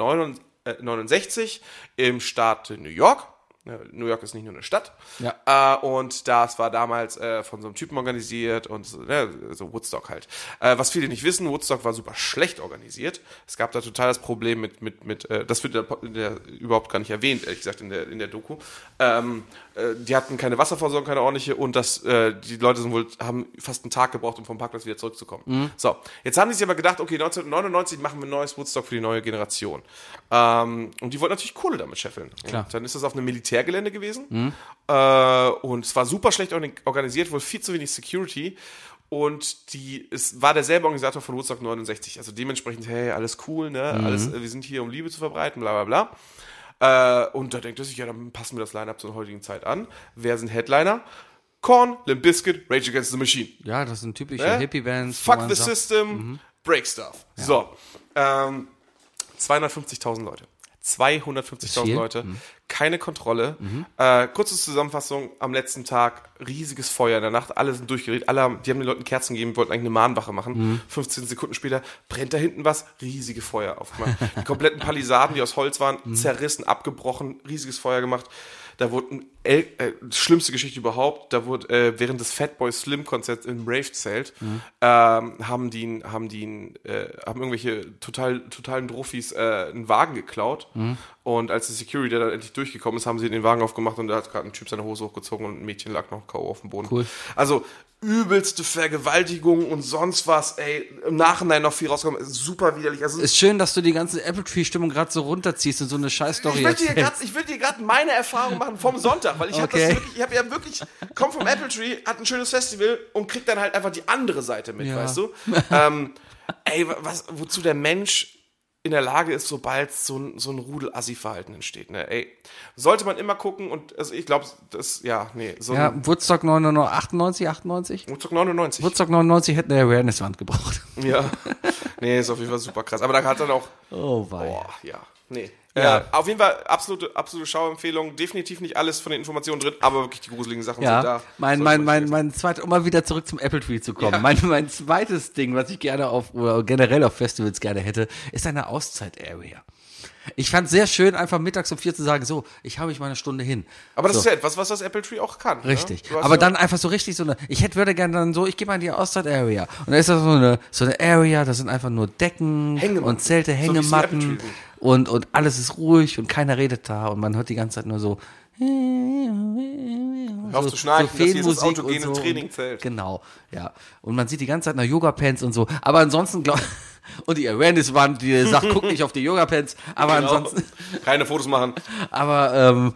1969 im Staat New York. New York ist nicht nur eine Stadt. Ja. Und das war damals von so einem Typen organisiert und so Woodstock halt. Was viele nicht wissen, Woodstock war super schlecht organisiert. Es gab da total das Problem mit das wird überhaupt gar nicht erwähnt, ehrlich gesagt, in der Doku. Die hatten keine Wasserversorgung, keine ordentliche, und die Leute haben fast einen Tag gebraucht, um vom Parkplatz wieder zurückzukommen. Mhm. So, jetzt haben die sich aber gedacht, okay, 1999 machen wir ein neues Woodstock für die neue Generation. Und die wollten natürlich Kohle damit scheffeln. Klar. Und dann ist das auf einem Militärgelände gewesen. Mhm. Und es war super schlecht organisiert, wohl viel zu wenig Security. Und es war derselbe Organisator von Woodstock 69. Also dementsprechend, hey, alles cool, ne? Alles, wir sind hier, um Liebe zu verbreiten, bla bla bla. Und da denkt er sich, ja, dann passen wir das Line-Up zur heutigen Zeit an. Wer sind Headliner? Korn, Limp Bizkit, Rage Against the Machine. Ja, das sind typische Hippie-Bands. Fuck the System, Break Stuff. Ja. So, 250.000 Leute. 250.000 Leute, keine Kontrolle. Kurze Zusammenfassung, am letzten Tag riesiges Feuer in der Nacht, alle sind durchgedreht, die haben den Leuten Kerzen gegeben, wollten eigentlich eine Mahnwache machen. 15 Sekunden später brennt da hinten was, riesige Feuer aufgemacht. Die kompletten Palisaden, die aus Holz waren, zerrissen, abgebrochen, riesiges Feuer gemacht. Da wurde ein schlimmste Geschichte überhaupt, da wurde während des Fatboy Slim Konzerts im Rave-Zelt haben irgendwelche totalen Drofis einen Wagen geklaut und als die Security dann endlich durchgekommen ist, haben sie den Wagen aufgemacht und da hat gerade ein Typ seine Hose hochgezogen und ein Mädchen lag noch K.O. auf dem Boden. Cool. Also übelste Vergewaltigung und sonst was, im Nachhinein noch viel rausgekommen, super widerlich. Also, ist schön, dass du die ganze Apple Tree-Stimmung gerade so runterziehst und so eine Scheißstory erzählst. Ich will dir gerade meine Erfahrung machen vom Sonntag, weil ich komm vom Apple Tree, hat ein schönes Festival und krieg dann halt einfach die andere Seite mit, weißt du? Wozu der Mensch in der Lage ist, sobald so ein Rudel-Assi-Verhalten entsteht. Ne? Sollte man immer gucken und also ich glaube, Woodstock 98? Woodstock 99. Woodstock 99 hätte eine Awareness-Wand gebraucht. Ja, ist auf jeden Fall super krass. Aber da hat dann auch... auf jeden Fall absolute Schauempfehlung. Definitiv nicht alles von den Informationen drin, aber wirklich die gruseligen Sachen sind da. Mein zweites, um mal wieder zurück zum Apple Tree zu kommen. Ja. Mein zweites Ding, was ich gerne generell auf Festivals gerne hätte, ist eine Auszeit-Area. Ich fand es sehr schön, einfach mittags um 4 zu sagen, so, ich habe mich mal eine Stunde hin. Aber das ist ja etwas, was das Apple Tree auch kann. Richtig. Ne? Aber dann einfach so richtig würde gerne dann so, ich gehe mal in die Auszeit-Area. Und da ist das so eine Area, da sind einfach nur Decken und Zelte, Hängematten und alles ist ruhig und keiner redet da und man hört die ganze Zeit nur so Hör auf zu schnarchen, so das hier ist das autogene Trainingzelt. Genau, ja. Und man sieht die ganze Zeit nach Yoga-Pants und so. Aber ansonsten, und die Awareness-Wand, die sagt, guck nicht auf die Yoga-Pants. Aber ansonsten... Keine Fotos machen. Aber,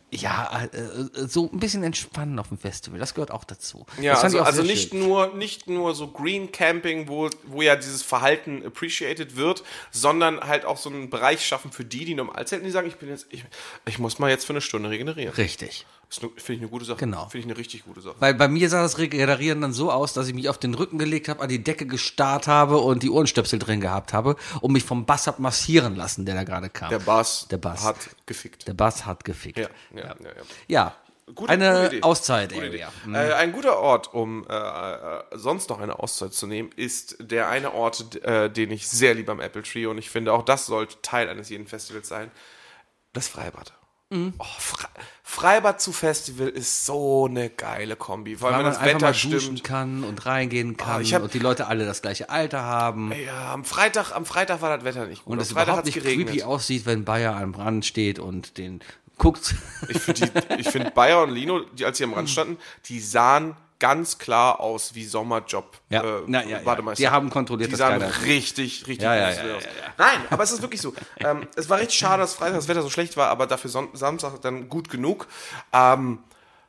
so ein bisschen entspannen auf dem Festival, das gehört auch dazu. Ja, also nicht nur so Green Camping, wo ja dieses Verhalten appreciated wird, sondern halt auch so einen Bereich schaffen für die normal zelten, die sagen, ich muss mal jetzt für eine Stunde regenerieren. Richtig. Das finde ich eine gute Sache. Genau. Finde ich eine richtig gute Sache. Weil bei mir sah das Regenerieren dann so aus, dass ich mich auf den Rücken gelegt habe, an die Decke gestarrt habe und die Ohrenstöpsel drin gehabt habe und mich vom Bass hab massieren lassen, der da gerade kam. Der Bass hat gefickt. Der Bass hat gefickt. Ja. Eine Auszeit. Ein guter Ort, um sonst noch eine Auszeit zu nehmen, ist der eine Ort, den ich sehr liebe am Apple Tree und ich finde, auch das sollte Teil eines jeden Festivals sein, das Freibad. Freibad zu Festival ist so eine geile Kombi, weil man das Wetter mal duschen kann und reingehen kann und die Leute alle das gleiche Alter haben. Ja, am Freitag war das Wetter nicht gut. Und es überhaupt nicht creepy aussieht, wenn Bayer am Rand steht und den guckt. Ich finde Bayer und Lino, als sie am Rand standen, die sahen ganz klar aus wie Sommerjob. Bademeister. Die haben kontrolliert, die sahen richtig aus. Nein, aber es ist wirklich so. Es war richtig schade, dass Freitag das Wetter so schlecht war, aber dafür Samstag dann gut genug. Wenn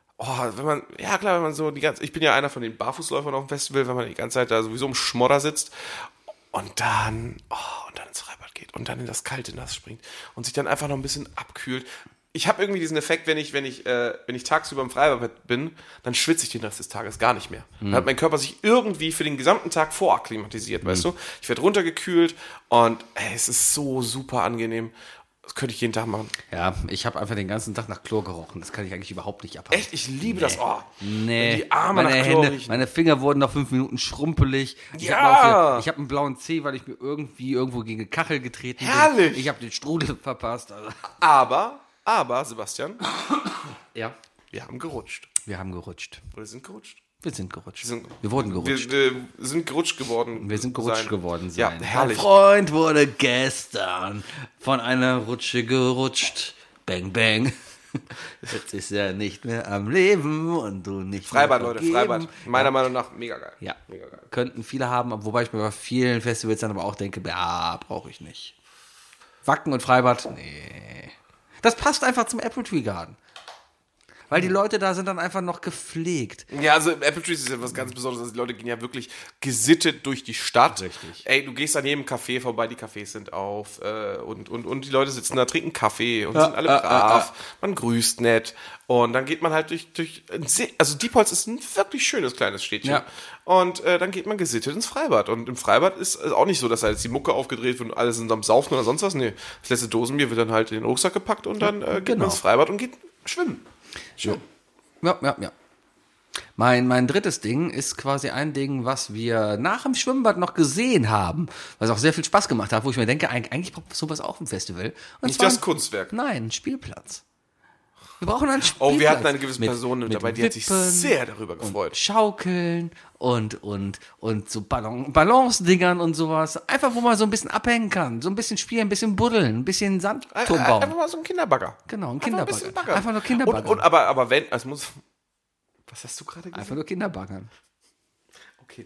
man so ich bin ja einer von den Barfußläufern auf dem Festival, wenn man die ganze Zeit da sowieso im Schmodder sitzt und dann ins Freibad geht und dann in das kalte Nass springt und sich dann einfach noch ein bisschen abkühlt. Ich habe irgendwie diesen Effekt, wenn ich tagsüber im Freibad bin, dann schwitze ich den Rest des Tages gar nicht mehr. Dann hat mein Körper sich irgendwie für den gesamten Tag vorakklimatisiert, weißt du? Ich werde runtergekühlt und es ist so super angenehm. Das könnte ich jeden Tag machen. Ja, ich habe einfach den ganzen Tag nach Chlor gerochen. Das kann ich eigentlich überhaupt nicht abhaben. Echt? Ich liebe das. Oh. Nee. Die Arme nach Chlor riechen. Meine Finger wurden nach 5 Minuten schrumpelig. Ich habe einen blauen Zeh, weil ich mir irgendwo gegen eine Kachel getreten bin. Ich habe den Strudel verpasst. Also. Aber, Sebastian, ja, wir haben gerutscht. Wir sind gerutscht. Wir wurden gerutscht. Wir sind gerutscht geworden. Wir sind gerutscht geworden sein. Ja, herrlich. Mein Freund wurde gestern von einer Rutsche gerutscht. Bang, bang. Jetzt ist er nicht mehr am Leben und du nicht Freibad, mehr Leute, Freibad. Meiner Meinung nach mega geil. Ja, mega geil. Könnten viele haben, wobei ich mir bei vielen Festivals dann aber auch denke, brauche ich nicht. Wacken und Freibad, nee. Das passt einfach zum Apple Tree Garden. Weil die Leute da sind dann einfach noch gepflegt. Ja, also Apple Trees ist ja was ganz Besonderes. Also die Leute gehen ja wirklich gesittet durch die Stadt. Richtig. Du gehst an jedem Café vorbei, die Cafés sind auf und die Leute sitzen da, trinken Kaffee und sind alle brav. Man grüßt nett. Und dann geht man halt durch also Diepholz ist ein wirklich schönes kleines Städtchen. Ja. Und dann geht man gesittet ins Freibad. Und im Freibad ist auch nicht so, dass da jetzt die Mucke aufgedreht wird und alle sind am Saufen oder sonst was. Nee, das letzte Dosenbier wird dann halt in den Rucksack gepackt und dann geht man ins Freibad und geht schwimmen. Schön. Ja. Mein drittes Ding ist quasi ein Ding, was wir nach dem Schwimmbad noch gesehen haben, was auch sehr viel Spaß gemacht hat, wo ich mir denke, eigentlich braucht sowas auch im Festival. Und nicht das Kunstwerk. Nein, ein Spielplatz. Wir brauchen einen Spielplatz. Oh, wir hatten eine gewisse Person mit dabei, die hat sich sehr darüber gefreut. Und Schaukeln und so Balance-Dingern und sowas. Einfach, wo man so ein bisschen abhängen kann. So ein bisschen spielen, ein bisschen buddeln, ein bisschen Sandturm bauen. Einfach mal so ein Kinderbagger. Genau, ein Einfach Kinderbagger. ein bisschen baggern. Einfach nur Kinderbagger. Aber wenn, es muss... Was hast du gerade gesagt? Einfach nur Kinderbaggern. Okay.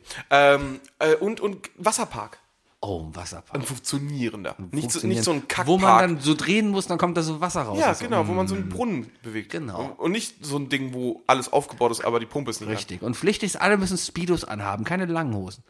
Und Wasserpark. Oh, ein Wasserpark. Ein funktionierender. Nicht so ein Kackpark. Wo man dann so drehen muss, dann kommt da so Wasser raus. Ja, genau, wo man so einen Brunnen bewegt. Genau. Und nicht so ein Ding, wo alles aufgebaut ist, aber die Pumpe ist nicht Richtig. Und Pflicht ist, alle müssen Speedos anhaben, keine langen Hosen.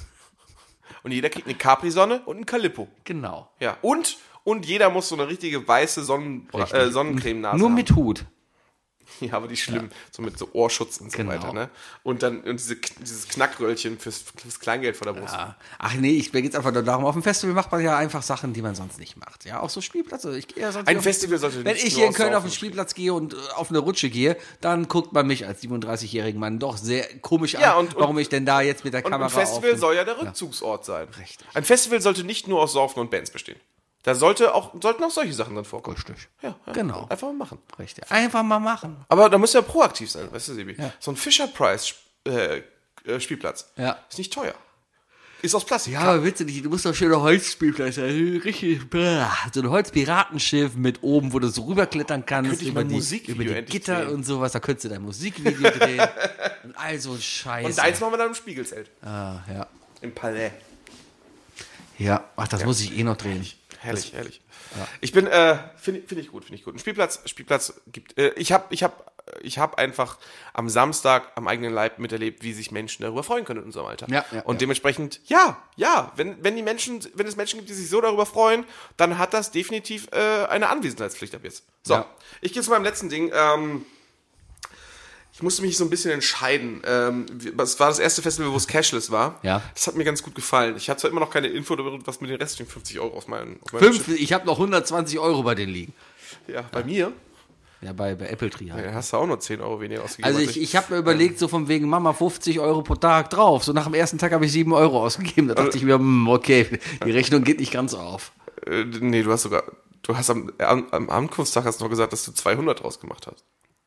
Und jeder kriegt eine Capri-Sonne und ein Calippo. Genau. Ja. Und jeder muss so eine richtige weiße Sonnencreme-Nase Nur haben. mit Hut. Ja, aber die schlimm. Ja. So mit so Ohrschutz und so weiter, ne? Und dann dieses Knackröllchen fürs Kleingeld vor der Brust. Ja. Ach nee, mir geht's einfach nur darum, auf dem Festival macht man ja einfach Sachen, die man sonst nicht macht. Ja, auch so Spielplätze. Ich gehe ja sonst ein Festival sollte nicht Wenn ich hier in Köln auf den Spielplatz gehe und auf eine Rutsche gehe, dann guckt man mich als 37-jährigen Mann doch sehr komisch an, warum ich denn da jetzt mit der Kamera ein Festival soll ja der Rückzugsort sein. Richtig. Ein Festival sollte nicht nur aus Saufen und Bands bestehen. Da sollten auch solche Sachen dann vorkommen. Richtig. Ja, genau. Einfach mal machen. Richtig. Einfach mal machen. Aber da musst du ja proaktiv sein, weißt du, Sebi? Ja. So ein Fisher-Price Spielplatz ist nicht teuer. Ist aus Plastik. Ja, aber willst du nicht, du musst doch schöne Holzspielplatz sein. Richtig, so ein Holzpiratenschiff mit oben, wo du so rüberklettern kannst. Über die Gitter drehen. Und sowas. Da könntest du dein Musikvideo drehen. Und all so ein Scheiß. Und eins machen wir dann im Spiegelzelt. Ah, ja. Im Palais. Ja, das muss ich noch drehen. Herrlich. Ja. Ich bin, finde ich gut. Ein Spielplatz gibt, ich habe einfach am Samstag am eigenen Leib miterlebt, wie sich Menschen darüber freuen können in unserem Alter. Ja, und dementsprechend, wenn es Menschen gibt, die sich so darüber freuen, dann hat das definitiv eine Anwesenheitspflicht ab jetzt. So, ich gehe zu meinem letzten Ding. Ich musste mich so ein bisschen entscheiden. Es war das erste Festival, wo es cashless war. Ja. Das hat mir ganz gut gefallen. Ich habe zwar immer noch keine Info darüber, was mit den restlichen 50 Euro auf meinem Ich habe noch 120 Euro bei denen liegen. Ja, bei mir? Ja, bei Apple Tree halt. Ja, hast du auch nur 10 Euro weniger ausgegeben. Also ich habe mir überlegt, so von wegen Mama 50 Euro pro Tag drauf. So nach dem ersten Tag habe ich 7 Euro ausgegeben. Da dachte ich mir, okay, die Rechnung geht nicht ganz auf. Nee, du hast am Ankunftstag hast du noch gesagt, dass du 200 draus gemacht hast.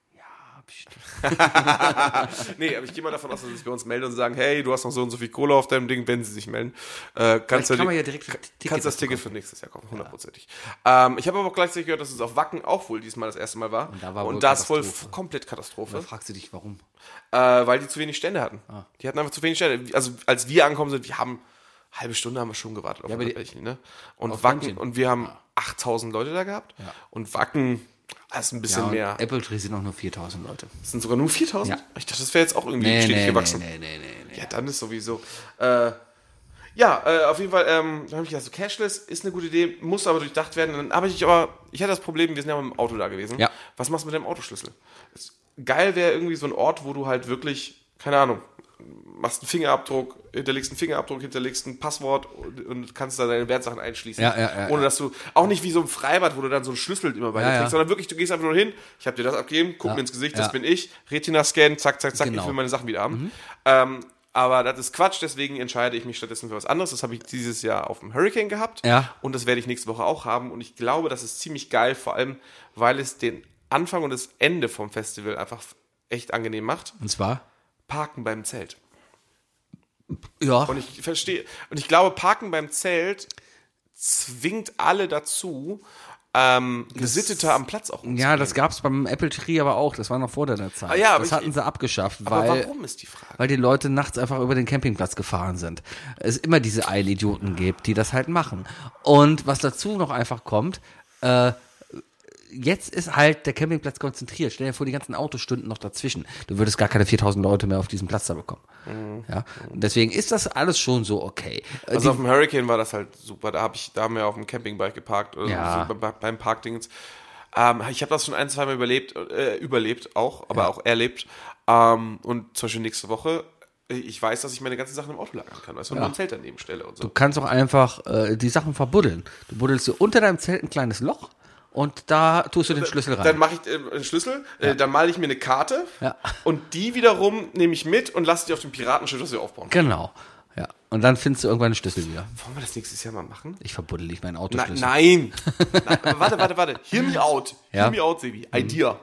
Nee, aber ich gehe mal davon aus, dass sie sich bei uns melden und sagen, hey, du hast noch so und so viel Kohle auf deinem Ding, wenn sie sich melden. Kannst das Ticket für nächstes Jahr kaufen, 100%. Ich habe aber auch gleichzeitig gehört, dass es auf Wacken auch wohl diesmal das erste Mal war. Und da ist wohl komplett Katastrophe. Da fragst du dich, warum? Weil die zu wenig Stände hatten. Die hatten einfach zu wenig Stände. Also als wir angekommen sind, wir haben halbe Stunde haben wir schon gewartet auf welchen, ne? Und Wacken, und wir haben 8000 Leute da gehabt. Ja. Und Wacken ist ein bisschen mehr. Apple Tree sind auch nur 4000 Leute. Das sind sogar nur 4000? Ja. Ich dachte, das wäre jetzt auch irgendwie stetig gewachsen. Nee. Ja, dann ist sowieso. Auf jeden Fall, dann habe ich gedacht, so Cashless ist eine gute Idee, muss aber durchdacht werden. Dann habe ich hatte das Problem, wir sind ja mit dem Auto da gewesen. Ja. Was machst du mit dem Autoschlüssel? Geil wäre irgendwie so ein Ort, wo du halt wirklich, keine Ahnung, machst einen Fingerabdruck, hinterlegst ein Passwort und kannst da deine Wertsachen einschließen. Ohne dass du, auch nicht wie so ein Freibad, wo du dann so einen Schlüssel immer bei dir trägst, sondern wirklich, du gehst einfach nur hin, ich habe dir das abgegeben, guck mir ins Gesicht, das bin ich, Retina-Scan, zack, genau. Ich will meine Sachen wieder haben. Aber das ist Quatsch, deswegen entscheide ich mich stattdessen für was anderes. Das habe ich dieses Jahr auf dem Hurricane gehabt und das werde ich nächste Woche auch haben und ich glaube, das ist ziemlich geil, vor allem, weil es den Anfang und das Ende vom Festival einfach echt angenehm macht. Und zwar? Parken beim Zelt. Ja. Und ich verstehe, und ich glaube, Parken beim Zelt zwingt alle dazu, gesitteter am Platz auch umzugehen. Ja, das gab es beim Apple Tree aber auch, das war noch vor deiner Zeit. Das hatten sie abgeschafft, aber warum ist die Frage? Weil die Leute nachts einfach über den Campingplatz gefahren sind. Es immer diese Eilidioten gibt, die das halt machen. Und was dazu noch einfach kommt, jetzt ist halt der Campingplatz konzentriert. Stell dir vor, die ganzen Autostunden noch dazwischen. Du würdest gar keine 4000 Leute mehr auf diesem Platz da bekommen. Ja? Und deswegen ist das alles schon so okay. Also auf dem Hurricane war das halt super. Da haben wir auf dem Campingbike geparkt oder so beim Parkdings. Ich habe das schon 1-2 Mal überlebt auch, aber auch erlebt. Und zum Beispiel nächste Woche, ich weiß, dass ich meine ganzen Sachen im Auto lagern kann, also nur ein Zelt daneben stelle und so. Du kannst auch einfach die Sachen verbuddeln. Du buddelst dir unter deinem Zelt ein kleines Loch. Und da tust du den Schlüssel rein. Dann mache ich den Schlüssel, dann male ich mir eine Karte und die wiederum nehme ich mit und lasse die auf dem Piratenschiff, das wir aufbauen. Genau, ja. Und dann findest du irgendwann einen Schlüssel wieder. Wollen wir das nächstes Jahr mal machen? Ich verbuddel nicht meinen Autoschlüssel. Nein. Warte. Hear me out. Ja? Hear me out, Sebi. Idea.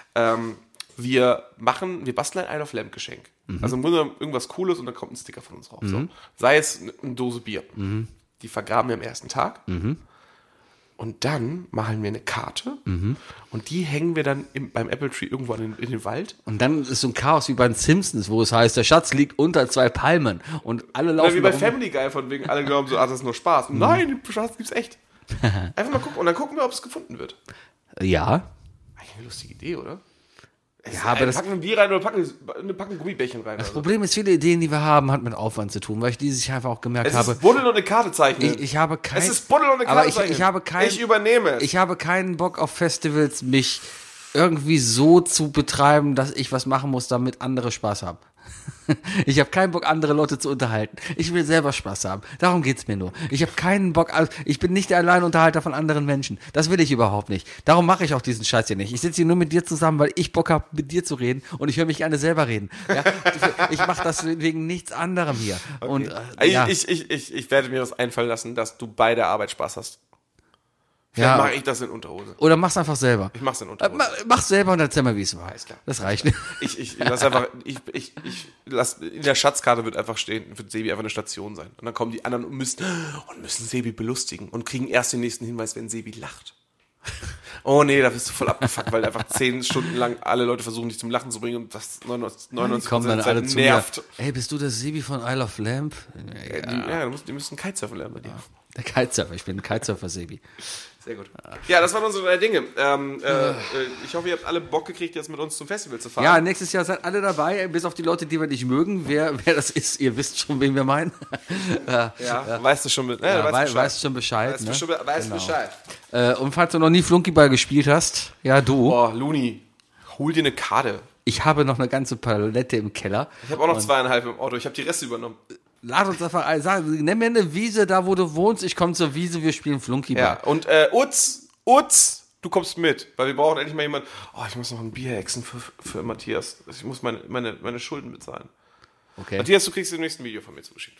Wir basteln ein Isle of Lamp Geschenk. Also im Grunde genommen irgendwas Cooles und dann kommt ein Sticker von uns raus. So. Sei es eine Dose Bier. Die vergraben wir am ersten Tag. Und dann malen wir eine Karte und die hängen wir dann beim Apple Tree irgendwo in den Wald. Und dann ist so ein Chaos wie bei den Simpsons, wo es heißt, der Schatz liegt unter 2 Palmen und alle laufen. Oder wie bei Family Guy, von wegen alle glauben so, das ist nur Spaß. Nein, den Schatz gibt's echt. Einfach mal gucken und dann gucken wir, ob es gefunden wird. Ja. Eigentlich eine lustige Idee, oder? Ja, aber packen ein Bier rein oder packen Gummibärchen rein. Das Problem ist, viele Ideen, die wir haben, hat mit Aufwand zu tun, weil ich dieses Jahr einfach auch gemerkt habe. Es ist Buddeln und eine Karte zeichnen. Ich habe Es ist Buddeln und eine Karte zeichnen. Ich übernehme es. Ich habe keinen Bock auf Festivals, mich irgendwie so zu betreiben, dass ich was machen muss, damit andere Spaß haben. Ich habe keinen Bock, andere Leute zu unterhalten. Ich will selber Spaß haben. Darum geht's mir nur. Ich habe keinen Bock, ich bin nicht der Alleinunterhalter von anderen Menschen. Das will ich überhaupt nicht. Darum mache ich auch diesen Scheiß hier nicht. Ich sitze hier nur mit dir zusammen, weil ich Bock habe, mit dir zu reden und ich höre mich gerne selber reden. Ja? Ich mache das wegen nichts anderem hier. Okay. Und, ich werde mir das einfallen lassen, dass du bei der Arbeit Spaß hast. Vielleicht mache ich das in Unterhose. Oder mach's einfach selber. Ich mach's in Unterhose. Mach's selber und erzähl mal, wie es war. Alles klar. Das reicht. Ich lass einfach, in der Schatzkarte wird einfach stehen, wird Sebi einfach eine Station sein. Und dann kommen die anderen und müssen Sebi belustigen und kriegen erst den nächsten Hinweis, wenn Sebi lacht. Oh nee, da bist du voll abgefuckt, weil einfach 10 Stunden lang alle Leute versuchen, dich zum Lachen zu bringen und das 99% dann alle Zeit zu nervt. Mir. Ey, bist du der Sebi von Isle of Lamp? Ja, die müssen Kitesurfen lernen bei dir. Der Kitesurfer, ich bin ein Kitesurfer-Sebi. Sehr gut. Ja, das waren unsere 3 Dinge. Ich hoffe, ihr habt alle Bock gekriegt, jetzt mit uns zum Festival zu fahren. Ja, nächstes Jahr seid alle dabei, bis auf die Leute, die wir nicht mögen. Wer das ist, ihr wisst schon, wen wir meinen. Weißt du schon, weißt schon Bescheid. Weißt Bescheid. Und falls du noch nie Flunkyball gespielt hast, ja, du. Boah, Luni, hol dir eine Karte. Ich habe noch eine ganze Palette im Keller. Ich habe auch noch 2,5 im Auto. Ich habe die Reste übernommen. Lad uns einfach ein, nenn mir eine Wiese da, wo du wohnst. Ich komme zur Wiese, wir spielen Flunkyball. Ja, und Utz, du kommst mit, weil wir brauchen endlich mal jemanden. Oh, ich muss noch ein Bier exen für Matthias. Ich muss meine Schulden bezahlen. Okay. Matthias, du kriegst im nächsten Video von mir zugeschickt.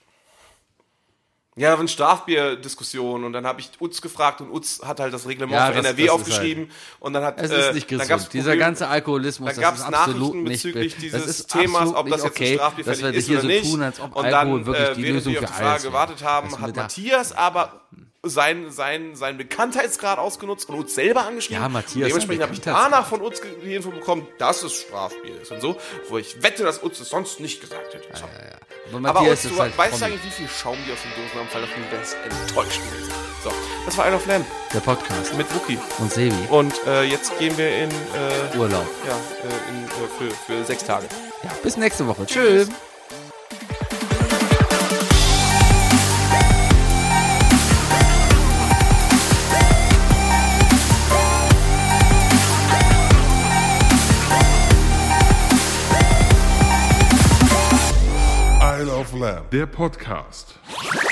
Ja, da war eine Strafbier-Diskussion und dann habe ich Utz gefragt und Utz hat halt das Reglement für NRW aufgeschrieben halt. Und dann hat es ist nicht gesund. Dann dieser ganze Alkoholismus, da gab es Nachrichten bezüglich dieses Themas, ob das jetzt strafbierfällig ist oder so nicht. Tun, als ob und Alkohol dann, wirklich die während Lösung wir auf für die Frage alles gewartet haben, hat Matthias aber seinen Bekanntheitsgrad ausgenutzt und Utz selber angeschrieben. Ja, Matthias. Dementsprechend habe ich danach von Utz die Info bekommen, dass es Strafbier ist und so, wo ich wette, dass Utz es sonst nicht gesagt hätte. So. Aber Utz, du weißt eigentlich, wie viel Schaum die aus den Dosen haben, weil du wärst enttäuscht gewesen. So, das war Isle of Lamp. Der Podcast. Mit Wookie. Und Sebi. Und jetzt gehen wir in Urlaub. Ja, für 6 Tage. Ja, bis nächste Woche. Tschüss. Isle of Lamp, der Podcast.